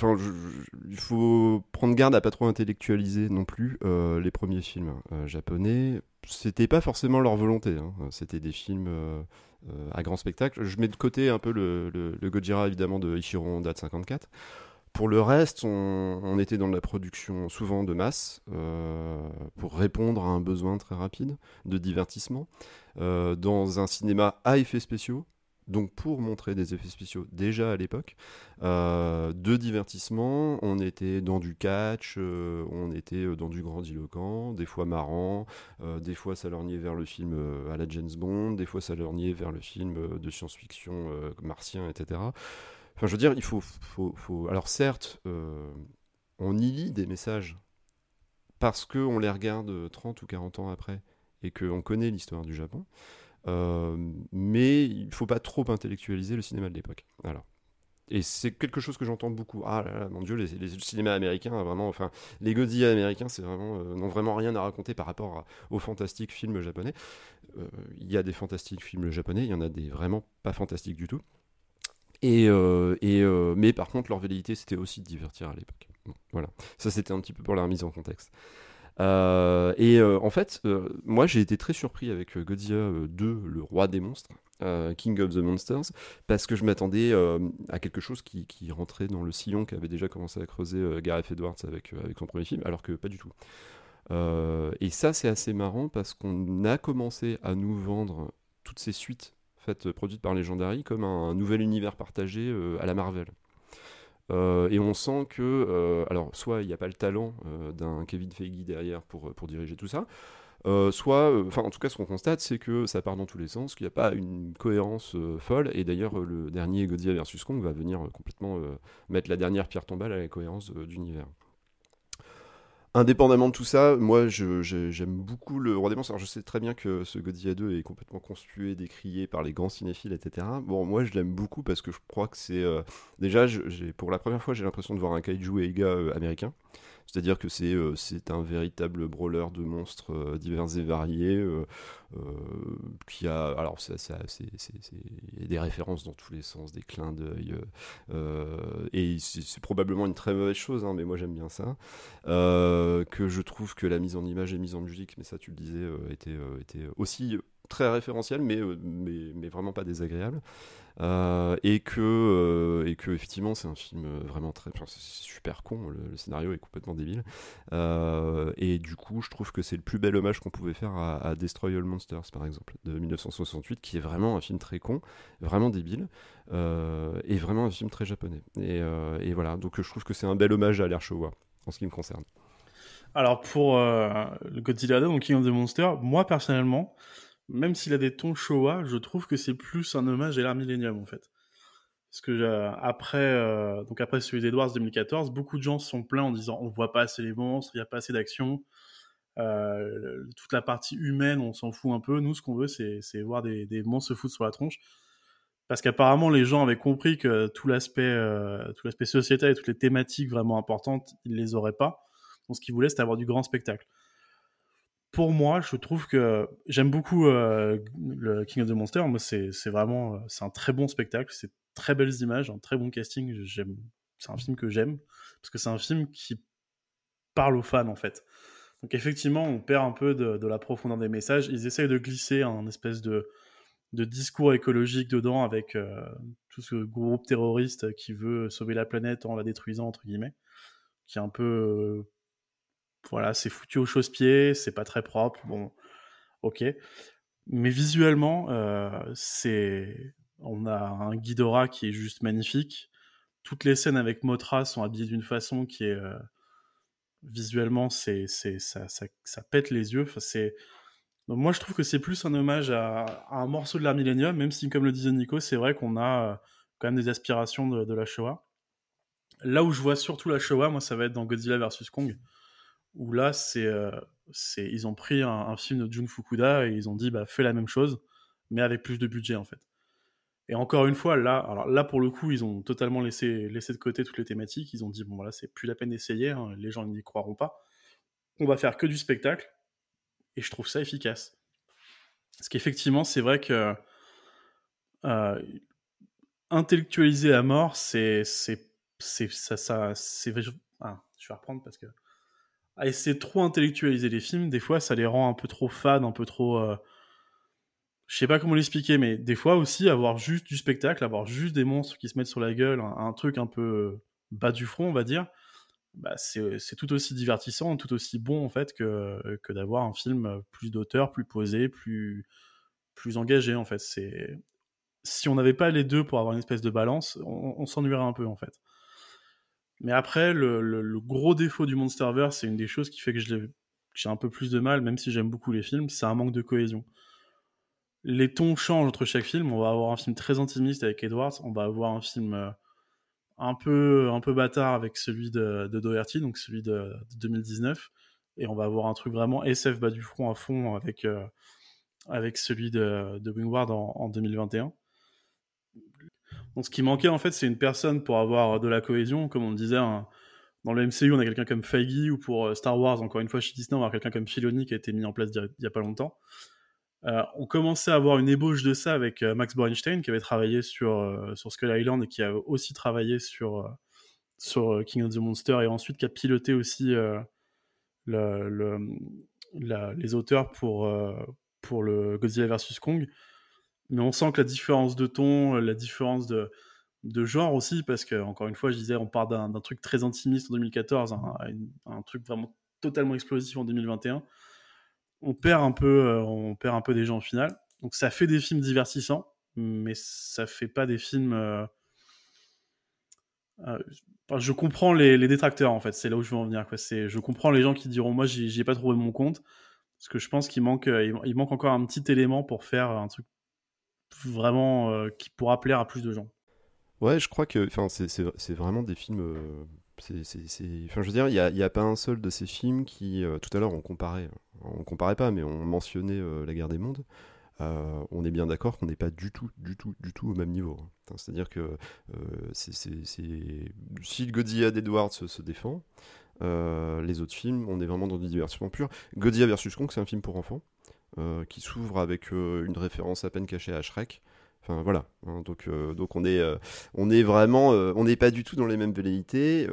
faut prendre garde à pas trop intellectualiser non plus les premiers films japonais. C'était pas forcément leur volonté. C'était des films à grand spectacle. Je mets de côté un peu le Gojira, évidemment, de Ichiro Honda de 54. Pour le reste, on était dans de la production souvent de masse pour répondre à un besoin très rapide de divertissement dans un cinéma à effets spéciaux, donc pour montrer des effets spéciaux déjà à l'époque, de divertissement. On était dans du catch, on était dans du grandiloquent, des fois marrant, des fois ça lorgnait vers le film à la James Bond, des fois ça lorgnait vers le film de science-fiction martien, etc. Enfin, je veux dire, il faut... Alors certes, on y lit des messages parce qu'on les regarde 30 ou 40 ans après et qu'on connaît l'histoire du Japon, mais il ne faut pas trop intellectualiser le cinéma de l'époque. Alors, et c'est quelque chose que j'entends beaucoup. Ah là là, mon Dieu, le cinéma américain, vraiment, enfin, les Godzilla américains, c'est vraiment, n'ont vraiment rien à raconter par rapport aux fantastiques films japonais. Il y a des fantastiques films japonais, il y en a des vraiment pas fantastiques du tout. Mais par contre, leur velléité, c'était aussi de divertir à l'époque. Bon, voilà, ça c'était un petit peu pour la remise en contexte. En fait, moi j'ai été très surpris avec Godzilla 2, le roi des monstres, King of the Monsters, parce que je m'attendais à quelque chose qui rentrait dans le sillon qu'avait déjà commencé à creuser Gareth Edwards avec son premier film, alors que pas du tout. Et ça c'est assez marrant parce qu'on a commencé à nous vendre toutes ces suites produite par Legendary comme un nouvel univers partagé à la Marvel. Et on sent que, alors, soit il n'y a pas le talent d'un Kevin Feige derrière pour diriger tout ça, soit, enfin, en tout cas, ce qu'on constate, c'est que ça part dans tous les sens, qu'il n'y a pas une cohérence folle. Et d'ailleurs, le dernier Godzilla vs Kong va venir complètement mettre la dernière pierre tombale à la cohérence d'univers. Indépendamment de tout ça, moi j'aime beaucoup le Roi des monstres. Alors je sais très bien que ce Godzilla 2 est complètement conspué, décrié par les grands cinéphiles, etc. Bon, moi je l'aime beaucoup parce que je crois que c'est... déjà, pour la première fois, j'ai l'impression de voir un kaiju Eiga américain. C'est-à-dire que c'est un véritable brawler de monstres divers et variés qui a... Alors, il y a des références dans tous les sens, des clins d'œil. Et c'est probablement une très mauvaise chose, hein, mais moi j'aime bien ça. Que je trouve que la mise en image et mise en musique, mais ça tu le disais, était aussi très référentielle, mais vraiment pas désagréable. Et que effectivement c'est un film vraiment très... Enfin, c'est super con, le scénario est complètement débile. Et du coup, je trouve que c'est le plus bel hommage qu'on pouvait faire à Destroy All Monsters, par exemple, de 1968, qui est vraiment un film très con, vraiment débile, et vraiment un film très japonais. Et voilà, donc je trouve que c'est un bel hommage à l'ère Showa, en ce qui me concerne. Alors pour le Godzilla 2, donc King of the Monsters, moi personnellement, même s'il a des tons Showa, je trouve que c'est plus un hommage à l'ère Millennium en fait. Parce que après celui d'Edwards 2014, beaucoup de gens se sont plaints en disant on voit pas assez les monstres, il y a pas assez d'action, toute la partie humaine on s'en fout un peu. Nous ce qu'on veut c'est voir des monstres se foutre sur la tronche. Parce qu'apparemment les gens avaient compris que tout l'aspect sociétal et toutes les thématiques vraiment importantes, ils les auraient pas. Donc ce qu'ils voulaient c'était avoir du grand spectacle. pour moi, je trouve que j'aime beaucoup le King of the Monsters. Moi, c'est vraiment c'est un très bon spectacle, c'est très belles images, un très bon casting. C'est un film que j'aime parce que c'est un film qui parle aux fans en fait. Donc effectivement, on perd un peu de la profondeur des messages. Ils essayent de glisser un espèce de discours écologique dedans avec tout ce groupe terroriste qui veut sauver la planète en la détruisant entre guillemets, qui est un peu voilà, c'est foutu au chausse-pied, c'est pas très propre, bon, ok. Mais visuellement, on a un Ghidorah qui est juste magnifique. Toutes les scènes avec Mothra sont habillées d'une façon qui est visuellement, ça pète les yeux. Enfin, donc moi, je trouve que c'est plus un hommage à un morceau de l'art Millennium, même si, comme le disait Nico, c'est vrai qu'on a quand même des aspirations de la Showa. Là où je vois surtout la Showa, moi, ça va être dans Godzilla vs Kong, où là, ils ont pris un film de Jun Fukuda et ils ont dit, bah, fais la même chose, mais avec plus de budget, en fait. Et encore une fois, là, pour le coup, ils ont totalement laissé de côté toutes les thématiques. Ils ont dit, bon, voilà, c'est plus la peine d'essayer, hein, les gens n'y croiront pas. On va faire que du spectacle, et je trouve ça efficace. Parce qu'effectivement, c'est vrai que intellectualiser à mort, je vais reprendre parce que à essayer de trop intellectualiser les films, des fois, ça les rend un peu trop fades, un peu trop... Je sais pas comment l'expliquer, mais des fois aussi, avoir juste du spectacle, avoir juste des monstres qui se mettent sur la gueule, un truc un peu bas du front, on va dire, bah c'est tout aussi divertissant, tout aussi bon, en fait, que d'avoir un film plus d'auteur, plus posé, plus engagé, en fait. Si on n'avait pas les deux pour avoir une espèce de balance, on s'ennuierait un peu, en fait. Mais après, le gros défaut du Monsterverse, c'est une des choses qui fait que j'ai un peu plus de mal, même si j'aime beaucoup les films, c'est un manque de cohésion. Les tons changent entre chaque film. On va avoir un film très intimiste avec Edwards, on va avoir un film un peu bâtard avec celui de Doherty, donc celui de 2019, et on va avoir un truc vraiment SF bas du front à fond avec celui de Wingard en 2021. Donc ce qui manquait en fait, c'est une personne pour avoir de la cohésion, comme on le disait, dans le MCU on a quelqu'un comme Feige, ou pour Star Wars, encore une fois chez Disney, on va avoir quelqu'un comme Filoni qui a été mis en place il y a pas longtemps. On commençait à avoir une ébauche de ça avec Max Borenstein, qui avait travaillé sur Skull Island et qui a aussi travaillé sur King of the Monsters, et ensuite qui a piloté aussi les auteurs pour le Godzilla vs Kong. Mais on sent que la différence de ton, la différence de genre aussi, parce que, encore une fois, je disais, on part d'un truc très intimiste en 2014 à un truc vraiment totalement explosif en 2021. On perd un peu des gens au final. Donc ça fait des films divertissants, mais ça fait pas des films... je comprends les détracteurs, en fait, c'est là où je veux en venir, quoi. Je comprends les gens qui diront, moi, j'y ai pas trouvé mon compte, parce que je pense qu'il manque encore un petit élément pour faire un truc vraiment qui pourra plaire à plus de gens. Ouais, je crois que c'est vraiment des films... Enfin, je veux dire, il y a pas un seul de ces films qui... tout à l'heure, on comparait pas, mais on mentionnait La Guerre des Mondes. On est bien d'accord qu'on n'est pas du tout au même niveau. Enfin, c'est-à-dire que si le Godzilla d'Edwards se défend, les autres films, on est vraiment dans du divertissement pur. Godzilla vs Kong, c'est un film pour enfants, qui s'ouvre avec une référence à peine cachée à Shrek. Enfin voilà, hein, donc on est vraiment, on n'est pas du tout dans les mêmes velléités.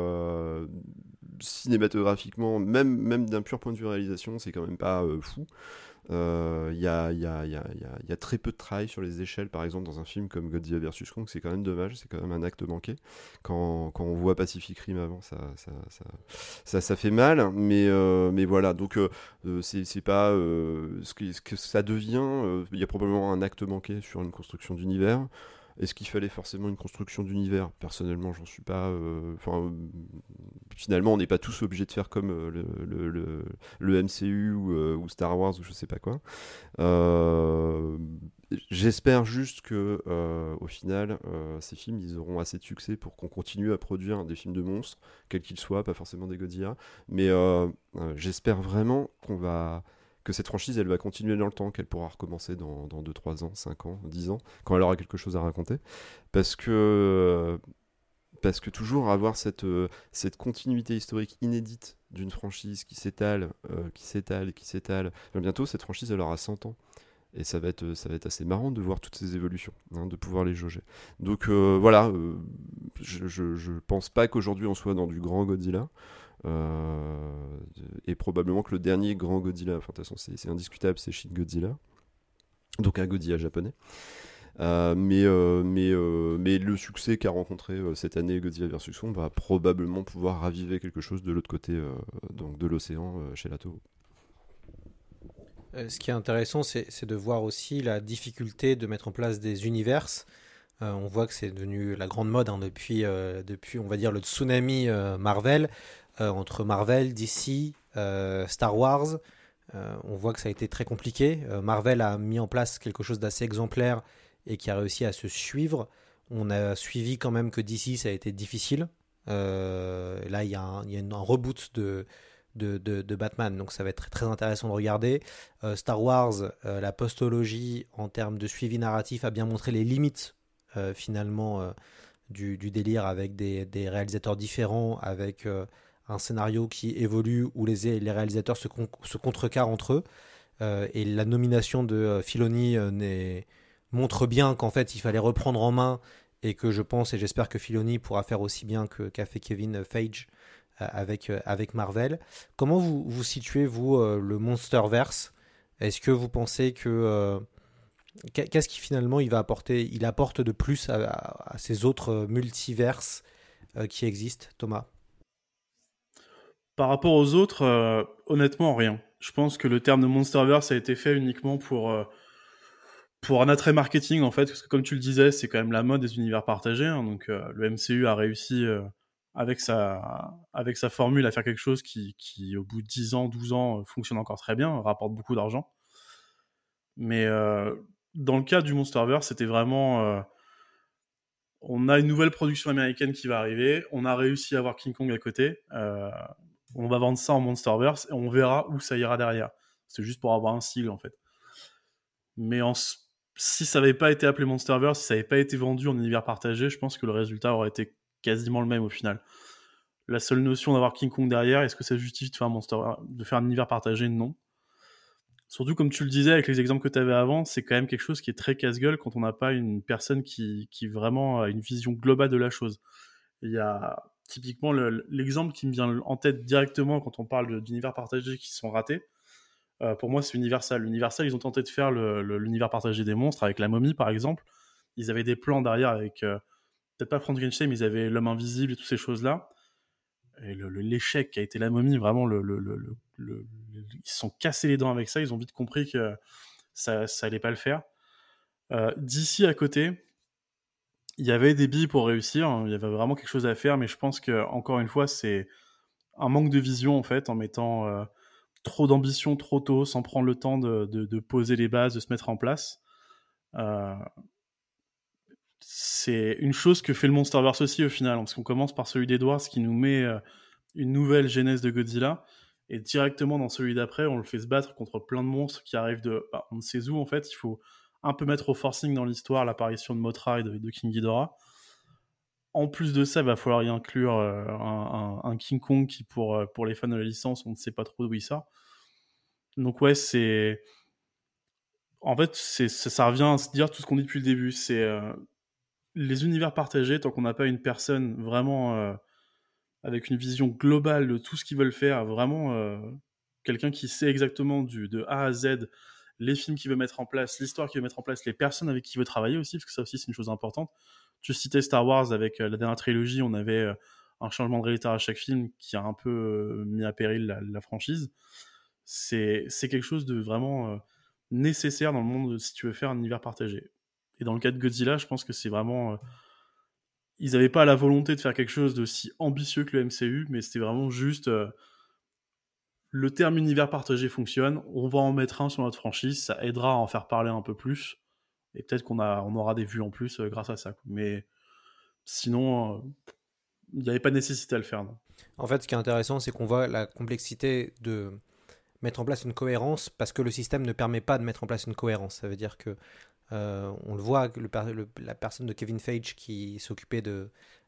Cinématographiquement, même d'un pur point de vue réalisation, c'est quand même pas fou. Il y a très peu de travail sur les échelles, par exemple dans un film comme Godzilla vs Kong. C'est quand même dommage, c'est quand même un acte manqué. Quand on voit Pacific Rim avant, ça fait mal, mais voilà, donc c'est pas ce que ça devient. Il y a probablement un acte manqué sur une construction d'univers. Est-ce qu'il fallait forcément une construction d'univers ? Personnellement, j'en suis pas... finalement, on n'est pas tous obligés de faire comme le MCU ou Star Wars ou je sais pas quoi. J'espère juste que, au final, ces films, ils auront assez de succès pour qu'on continue à produire des films de monstres, quels qu'ils soient, pas forcément des Godzilla. Mais j'espère vraiment que cette franchise, elle va continuer dans le temps, qu'elle pourra recommencer dans 2, 3 ans, 5 ans, 10 ans, quand elle aura quelque chose à raconter. Parce que parce que toujours avoir cette continuité historique inédite d'une franchise qui s'étale, bientôt cette franchise elle aura 100 ans. Et ça va être assez marrant de voir toutes ces évolutions, de pouvoir les jauger. Donc voilà, je pense pas qu'aujourd'hui on soit dans du grand Godzilla. Et probablement que le dernier grand Godzilla, enfin de toute façon c'est indiscutable, c'est Shin Godzilla. Donc un Godzilla japonais. Mais le succès qu'a rencontré cette année Godzilla vs Kong va probablement pouvoir raviver quelque chose de l'autre côté donc de l'océan chez la Toho. Ce qui est intéressant, c'est de voir aussi la difficulté de mettre en place des univers. On voit que c'est devenu la grande mode depuis, on va dire, le tsunami Marvel, entre Marvel, DC, Star Wars. On voit que ça a été très compliqué. Marvel a mis en place quelque chose d'assez exemplaire et qui a réussi à se suivre. On a suivi quand même que DC, ça a été difficile. Là, il y a un reboot de Batman, donc ça va être très, très intéressant de regarder. Star Wars, la postologie en termes de suivi narratif a bien montré les limites finalement du délire avec des réalisateurs différents, avec un scénario qui évolue où les réalisateurs se contrecarrent entre eux, et la nomination de Filoni montre bien qu'en fait il fallait reprendre en main, et que je pense et j'espère que Filoni pourra faire aussi bien qu'a fait Kevin Feige avec Marvel. Comment vous situez, vous, le Monsterverse ? Est-ce que vous pensez que... qu'est-ce qui finalement il apporte de plus à ces autres multiverses qui existent, Thomas ? Par rapport aux autres, honnêtement, rien. Je pense que le terme de Monsterverse a été fait uniquement pour un attrait marketing, en fait, parce que comme tu le disais, c'est quand même la mode des univers partagés, hein, donc le MCU a réussi... avec sa formule à faire quelque chose qui au bout de 10 ans, 12 ans, fonctionne encore très bien, rapporte beaucoup d'argent. Mais dans le cas du Monsterverse, c'était vraiment... on a une nouvelle production américaine qui va arriver, on a réussi à avoir King Kong à côté, on va vendre ça en Monsterverse, et on verra où ça ira derrière. C'est juste pour avoir un sigle, en fait. Mais si ça n'avait pas été appelé Monsterverse, si ça n'avait pas été vendu en univers partagé, je pense que le résultat aurait été quasiment le même au final. La seule notion d'avoir King Kong derrière, est-ce que ça justifie de faire un univers partagé ? Non. Surtout, comme tu le disais, avec les exemples que tu avais avant, c'est quand même quelque chose qui est très casse-gueule quand on n'a pas une personne qui vraiment a une vision globale de la chose. Il y a typiquement l'exemple qui me vient en tête directement quand on parle d'univers partagés qui sont ratés. Pour moi, c'est Universal. Universal, ils ont tenté de faire l'univers partagé des monstres avec la momie, par exemple. Ils avaient des plans derrière avec... peut-être pas Frankenstein, mais ils avaient l'homme invisible et toutes ces choses-là. Et l'échec qui a été la momie, vraiment, ils se sont cassés les dents avec ça. Ils ont vite compris que ça allait pas le faire. D'ici à côté, il y avait des billes pour réussir. Il y avait vraiment quelque chose à faire, mais je pense que encore une fois, c'est un manque de vision en fait, en mettant trop d'ambition trop tôt, sans prendre le temps de poser les bases, de se mettre en place. C'est une chose que fait le Monsterverse aussi au final, parce qu'on commence par celui d'Edwards qui nous met une nouvelle genèse de Godzilla, et directement dans celui d'après on le fait se battre contre plein de monstres qui arrivent on ne sait où en fait. Il faut un peu mettre au forcing dans l'histoire l'apparition de Mothra et de King Ghidorah. En plus de ça, il va falloir y inclure un King Kong qui pour les fans de la licence, on ne sait pas trop d'où il sort. Donc ouais, en fait ça revient à se dire tout ce qu'on dit depuis le début, c'est les univers partagés, tant qu'on n'a pas une personne vraiment avec une vision globale de tout ce qu'ils veulent faire, vraiment quelqu'un qui sait exactement de A à Z les films qu'il veut mettre en place, l'histoire qu'il veut mettre en place, les personnes avec qui il veut travailler aussi, parce que ça aussi c'est une chose importante. Tu citais Star Wars avec la dernière trilogie, on avait un changement de réalisateur à chaque film qui a un peu mis à péril la franchise. C'est quelque chose de vraiment nécessaire dans le monde si tu veux faire un univers partagé. Et dans le cas de Godzilla, je pense que c'est vraiment... ils n'avaient pas la volonté de faire quelque chose d'aussi ambitieux que le MCU, mais c'était vraiment juste... le terme univers partagé fonctionne, on va en mettre un sur notre franchise, ça aidera à en faire parler un peu plus, et peut-être qu'on aura des vues en plus grâce à ça. Mais sinon, il n'y avait pas de nécessité à le faire. Non. En fait, ce qui est intéressant, c'est qu'on voit la complexité de mettre en place une cohérence, parce que le système ne permet pas de mettre en place une cohérence. Ça veut dire que on le voit, la personne de Kevin Feige qui s'occupait de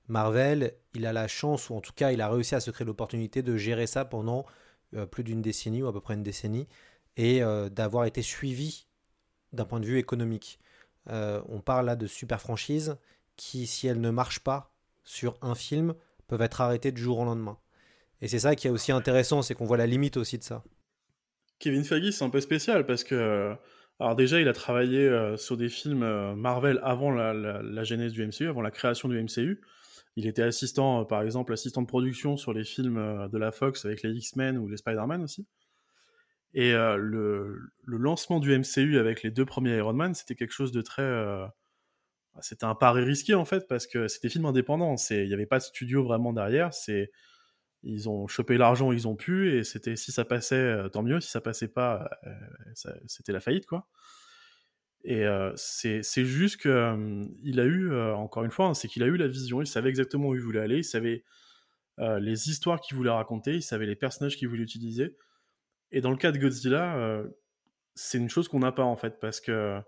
Marvel, il a la chance, ou en tout cas il a réussi à se créer l'opportunité de gérer ça pendant plus d'une décennie, ou à peu près une décennie, et d'avoir été suivi d'un point de vue économique. On parle là de super franchises qui, si elles ne marchent pas sur un film, peuvent être arrêtées du jour au lendemain. Et c'est ça qui est aussi intéressant, c'est qu'on voit la limite aussi de ça. Kevin Feige, c'est un peu spécial parce que, alors déjà, il a travaillé sur des films Marvel avant la genèse du MCU, avant la création du MCU. Il était assistant, par exemple, assistant de production sur les films de la Fox avec les X-Men ou les Spider-Man aussi. Et le lancement du MCU avec les 2 premiers Iron Man, c'était quelque chose de très... c'était un pari risqué en fait, parce que c'était des films indépendants. Il n'y avait pas de studio vraiment derrière. Ils ont chopé l'argent où ils ont pu, et c'était, si ça passait, tant mieux. Si ça passait pas, c'était la faillite, quoi. Et c'est juste qu'il a eu, encore une fois, c'est qu'il a eu la vision, il savait exactement où il voulait aller, il savait les histoires qu'il voulait raconter, il savait les personnages qu'il voulait utiliser. Et dans le cas de Godzilla, c'est une chose qu'on n'a pas, en fait, parce que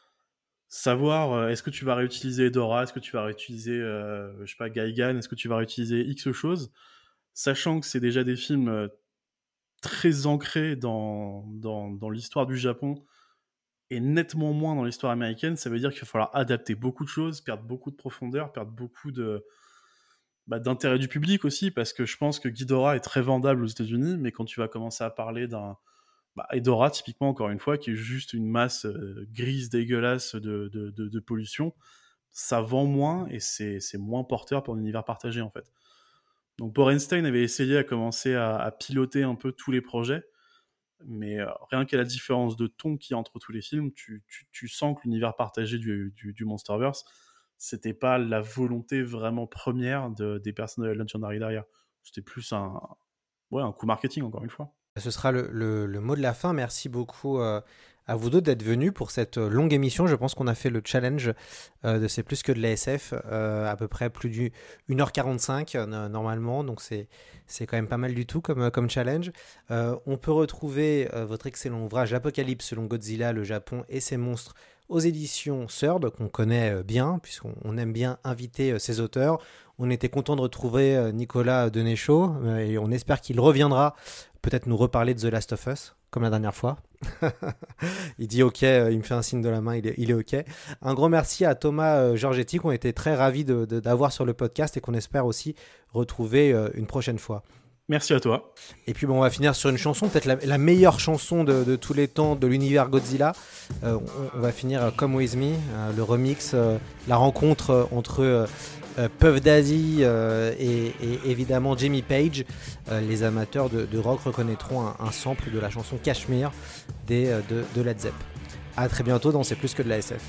savoir, est-ce que tu vas réutiliser Hedorah, est-ce que tu vas réutiliser, je sais pas, Gigan, est-ce que tu vas réutiliser X choses, sachant que c'est déjà des films très ancrés dans l'histoire du Japon, et nettement moins dans l'histoire américaine, ça veut dire qu'il va falloir adapter beaucoup de choses, perdre beaucoup de profondeur, perdre beaucoup d'intérêt du public aussi, parce que je pense que Ghidorah est très vendable aux États-Unis, mais quand tu vas commencer à parler d'un Hedorah, typiquement, encore une fois, qui est juste une masse grise dégueulasse de pollution, ça vend moins, et c'est moins porteur pour l'univers partagé, en fait. Donc Borenstein avait essayé à commencer à piloter un peu tous les projets, mais rien qu'à la différence de ton qu'il y a entre tous les films, tu sens que l'univers partagé du Monsterverse, c'était pas la volonté vraiment première des personnes de la Legendary derrière. C'était plus un coup marketing, encore une fois. Ce sera le mot de la fin. Merci beaucoup à vous deux d'être venus pour cette longue émission. Je pense qu'on a fait le challenge de C'est plus que de la SF, à peu près plus d'1h45 normalement, donc c'est quand même pas mal du tout comme challenge. On peut retrouver votre excellent ouvrage Apocalypse selon Godzilla, le Japon et ses monstres aux éditions Third, qu'on connaît bien, puisqu'on aime bien inviter ces auteurs. On était content de retrouver Nicolas Denéchaud, et on espère qu'il reviendra peut-être nous reparler de The Last of Us, comme la dernière fois. Il dit OK, il me fait un signe de la main, il est OK. Un grand merci à Thomas Giorgetti, qu'on était très ravis d'avoir sur le podcast et qu'on espère aussi retrouver une prochaine fois. Merci à toi. Et puis on va finir sur une chanson, peut-être la meilleure chanson de tous les temps de l'univers Godzilla. On va finir Come With Me, le remix, la rencontre entre Puff Daddy et évidemment Jimmy Page. Les amateurs de rock reconnaîtront un sample de la chanson Kashmir de Led Zepp. À très bientôt dans C'est plus que de la SF.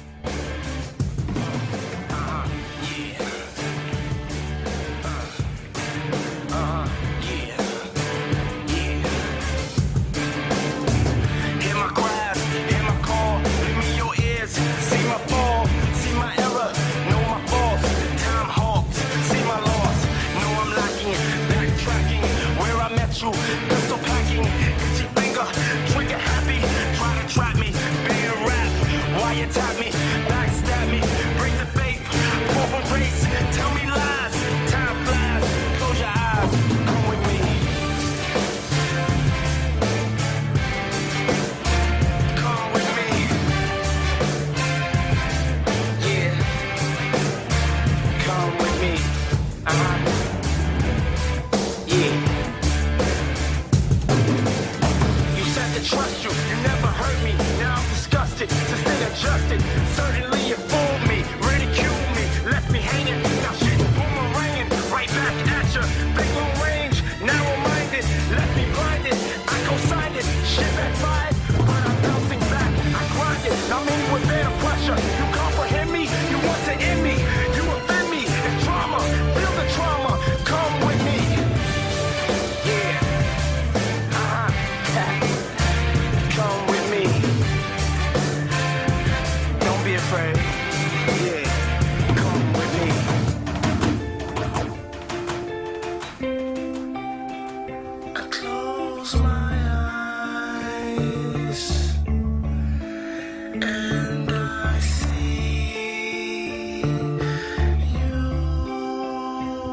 You comprehend me, you want to end me, you offend me, it's drama, feel the trauma.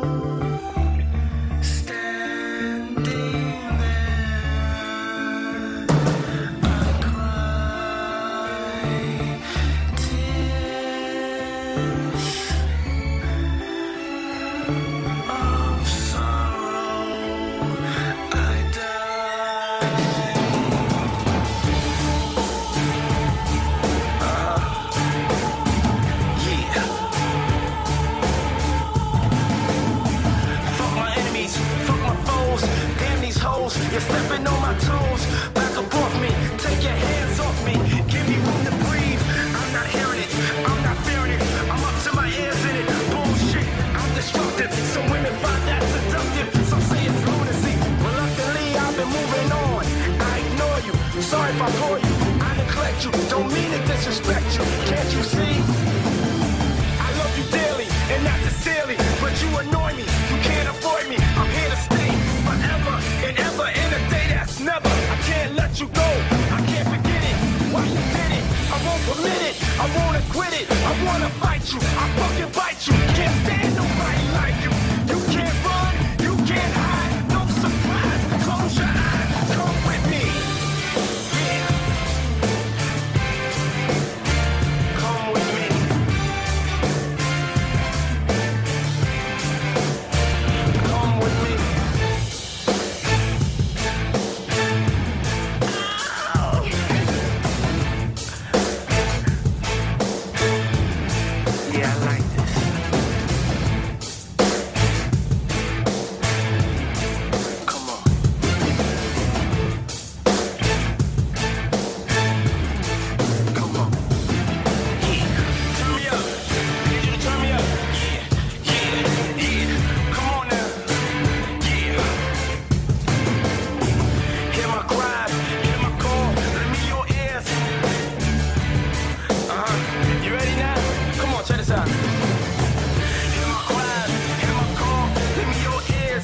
You're stepping on my toes, back up off me, take your hands off me, give me room to breathe. I'm not hearing it, I'm not fearing it, I'm up to my ears in it. Bullshit, I'm destructive, some women find that seductive, some say it's lunacy. Reluctantly, I've been moving on, I ignore you, sorry if I bore you, I neglect you, don't mean to disrespect you, can't you see? I love you dearly, and not sincerely, but you annoy me, you can't avoid me, I'm here to stay forever and ever in a day that's never. I can't let you go, I can't forget it. Why you did it? I won't permit it, I won't acquit it. I wanna fight you, I fucking bite you. Can't stand nobody like you. You can't run, you can't hide. No surprise, close your eyes, come with me. Yeah. Come with me. Come with me. Yeah, I like this. Come on. Come on. Yeah. Turn me up. Need you to turn me up. Yeah. Yeah. Yeah. Come on now. Yeah. Hear my cries, hear my call. Let me your ears. You ready now? Come on, check this out. Hear my cries, hear my call, let me your ears.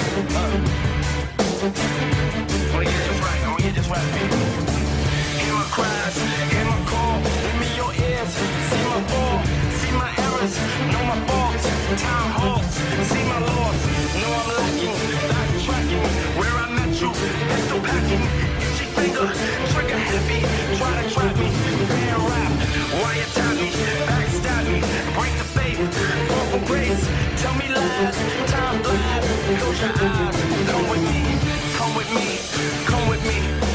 I wanna get this right, I wanna get this right, baby. Hear my cries, hear my call, let me your ears. See my fall, see my errors, know my faults, time halts, see my loss, know I'm lacking, not tracking, where I met you, pistol packing, itchy finger, trigger happy, try to trap me, bad rap, why you tap me, backstab me, break the faith, fall from grace, tell me lies, time flies, close your eyes, come with me, come with me, come with me.